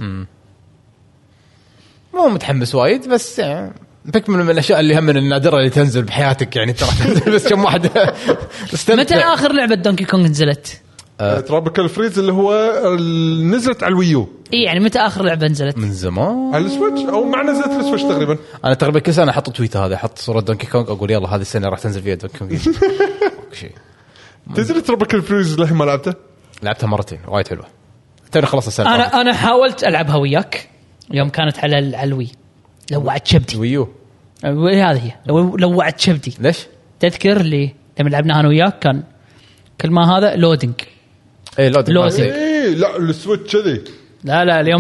مو متحمس وايد بس يعني بيكمان من الاشياء اللي هم من النادره اللي تنزل بحياتك يعني ترى تنزل بس كم واحده. متى اخر لعبه دونكي كونغ نزلت؟ ترابيكال فريز اللي هو نزلت على الويو. اي يعني متى اخر لعبه نزلت؟ من زمان على السويتش او مع نزلت السويتش تقريبا. انا تقريبا كل سنه احط تويت هذا احط صوره دونكي كونغ اقول يلا هذه السنه راح تنزل فيها دونكي كونغ شيء. تدري ترابيكال فريز للحين ما لعبتها مرتين وايد حلوه. ترى خلص السنه انا حاولت العبها وياك يوم كانت على الوي لوعت شبدي ويو هذه هي لوعت شبدي. ليش تذكر لي لما لعبناها انا وياك كان كل ما هذا لودينج لودينج لا السويتش كذي لا اليوم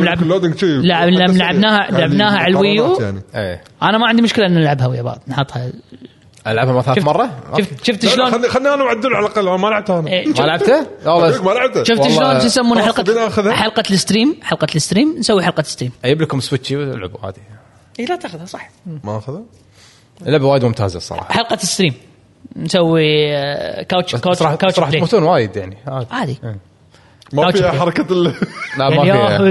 لعبناها على الويو يعني. انا ما عندي مشكله ان نلعبها ويا بعض نحطها العبها ثلاث مرة. شفت شلون خلينا انا وعدل على الاقل ما لعبتها انا ما لعبته والله ما لعبته. شفت شلون تسمون حلقه الستريم نسوي حلقه ستريم اجيب لكم سويتشي والعبوا عادي. لا تاخذها صح ما اخذها اللعبه وايد ممتازه الصراحه. حلقه الستريم نسوي كاوتش راح تموتون وايد يعني عادي ما فيها حركه لا ما فيها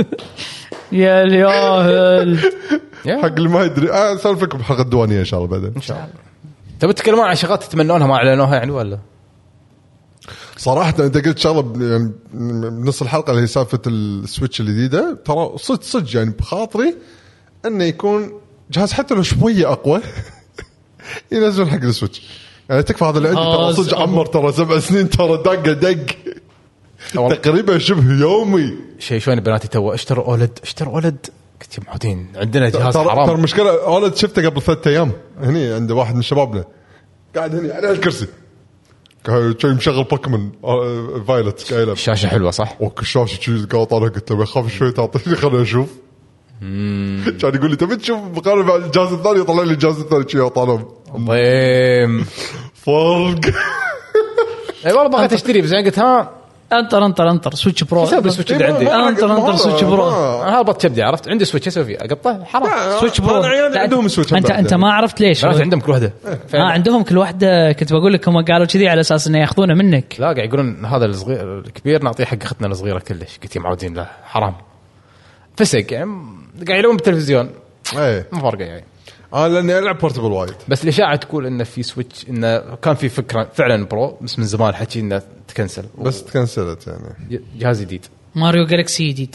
يا الياهل حق اللي ما يدري اسولفكم بحلقه الديوانيه ان شاء الله بعدين ان شاء الله. تبي تتكلمون عن شغلات تتمنونها ما اعلنوها يعني ولا صراحه انت قلت شغله يعني بنص الحلقه اللي هي سالفه السويتش الجديده ترى صدق يعني بخاطري انه يكون جهاز حتى لو شويه اقوى ينزل حق السويتش يعني تكفى هذا اللي عندي ترى صدق عمر ترى 7 سنين ترى دق تقريبا شبه يومي شيء شوي بناتي تو اشتروا اولد كنت معودين عندنا جهاز حرام ترى المشكله اولد شفته قبل 3 ايام هني عند واحد من شبابنا قاعد هني على الكرسي شوي مشغل بوكيمون فايلت قايله الشاشه حلوه صح الشاشه شيء قاطع قلت له بخاف شوي تعطيني خليني اشوف كان يقول لي تبي تشوف مقارنه مع الجهاز الثاني يطلع لي الجهاز الثاني شيء طالب ضيم فرق اي والله بغيت اشتري بس قلت ها انطر سويتش برو السويتش اللي عندي انطر سويتش برو هربط كبدي عرفت عندي سويتش اسوي فيه اقطه حرام سويتش برو عندهم سويتش انت ما عرفت ليش عندهم كل واحده عندهم كل واحده كنت بقول لك هم قالوا كذي على اساس انه ياخذونه منك لا قاعد يقولون هذا الصغير الكبير نعطيه حق اختنا الصغيره كلش قلت معودين له حرام فسق يعني قاعد يلعبون بالتلفزيون اي ما فرق يعني لاني العب بورتبل وايد بس الاشاعه تقول انه في سويتش انه كان في فكره فعلا برو بس من زمان حكي انه تكنسل بس تكنسلت يعني جهاز جديد ماريو جالكسي جديد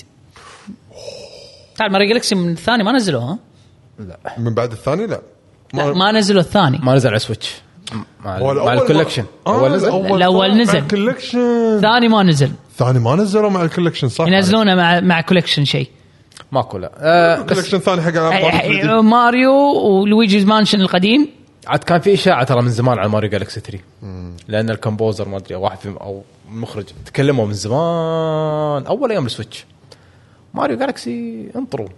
تعال ماريو جالكسي من الثاني ما نزلوه لا من بعد الثاني لا ما نزلوا الثاني ما نزل على سويتش مع الكولكشن الاول نزل الكولكشن ثاني ما نزل ثاني ما نزلوا مع الكولكشن صح ينزلونه مع كولكشن شيء ماكو لا كولكشن ثاني حق ماريو ولويجيز مانشن القديم عاد كان في اشاعه ترى من زمان على ماريو جالكسي 3 لان الكمبوزر ما ادري واحد فيهم او المخرج تكلموا من زمان اول ايام السويتش ماريو جالكسي انطروا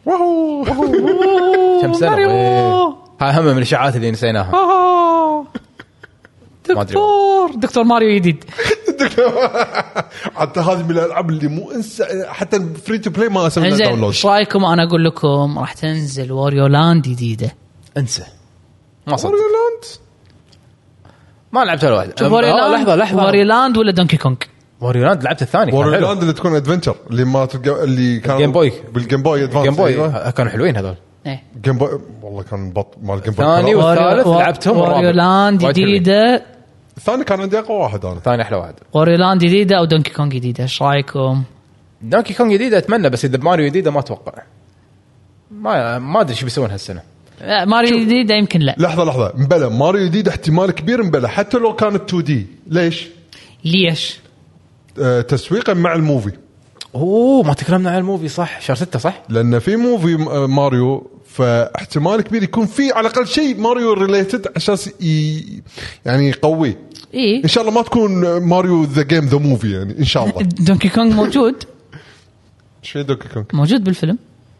كم سنه هاي هم من الاشاعات اللي نسيناها دكتور ماريو جديد حتى هذه من الالعاب اللي مو انسى حتى فري تو بلاي ما اسوي لها زين داونلود. ايش رايكم انا اقول لكم راح تنزل واريو لاند جديده؟ انسى ما صدق واريو لاند ما لعبت ولا واحد. لحظه واريو لاند ولا دونكي كونغ؟ واريو لاند لعبت الثاني واريو لاند اللي تكون ادفنتشر اللي ما تلقى اللي كان الجيم بوي. بالجيم بوي ادفانس. جيم بوي كانوا حلوين هذول. ايه جيم بوي والله كان بط مال جيم بوي. الثاني والثالث لعبتهم. واريو لاند جديده. الثاني كان عندي اقوى واحد انا. الثاني احلى واحد. واريو لاند جديده او دونكي كونغ جديده ايش رايكم؟ دونكي كونغ جديده اتمنى بس اذا ماريو جديده ما اتوقع. ما ادري ايش بيسوون هالسنه. ماريو جديده يمكن لا. لحظه مبلى ماريو جديد احتمال كبير مبلى حتى لو كانت 2 دي. ليش تسويقا مع الموفي. ما تكلمنا عن الموفي صح شهر 6 صح لان في موفي ماريو فاحتمال كبير يكون في على الاقل شيء ماريو ريليتد عشان يعني يقوي. إيه؟ ان شاء الله ما تكون ماريو ذا جيم ذا موفي يعني ان شاء الله. دونكي كونغ موجود. شو دونكي كونغ موجود بالفيلم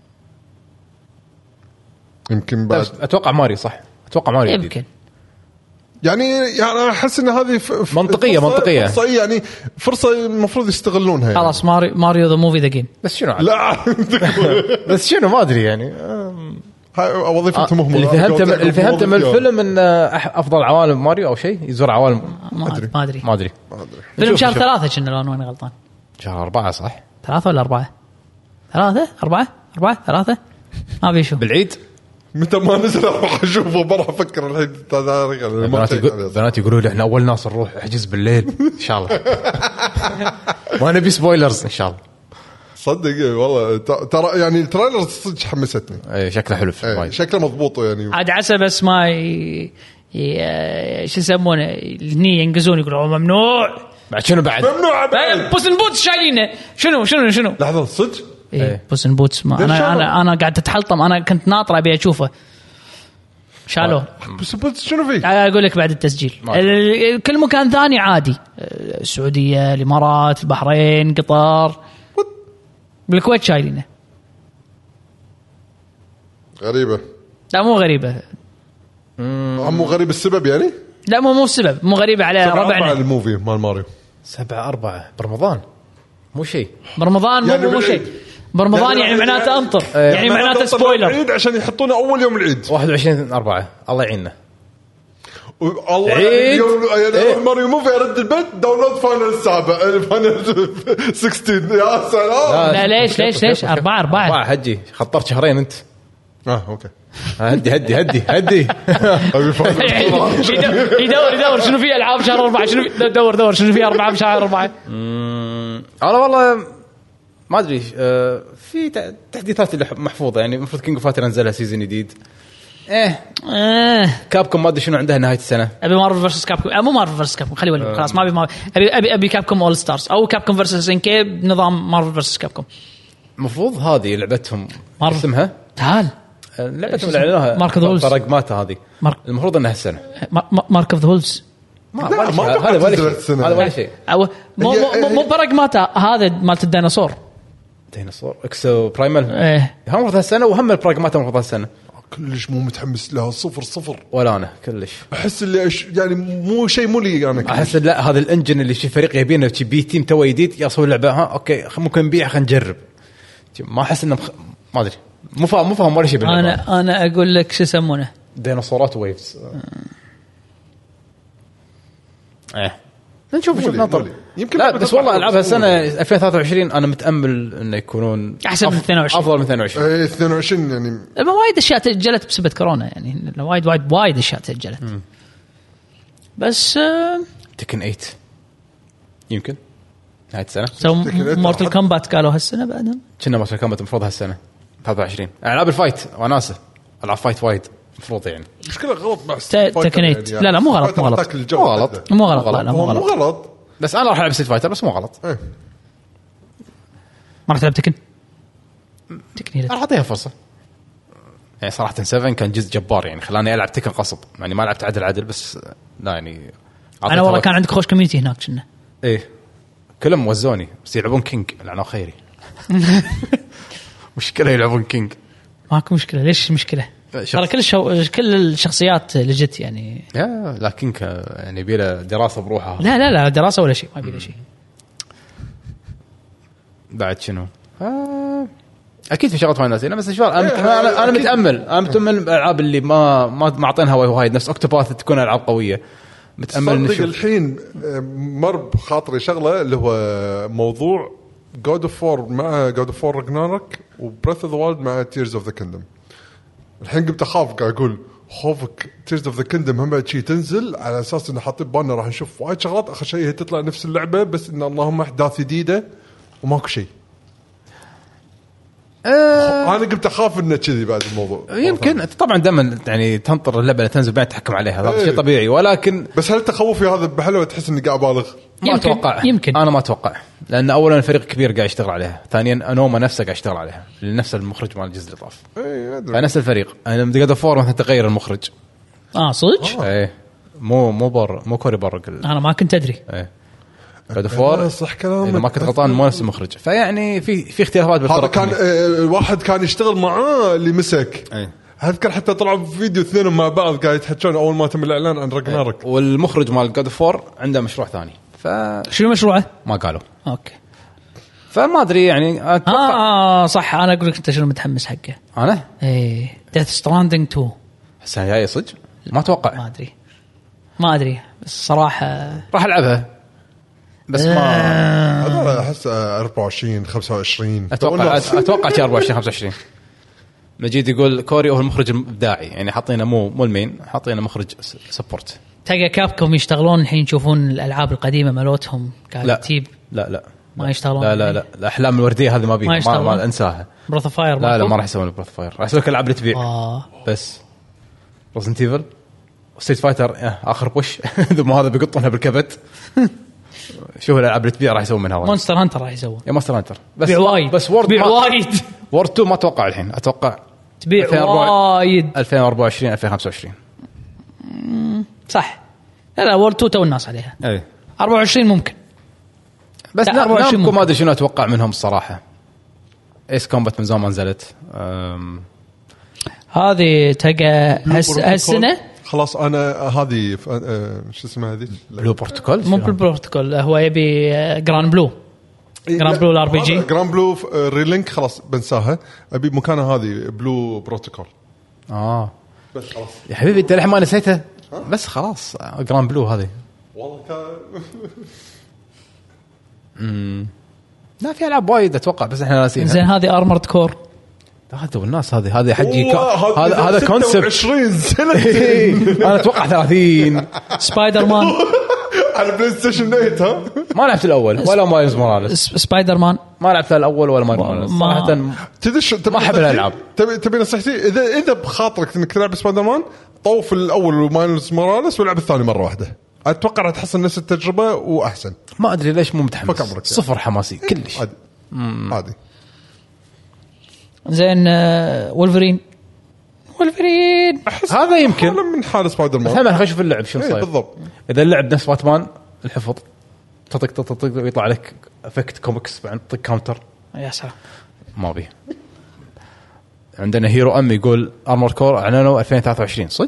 يمكن بعد. اتوقع ماريو صح اتوقع ماريو يمكن يعني انا احس ان هذه منطقيه فرصة يعني فرصه المفروض يستغلونها يعني. خلاص ماريو ذا موفي ذا جيم. بس شنو لا بس شنو ما ادري يعني وظيفتهم هم اللي فهمته من الفيلم ان افضل عوالم ماريو او شيء يزور عوالم ما ادري فيلم شهر 3 كنا لو انا غلطان. شهر 4 صح 3 ولا 4 3 ما بيشوف بالعيد متى ما نزل راح اشوفه برا افكر الحين. بناتي يقولوا لي احنا اول ناس نروح احجز بالليل ان شاء الله. ما نبي سبويلرز ان شاء الله. صدق والله ترى يعني التريلر صدق حمستني. اي شكله حلو وايد شكله مضبوط يعني عاد عسى بس ما شو يسمونه هني ينقزون يقولوا ممنوع بعد شنو بعد ممنوع بعد بوس ان بوتس شايلينه شنو لحظه صدق إيه بوس ان بوتس ما انا قاعد اتحلطم انا كنت ناطر ابي اشوفه شالوه. بس شنو فيه اقول لك بعد التسجيل كل مكان ثاني عادي السعوديه الامارات البحرين قطر بالكويت شايلينه. غريبه. لا مو غريبه مو غريب السبب يعني. لا مو السبب مو غريبه على ربعنا. الموفي مال ماريو 7/4 برمضان مو شيء برمضان يعني مو شيء برمضان يعني معناته انطر يعني معناته سبويلر العيد عشان يحطونه اول يوم العيد 21/4 الله يعيننا. الله يعني ماريو موفي ارد البيت داونلود فاينل السابع فاينل 16 يا سلام. لا ليش 4 هجي خطرت شهرين انت. اوكي هدي يدور شنو في العاب شهر 4 شنو دور شنو في 4 بشهر 4. انا والله ما ادري في تحديثات اللي محفوظه يعني المفروض كينج اوف فايتر نزلها سيزون جديد. كابكوم ما ادري شنو عندها نهايه السنه. ابي مارفل فيرسس كابكوم مو مارفل فيرسس كابكوم خلي ولي خلاص ما ابي كابكوم اول ستارز او كابكوم فيرسس ان كي بنظام مارفل فيرسس كابكوم. المفروض هذه لعبتهم اسمها تعال لعبتهم اللي اعلنوها مارك اوف هولز براغماتا هذه المفروض انها السنه مارك اوف ذولز هذا ولا شيء مو براغماتا هذا مالت الديناصور اكسو برايمال هم المفروض هالسنه وهم البراغماتا المفروض هالسنه. كلش مو متحمس لها 0 ولا انا كلش احس اللي يعني مو شيء مو لي انا احس لا هذا الانجن اللي شي فريق يبينه بي تيم تو جديد يسوي لعبه اوكي ممكن نبيع خلينا نجرب ما احس انه ما ادري مو فاهم ولا شيء باللعبه. انا اقول لك شو يسمونه ديناصورات ويفز نشوف ننطر يمكن. لا بس والله العاب هالسنه 2023 انا متامل انه يكونون احسن من 22 افضل من 22. 22 يعني وايد اشياء تاجلت بسبب كورونا يعني وايد اشياء تاجلت بس تكن 8 يمكن نهايه السنه. مورتال كومبات قالوا هالسنه بعدها كنا مورتال كومبات المفروض هالسنه 23 العاب الفايت وناسه العاب فايت وايد مفروض يعني مشكله غلط مع تكنيت يعني لا مو غلط لا مو غلط بس انا راح العب ستريت فايتر بس مو غلط. ما راح تلعب تكن راح اعطيها فرصه يعني صراحه 7 كان جزء جبار يعني خلاني العب تكن قصب يعني ما لعبت عدل بس لا يعني انا والله كان عندك خوش كوميونتي هناك كنا كلهم وزوني بس يلعبون كينج لعنه خيري. مشكله يلعبون كينج ماكو مشكله ليش مشكله ترى كل الشخصيات لجت يعني. لكن يعني بيلا دراسه بروحها. لا دراسه ولا شيء، ما بيلا شيء. بعد شنو؟ اكيد في شغلات فاينل بس انا متامل الالعاب اللي ما معطينها وايد نفس اوكتوباث تكون العاب قويه. متامل نشوف الحين مر بخاطري شغله اللي هو موضوع God of War مع God of War Ragnarok و Breath of the Wild مع Tears of the Kingdom. الحين قمت اخاف، قاعد اقول خوفك Tears of the Kingdom هم بعد شيء تنزل على اساس انه حاطين بالنا راح نشوف وايد شغلات، اخر شيء هي تطلع نفس اللعبه بس ان اللهم احداث جديده وماكو شيء. انا قمت اخاف انه كذي بعد الموضوع. يمكن طبعا دائما يعني تنطر اللعبه اللي تنزل بعد تحكم عليها، هذا شيء طبيعي، ولكن بس هل تخوفي هذا بحلوه تحس اني قاعد ابالغ؟ ما اتوقع. يمكن انا ما اتوقع، لان اولا فريق كبير قاعد يشتغل عليها، ثانيا انوما نفسه قاعد يشتغل عليها لنفس المخرج مال الجزء اللي طاف. فنفس الفريق. انا بدي قد فور مثلا تغير المخرج. صدق؟ ايه مو كوري برق. انا ما كنت ادري. ايه God of War صح كلامك، إذا ما كنت غلطان مو نفس المخرج، فيعني في اختلافات بالفرق. هذا كان الواحد كان يشتغل معاه اللي مسك. اذكر حتى طلعوا في فيديو اثنين مع بعض قاعد يتحكون اول ما تم الاعلان عن راجنارك. والمخرج مال God of War عنده مشروع ثاني. شنو مشروعه؟ ما قالوا. اوكي. فما ادري يعني اتوقع صح. انا اقول لك انت شنو متحمس حقه؟ انا Death Stranding 2 السنه الجايه صدق ما اتوقع. ما ادري بس صراحه راح العبها بس ما هذا احس 24 25 اتوقع 24 25. مجيد يقول كوري هو المخرج الابداعي، يعني حاطينه مو المين، حاطينه مخرج سبورت. تلقى كابكوم يشتغلون الحين يشوفون الالعاب القديمه مالتهم قاعد تجيب. لا ما يشتغلون. لا الاحلام الورديه هذه ما بيها، ما انساها. بروث فاير لا ما راح يسوون بروث فاير، راح يسوون العاب اللي تبيع بس. ريزنت ايفل ستريت فايتر اخر بوش ثم هذا بيقطونها بالكبت. شوف الالعاب اللي تبيع راح يسوون منها وايد. مونستر هانتر راح يسوون. يا مونستر هانتر بس وايد. بس وورد 2 ما اتوقع الحين، اتوقع تبيع وايد 2024 2025 صح. لا وورد 2 تو الناس عليها. 24 ممكن، بس نامكو ما ادري شنو اتوقع منهم الصراحه. ايس كومبات من زمان ما نزلت. هذه تلقى هالسنه خلاص. انا هذه شو اسمها هذه بلو بروتوكول. مو بروتوكول، هو يبي جران بلو. جران بلو الار بي جي. جران بلو ريلينك خلاص بنساها، ابي مكانها هذه بلو بروتوكول. بس خلاص يا حبيبي انت الحين ما نسيتها. بس خلاص جران بلو هذه والله لا في العاب وايد اتوقع بس احنا ناسينها. زين هذه ارمورد كور. هذا والناس هذه حجي هذا كونسبت 20 سنه. انا اتوقع 30. سبايدر مان على بلاي ستيشن 8. ما لعبت الاول ولا مايلز موراليس. سبايدر مان ما لعبت الاول ولا مايلز موراليس صراحه. ما احب الالعاب. تبي نصيحتي اذا بخاطرك انك تلعب سبايدر مان طوف الاول ومايلز موراليس والعب الثاني مره واحده، اتوقع راح تحصل نفس التجربه واحسن. ما ادري ليش مو متحمس، صفر حماسي كلش عادي. زين ولفرين هذا يمكن من حال سبايدر مان. خلينا نشوف اللعب شو صاير بالضبط. اذا اللعب نفس باتمان الحفظ تطق ويطلع لك افكت كوميكس بعد طق كاونتر يا سلام ما بي. عندنا هيرو يقول ارمور كور اعلنوا 2023 صدق.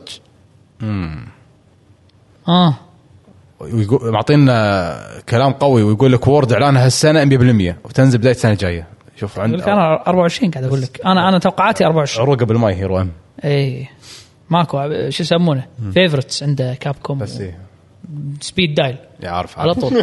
ويقول معطينا كلام قوي ويقول لك وورد اعلانها هالسنه 100% وتنزل بدايه السنه الجايه. شوف عندك انا 24 قاعد اقول لك انا توقعاتي 24 عروقه بالماي هيرو ام. اي ماكو شو يسمونه فيفورتس عنده كابكوم بس سبيد دايل يعرف على طول.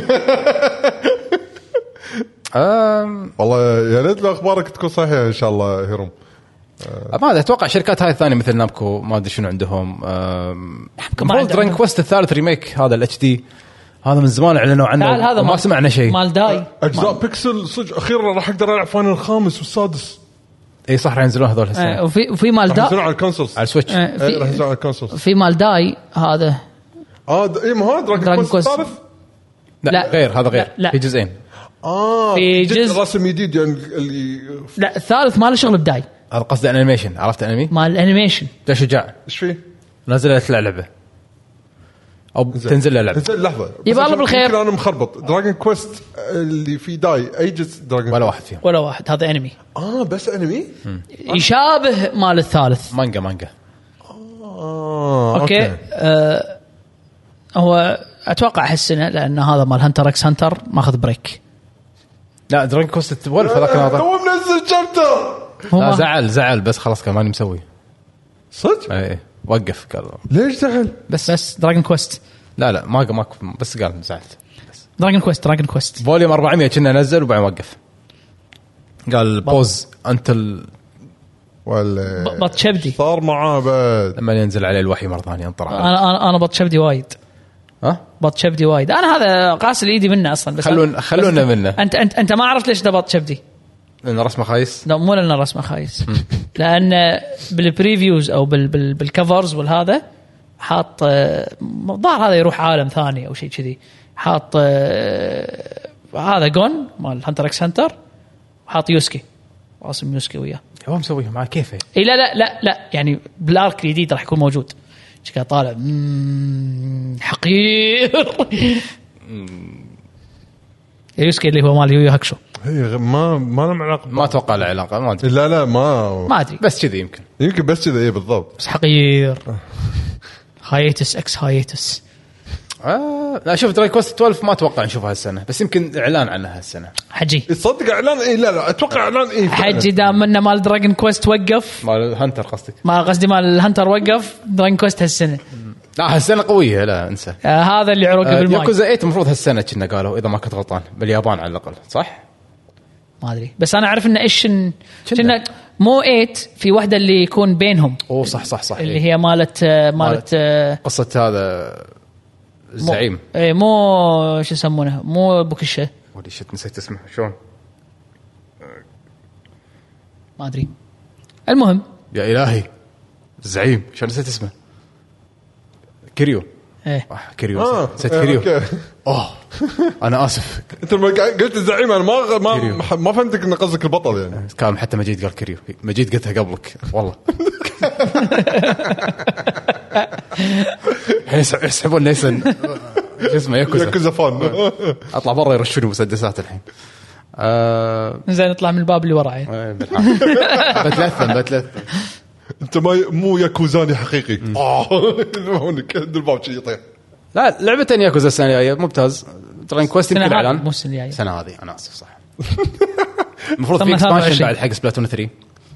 والله يا ريت اخبارك تكون صحيحه ان شاء الله هيروم. ما اتوقع شركات هاي الثانيه مثل نامكو ما ادري شنو عندهم. درين كويست الثالث ريميك هذا الاتش دي هذا من زمان اعلنوا عنه هذا ما سمعنا شيء. مال داي اجزاء بيكسل صدق اخيرا راح اقدر العب فاينل الخامس والسادس. اي صح راح ينزلون هذول السنه. وفي مال داي ينزلون على الكونسولز على السويتش. راح ينزلون على الكونسولز. في مال داي هذا اي ما هو دراجون كويست الثالث. لا غير هذا غير في جزئين. في جزء رسم جديد يعني اللي لا الثالث ما له شغل بداي. هذا قصدي انيميشن. عرفت انمي مال الانيميشن ده شجاع ايش فيه نزلت لعبه او تنزل لعبه. لحظه يبقى الله بالخير. انا مخربط دراجون كويست اللي في داي اي جزء دراجون ولا واحد فيهم ولا واحد. هذا انمي بس انمي يشابه مال الثالث. مانجا اوكي هو اتوقع هالسنه لان هذا مال هانتر اكس هانتر ماخذ بريك. لا دراجون كوست 12 هذاك هذا هو منزل شابتر. لا زعل بس خلاص كان ماني مسوي صدق. اي وقف قال ليش زعل؟ بس دراجون كويست لا ما بس قال زعلت. دراجون كويست فوليوم 400 كنا نزل وبعدين وقف قال بوز انت ولا بطشبدي صار معاه بعد لما ينزل عليه الوحي مره ثانيه انطر. انا بطشبدي وايد. ها بطشبدي وايد انا هذا قاسل ايدي منه اصلا. بس خلونا منه. انت ما عرفت ليش ده بطشبدي لأن رسمه خايس. لا مو لأن رسمه خايس لأن بالبريفيوز أو بالكفرز والهذا حاط ظهر هذا يروح عالم ثاني أو شيء كذي. حاط هذا جون مال هانتر اكس هانتر وحاط يوسكي راسم يوسكي وياه. هو مسويه مع كيفه. اي لا يعني بالارك الجديد راح يكون موجود. شكله طالع حقير. يوسكي اللي هو مال يو هاكشو. هي ما له علاقه. ما اتوقع له علاقه ما ادري. لا ما ادري بس كذي يمكن بس كذا. ايه بالضبط. بس حقير. هايتس اكس هايتس. لا شوف دراجون كوست 12 ما اتوقع نشوفها هالسنه بس يمكن اعلان عنها هالسنه. حجي تصدق اعلان ايه؟ لا اتوقع اعلان ايه حجي دام انه مال دراجون كويست وقف. مال هانتر قصدك؟ ما قصدي مال الهانتر وقف. دراجون كويست هالسنه. لا هالسنه قويه لا انسى. هذا اللي عروقه بالماء. ياكوزا 8 المفروض هالسنه كنا قالوا اذا ما كنت غلطان باليابان على الاقل صح. ما ادري بس انا اعرف ان ايش كنا مو 8 في وحده اللي يكون بينهم. صح اللي هي مالت قصه هذا الزعيم. مو شو يسمونه مو بوكشه ودي شت نسيت اسمه شلون ما ادري. المهم يا الهي الزعيم شلون نسيت اسمه. كيريو. كيريو نسيت كيريو. انا اسف. انت لما قلت الزعيم انا ما فهمتك ان قصدك البطل يعني. كان حتى مجيد قال كيريو. مجيد قلتها قبلك والله. يسحبون نيسن اسمه ياكوزا فان. اطلع برا يرشوني مسدسات الحين. زين نطلع من الباب اللي ورا. بتلثم انت مو ياكوزاني حقيقي. هونك الباب شيء يطيح. لا لعبه ياكوزا السنه الجايه ممتاز. دراجون كويست يمكن اعلان مو السنه الجايه السنه هذه انا اسف صح. المفروض في اكسبانشن بعد حق سبلاتون 3.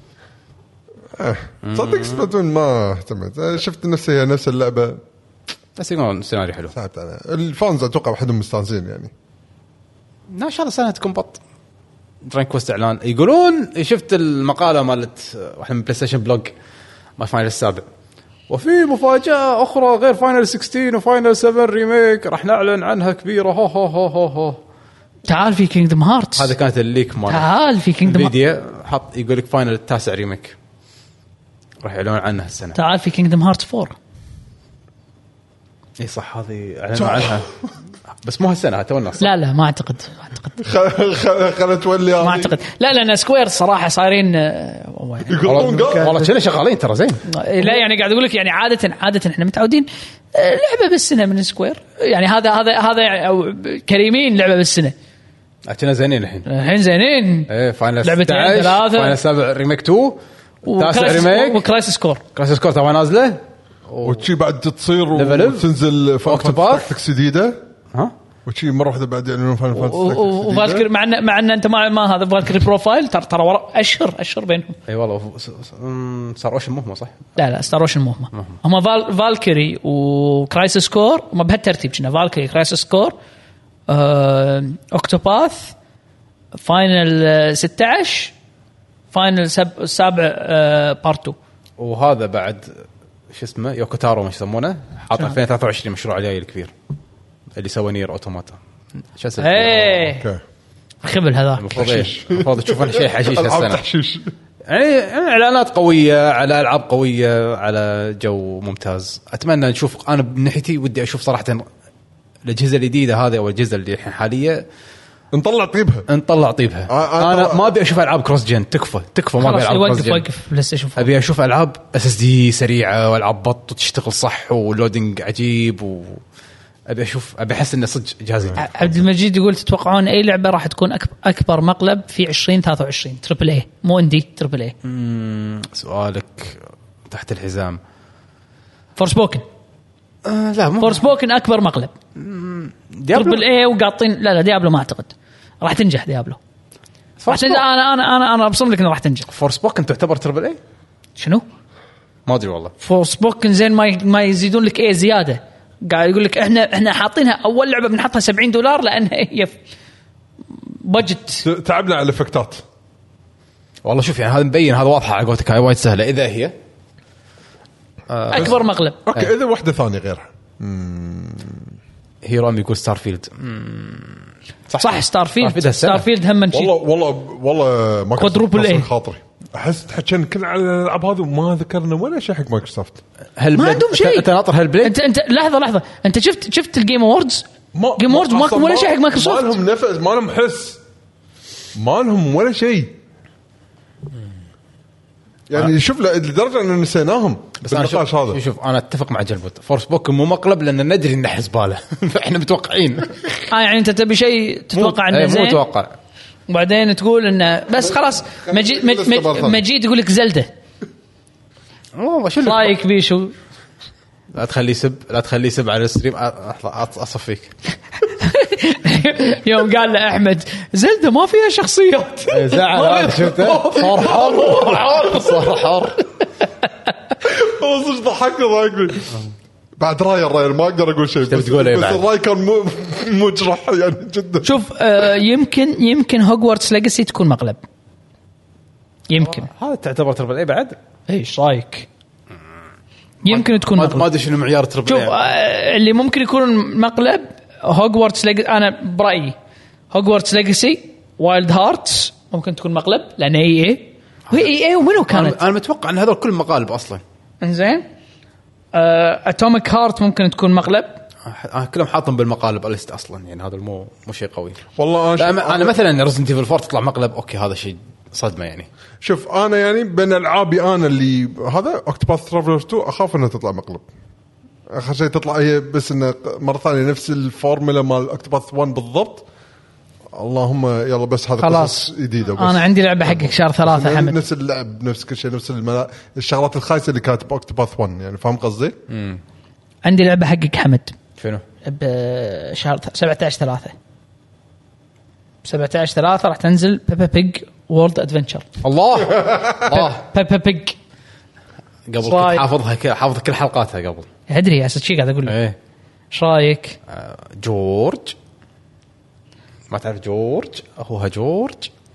صدق سبلاتون ما اهتمت. شفت نفس اللعبه بس يقولون سيناريو حلو. الفانز اتوقع وحدهم مستانسين يعني. ان شاء الله سنه تكون بط. دراجون كويست اعلان يقولون. شفت المقاله مالت واحده من بلاي ستيشن بلوج ما فاينل السابع وفي مفاجاه اخرى غير فاينل 16 وفاينل 7 ريميك راح نعلن عنها كبيره. هو تعال في كينجدم هارتس. هذا كانت الليك مال تعال في كينجدم فيديو حط يقول لك فاينل التاسع ريميك راح يعلنون عنها السنه. تعال في كينجدم هارتس 4. اي صح هذه اعلنوا عنها بس مو هالسنه تونا. لا ما اعتقد خلت تولي ما اعتقد. لا لان سكوير صراحه صايرين والله كنا شغالين ترى زين. لا يعني قاعد اقول لك يعني عاده احنا متعودين لعبه بالسنه من سكوير يعني هذا يعني كريمين لعبه بالسنه. كنا زينين الحين زينين. ايه فاينل 16 فاينل 7 ريميك 2 تاسع ريميك وكرايسيس كور طبعا نازله وشي بعد تصير وتنزل فانتاستكس جديده. وشي مره واحده بعد يعلنون فانتاستكس وفالكري مع ان انت ما هذا فالكري بروفايل ترى ورا اشهر بينهم. اي والله ستار اوشن مهمه صح. لا ستار اوشن مهمه. هم فالكري وكرايسيس كور ما بهالترتيب كنا فالكري كرايسيس كور اوكتوباث فاينل 16 فاينل 7 بارت 2 وهذا بعد شو اسمه يوكوتارو مش يسمونه حاط 2023 مشروع الجاي الكبير اللي سوى نير اوتوماتا. شو اسمه اوكي خبل هذاك المفروض تشوفون شيء حشيش هالسنه. يعني اعلانات قويه على العاب قويه على جو ممتاز. اتمنى نشوف. انا بناحيتي ودي اشوف صراحه الاجهزه الجديده هذه او الاجهزه اللي الحين حاليا نطلع طيبها. انا ما ابي اشوف العاب كروس جن. تكفى ما ابي العاب كروس جن. وقف بلاي ستيشن 4. ابي اشوف العاب SSD سريعه والعاب بط وتشتغل صح ولودينج عجيب ابي احس انه صدق جهازي. عبد المجيد يقول تتوقعون اي لعبه راح تكون اكبر مقلب في 2023 تريبل اي مو اندي تريبل اي؟ سؤالك تحت الحزام. فورسبوكن لا مو فورسبوكن اكبر مقلب تربل اي وقاطين. لا ديابلو ما اعتقد راح تنجح. ديابلو عشان انا ابصم لك انه راح تنجح. فورسبوكن تعتبر تربل اي؟ شنو ما ادري والله. فورسبوكن زين ما يزيدون لك ايه زياده. قاعد يقول لك احنا حاطينها اول لعبه بنحطها $70 لانها هي بادجت. تعبنا على الافكتات والله شوف يعني هذا مبين، هذا واضحه على قولتك، هاي وايد سهله اذا هي اكبر مقلب. اوكي اذا واحده ثانيه غيرها هيرام يقول ستارفيلد. صح ستارفيلد هم من شيء. والله ما كوادروبل اي خاطري احس تحكين كل على الالعاب هذه وما ذكرنا ولا شيء حق مايكروسوفت. ما عندهم شيء. انت ناطر هالبليد. انت لحظه انت شفت الجيم اووردز؟ جيم اووردز ماكو ولا شيء حق مايكروسوفت. ما لهم نفس، ما لهم حس، ما لهم ولا شيء يعني. شوف لدرجه ان نسيناهم بس انا شوف انا اتفق مع جلبوت. فورسبوكن مو مقلب لان ندري انه حزباله فاحنا متوقعين. يعني انت تبي شيء تتوقع انه زين، مو متوقع وبعدين تقول انه بس خلاص. مجيد يقول لك زلده. شو رايك بيشو؟ لا تخليه يسب على الستريم اصفيك. يوم قال له احمد زلده ما فيها شخصيات زعل هذا شفته صار حار والله ضحكني بعد راي ما اقدر اقول شيء بس الراي كان مجرح يعني جدا. شوف يمكن هوغوارتس ليجاسي تكون مقلب. يمكن هذا تعتبر تربل اي بعد. ايش رايك؟ يمكن تكون ما ادري شنو معيار تربل. شوف اللي ممكن يكون مقلب هوغوارتس انا برايي هوغوارتس ليجاسي وايلد هارتس ممكن تكون مقلب لان اي ومنو كانت. انا متوقع ان هذول كل مقالب اصلا. انزين اتوميك هارت ممكن تكون مقلب. كلهم حاطهم بالمقالب اليست اصلا يعني. هذا مو شيء قوي والله. انا مثلا ريزنت ايفل 4 تطلع مقلب اوكي هذا شيء صدمه يعني. شوف انا يعني بين العابي انا اللي هذا اوكتوباث ترافلر 2 اخاف انها تطلع مقلب. اخر شيء تطلع هي بس انه مره ثانيه نفس الفورمولا مال اوكتوباث 1 بالضبط. اللهم يلا بس هذا قصص جديده بس. انا عندي لعبه حقك شهر 3 حمد. نفس اللعب نفس كل شيء نفس الشغلات الخايسه اللي كانت باوكتوباث 1 يعني فاهم قصدي. عندي لعبه حقك حمد. شنو؟ بشهر 17/3 راح تنزل بيبا بيج وورلد ادفنتشر. الله بيبا بيج قبل كنت حافظ كل حلقاتها قبل. ادري اساس شيء قاعد اقول لك. ايش رايك؟ جورج ما تعرف جورج اخوها جورج.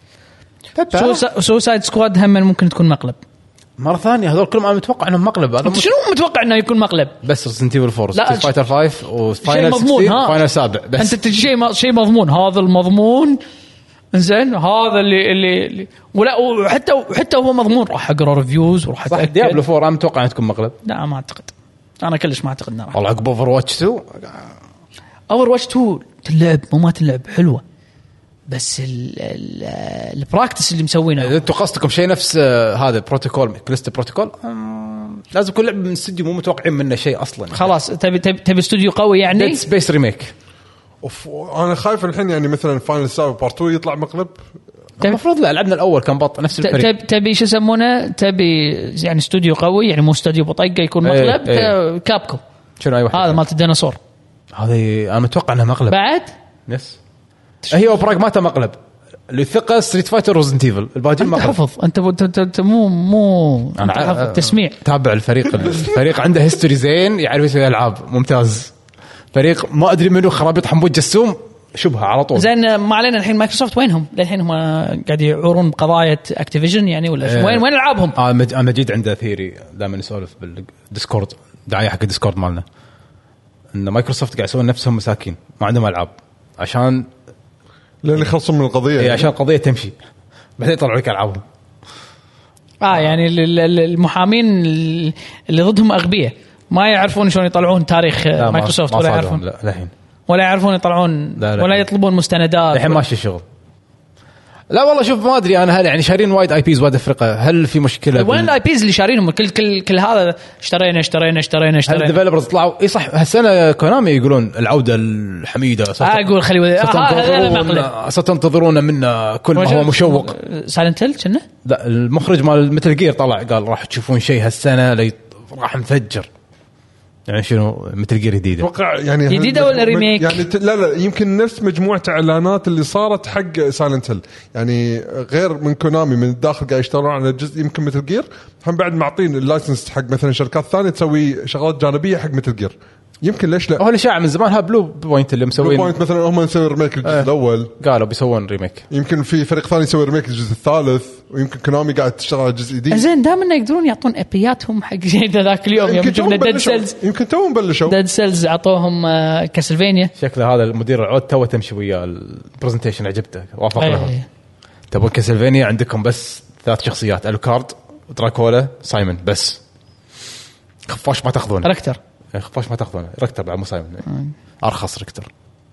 سوسايد سكواد هم ممكن تكون مقلب. مرة ثانية هذول كلهم أنا متوقع إنهم مقلب. هذا شنو متوقع إنه يكون مقلب؟ بس ريزنت ايفل 4 ستريت فايتر 5 وفاينل 16 فاينل 7 بس. أنت شيء مضمون. هذا المضمون إنزين هذا اللي ولا وحتى هو مضمون. راح أقرأ ريفيوز وراح أتأكد. ديابلو 4 أنا متوقع إنها تكون مقلب. لا ما أعتقد. أنا كلش ما أعتقد إنها. والله عقب أوفر واتش 2 أوفر واتش 2 تلعب ما تلعب حلوة بس البراكتس اللي مسوينه. إذا أنتوا قصدكم شيء نفس هذا بروتوكول كليست بروتوكول لازم كل لعبة من استوديو مو متوقعين منه شيء أصلا. خلاص تبي استوديو قوي يعني. ديد سبيس ريميك. أنا خايف الحين يعني مثلا فاينل 7 بارت 2 يطلع مقلب. المفروض لا لعبنا الأول كان بط نفس الفريق. تبي شو يسمونه تبي يعني استوديو قوي يعني مو استوديو بطقة يكون مقلب. كابكو شنو أي واحد هذا مالت الديناصور هذه أنا متوقع أنها مقلب بعد. يس هي وبراغماتا مقلب. اللي ثقة ستريت فايتر ريزنت ايفل الباقي مقلب. حفظ انت مو انا تسميع. تابع الفريق عنده هيستوري زين يعرف يسوي العاب ممتاز. فريق ما ادري منو خرابيط حنبوت جسوم شبهه على طول. زين ما علينا الحين مايكروسوفت وينهم للحين هم قاعد يعورون قضايا اكتيفيجن يعني ولا وين العابهم. مجيد عنده ثيري دائما يسولف بالديسكورد دعايه حق الديسكورد مالنا ان مايكروسوفت قاعد يسوون نفسهم مساكين ما عندهم العاب عشان لأن يخلصون من القضية يعني. عشان القضية تمشي بعدين يطلعوا لك ألعابهم. يعني المحامين اللي ضدهم أغبياء ما يعرفون شلون يطلعون تاريخ مايكروسوفت ولا يعرفون ولا يعرفون يطلعون ولا يطلبون مستندات. الحين ماشي الشغل. لا والله شوف ما ادري انا هل يعني شارين وايد اي بيز وايد افريقيا هل في مشكله وين الاي بيز اللي شارينهم كل هذا اشترينا الديفلوبرز طلعوا اي صح هالسنه كونامي يقولون العوده الحميده اقول خلي ستنتظرون منا كل ما هو مشوق. سايلنت هيل كنا لا المخرج مال متل جير طلع قال راح تشوفون شيء هالسنه راح نفجر. يعني شنو مثل جير جديده اتوقع يعني جديدة ولا ريميك؟ يعني لا يمكن نفس مجموعه اعلانات اللي صارت حق سايلنت هيل، يعني غير من كونامي من الداخل قاعد يشتغلون على جزء يمكن مثل جير، هم بعد معطين اللايسنس حق مثلا شركات ثانيه تسوي شغلات جانبيه حق مثل جير. يمكن ليش لا؟ هو الاشاعه من زمان ها بلو بوينت اللي مسوين بوينت مثلا هم يسوون ريميك الجزء الاول، قالوا بيسوون ريميك. يمكن في فريق ثاني يسوي ريميك الجزء الثالث، ويمكن كونامي قاعد تشتغل على جزء جديد. زين دائما يقدرون يعطون ابياتهم حق شيء ذاك اليوم يوم جبنا ديد سيلز. يمكن توهم بلشوا ديد سيلز عطوهم كاسلفينيا. شكله هذا المدير العود تو تمشي وياه البرزنتيشن عجبته وافق لهم. أيه. تبون كاسلفينيا عندكم بس 3 شخصيات الوكارد دراكولا سايمون بس. خفاش ما تاخذونه ركتر. خفاش ما تاخذونه ركتر بعد مو سايمون ارخص ركتر.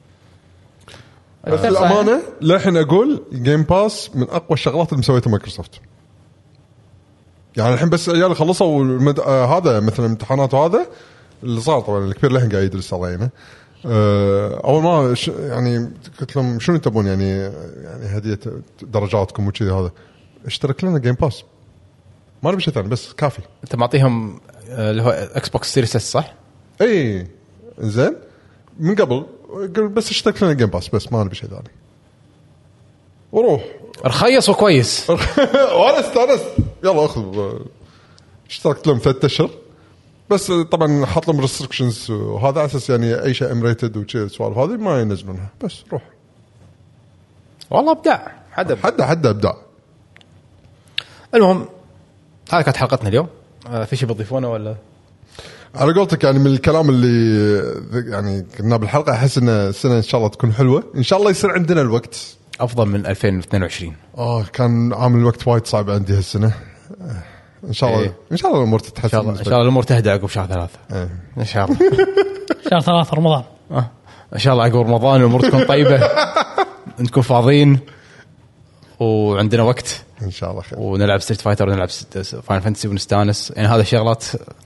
بس الأمانة لحين أقول جيم باس من أقوى الشغلات اللي مسويتها مايكروسوفت. يعني الحين بس عيالي خلصوا هذا مثلا امتحانات وهذا اللي صار، طبعا الكبير لحين قاعد يدرس علينا. أول ما يعني قلت لهم شنو تبون يعني هدية درجاتكم وكذا، هذا اشترك لنا جيم باس ما نبي شيء ثاني بس كافي. أنت معطيهم اللي هو اكس بوكس سيريس اس صح؟ اي زين من قبل بس اشترك لنا جيم باس بس ما نبي شيء ثاني وروح رخيص وكويس. وانا استانست يلا اخذ. اشتركت لهم 3 أشهر بس طبعا حط لهم ريستريكشنز وهذا اساس يعني اي شيء امريتد وكذا سوالف هذه ما ينزلونها بس روح. والله ابداع حد ابداع. المهم هذه كانت حلقتنا اليوم. في شيء بتضيفونه ولا؟ على قولتك يعني من الكلام اللي يعني كنا بالحلقه احس ان السنه ان شاء الله تكون حلوه، ان شاء الله يصير عندنا الوقت افضل من 2022. كان عامل الوقت وايد صعب عندي هالسنه. ان شاء الله ان شاء الله الامور تتحسن ان شاء الله الامور تهدى عقب شهر 3 ان شاء الله. شهر 3 رمضان ان شاء الله عقب رمضان الامور تكون طيبه نكون فاضيين وعندنا وقت ان شاء الله خير، ونلعب ستريت فايتر ونلعب فاين فانتسي ونستانس. يعني هذا الشغلات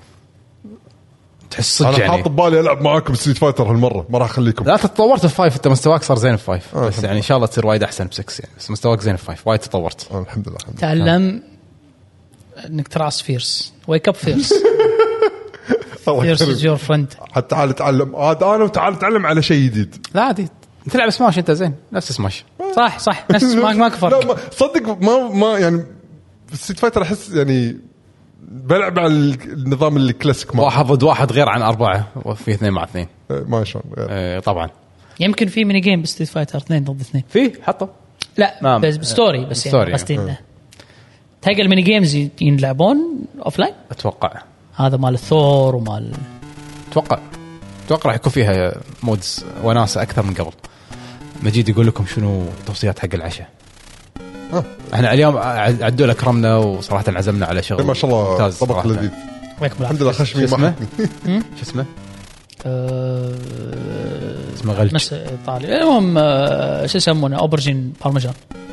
تحس صدق. انا حاط ببالي العب معاكم ستريت فايتر هالمره ما راح اخليكم. لا تطورت في 5 انت مستواك صار زين في 5 بس يعني ان شاء الله تصير وايد احسن ب 6 يعني بس مستواك زين في 5 وايد تطورت الحمد لله. تعلم انك تراس فيرس ويك اب فيرس فيرس از يور فريند. تعال تعلم انا وتعال تعلم على شيء جديد. لا عادي تلعب سماش انت زين نفس سماش صح نفس ما كفر. لا صدق ما يعني ستريت فايتر احس يعني بلعب على النظام الكلاسيك 1 ضد 1 غير عن 4 وفي 2 مع 2 ما شلون طبعا يمكن في ميني جيم بستريت فايتر 2 ضد 2 في حطه لا نعم. بس ستوري بس يعني قصدي انه تلقى الميني جيمز ينلعبون اوف لاين اتوقع هذا مال الثور ومال اتوقع راح يكون فيها مودز وناسه اكثر من قبل. مجيد يقول لكم شنو توصيات حق العشاء. احنا اليوم عدوا لكرمنا وصراحه انعزمنا على شغل ما شاء الله طبق لذيذ الحمد لله. خشمي ما شو اسمه اسمه غلج نفس ايطالي. المهم شو يسمونه اوبرجين بارميجان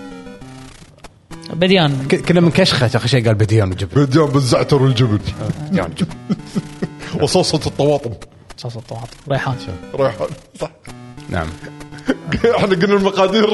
بديان كنا من كشخه اخر شيء قال بديان وجبن بديان بالزعتر والجبن بديان جبن وصوصه الطماطم صوص الطماطم ريحان صح نعم. احنا قلنا المقادير.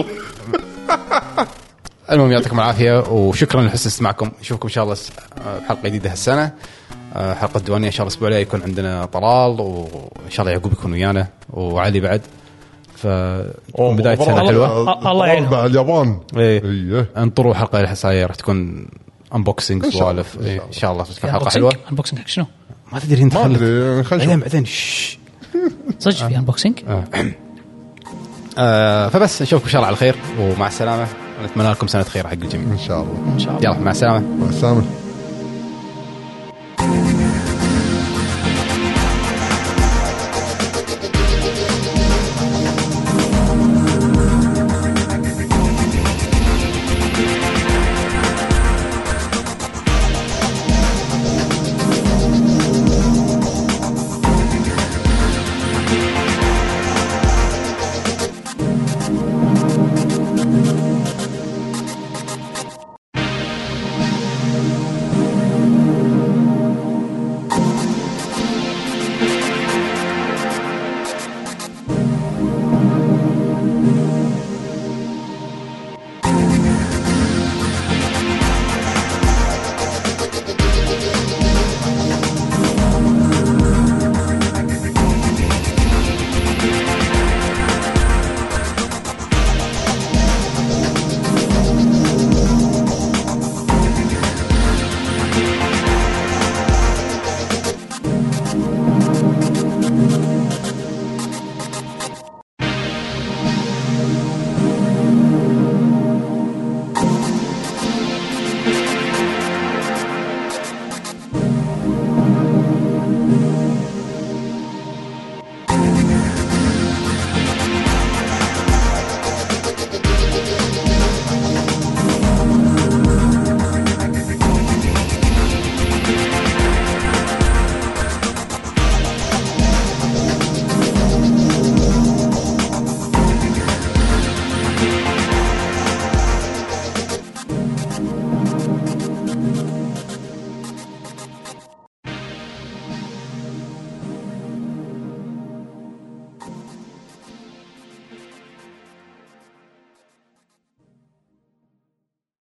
المهم يعطيكم العافيه وشكرا لحسن استماعكم. نشوفكم ان شاء الله بحلقه جديده هالسنه. حلقه الديوانيه ان شاء الله الاسبوع الجاي يكون عندنا طلال وان شاء الله يعقوب يكون ويانا وعلي بعد. بدايه سنه حلوه الله يعينهم مع اليابان. ايه انطروا حلقه الحصايه راح تكون انبوكسنج سوالف ان شاء الله تكون حلقه حلوه. انبوكسنج حق شنو ما تدري انت بعدين صدق في انبوكسنج. فبس نشوفكم ان شاء الله على خير ومع السلامه ونتمنى لكم سنه خير حق الجميع ان شاء الله. يلا مع السلامه. مع السلامه.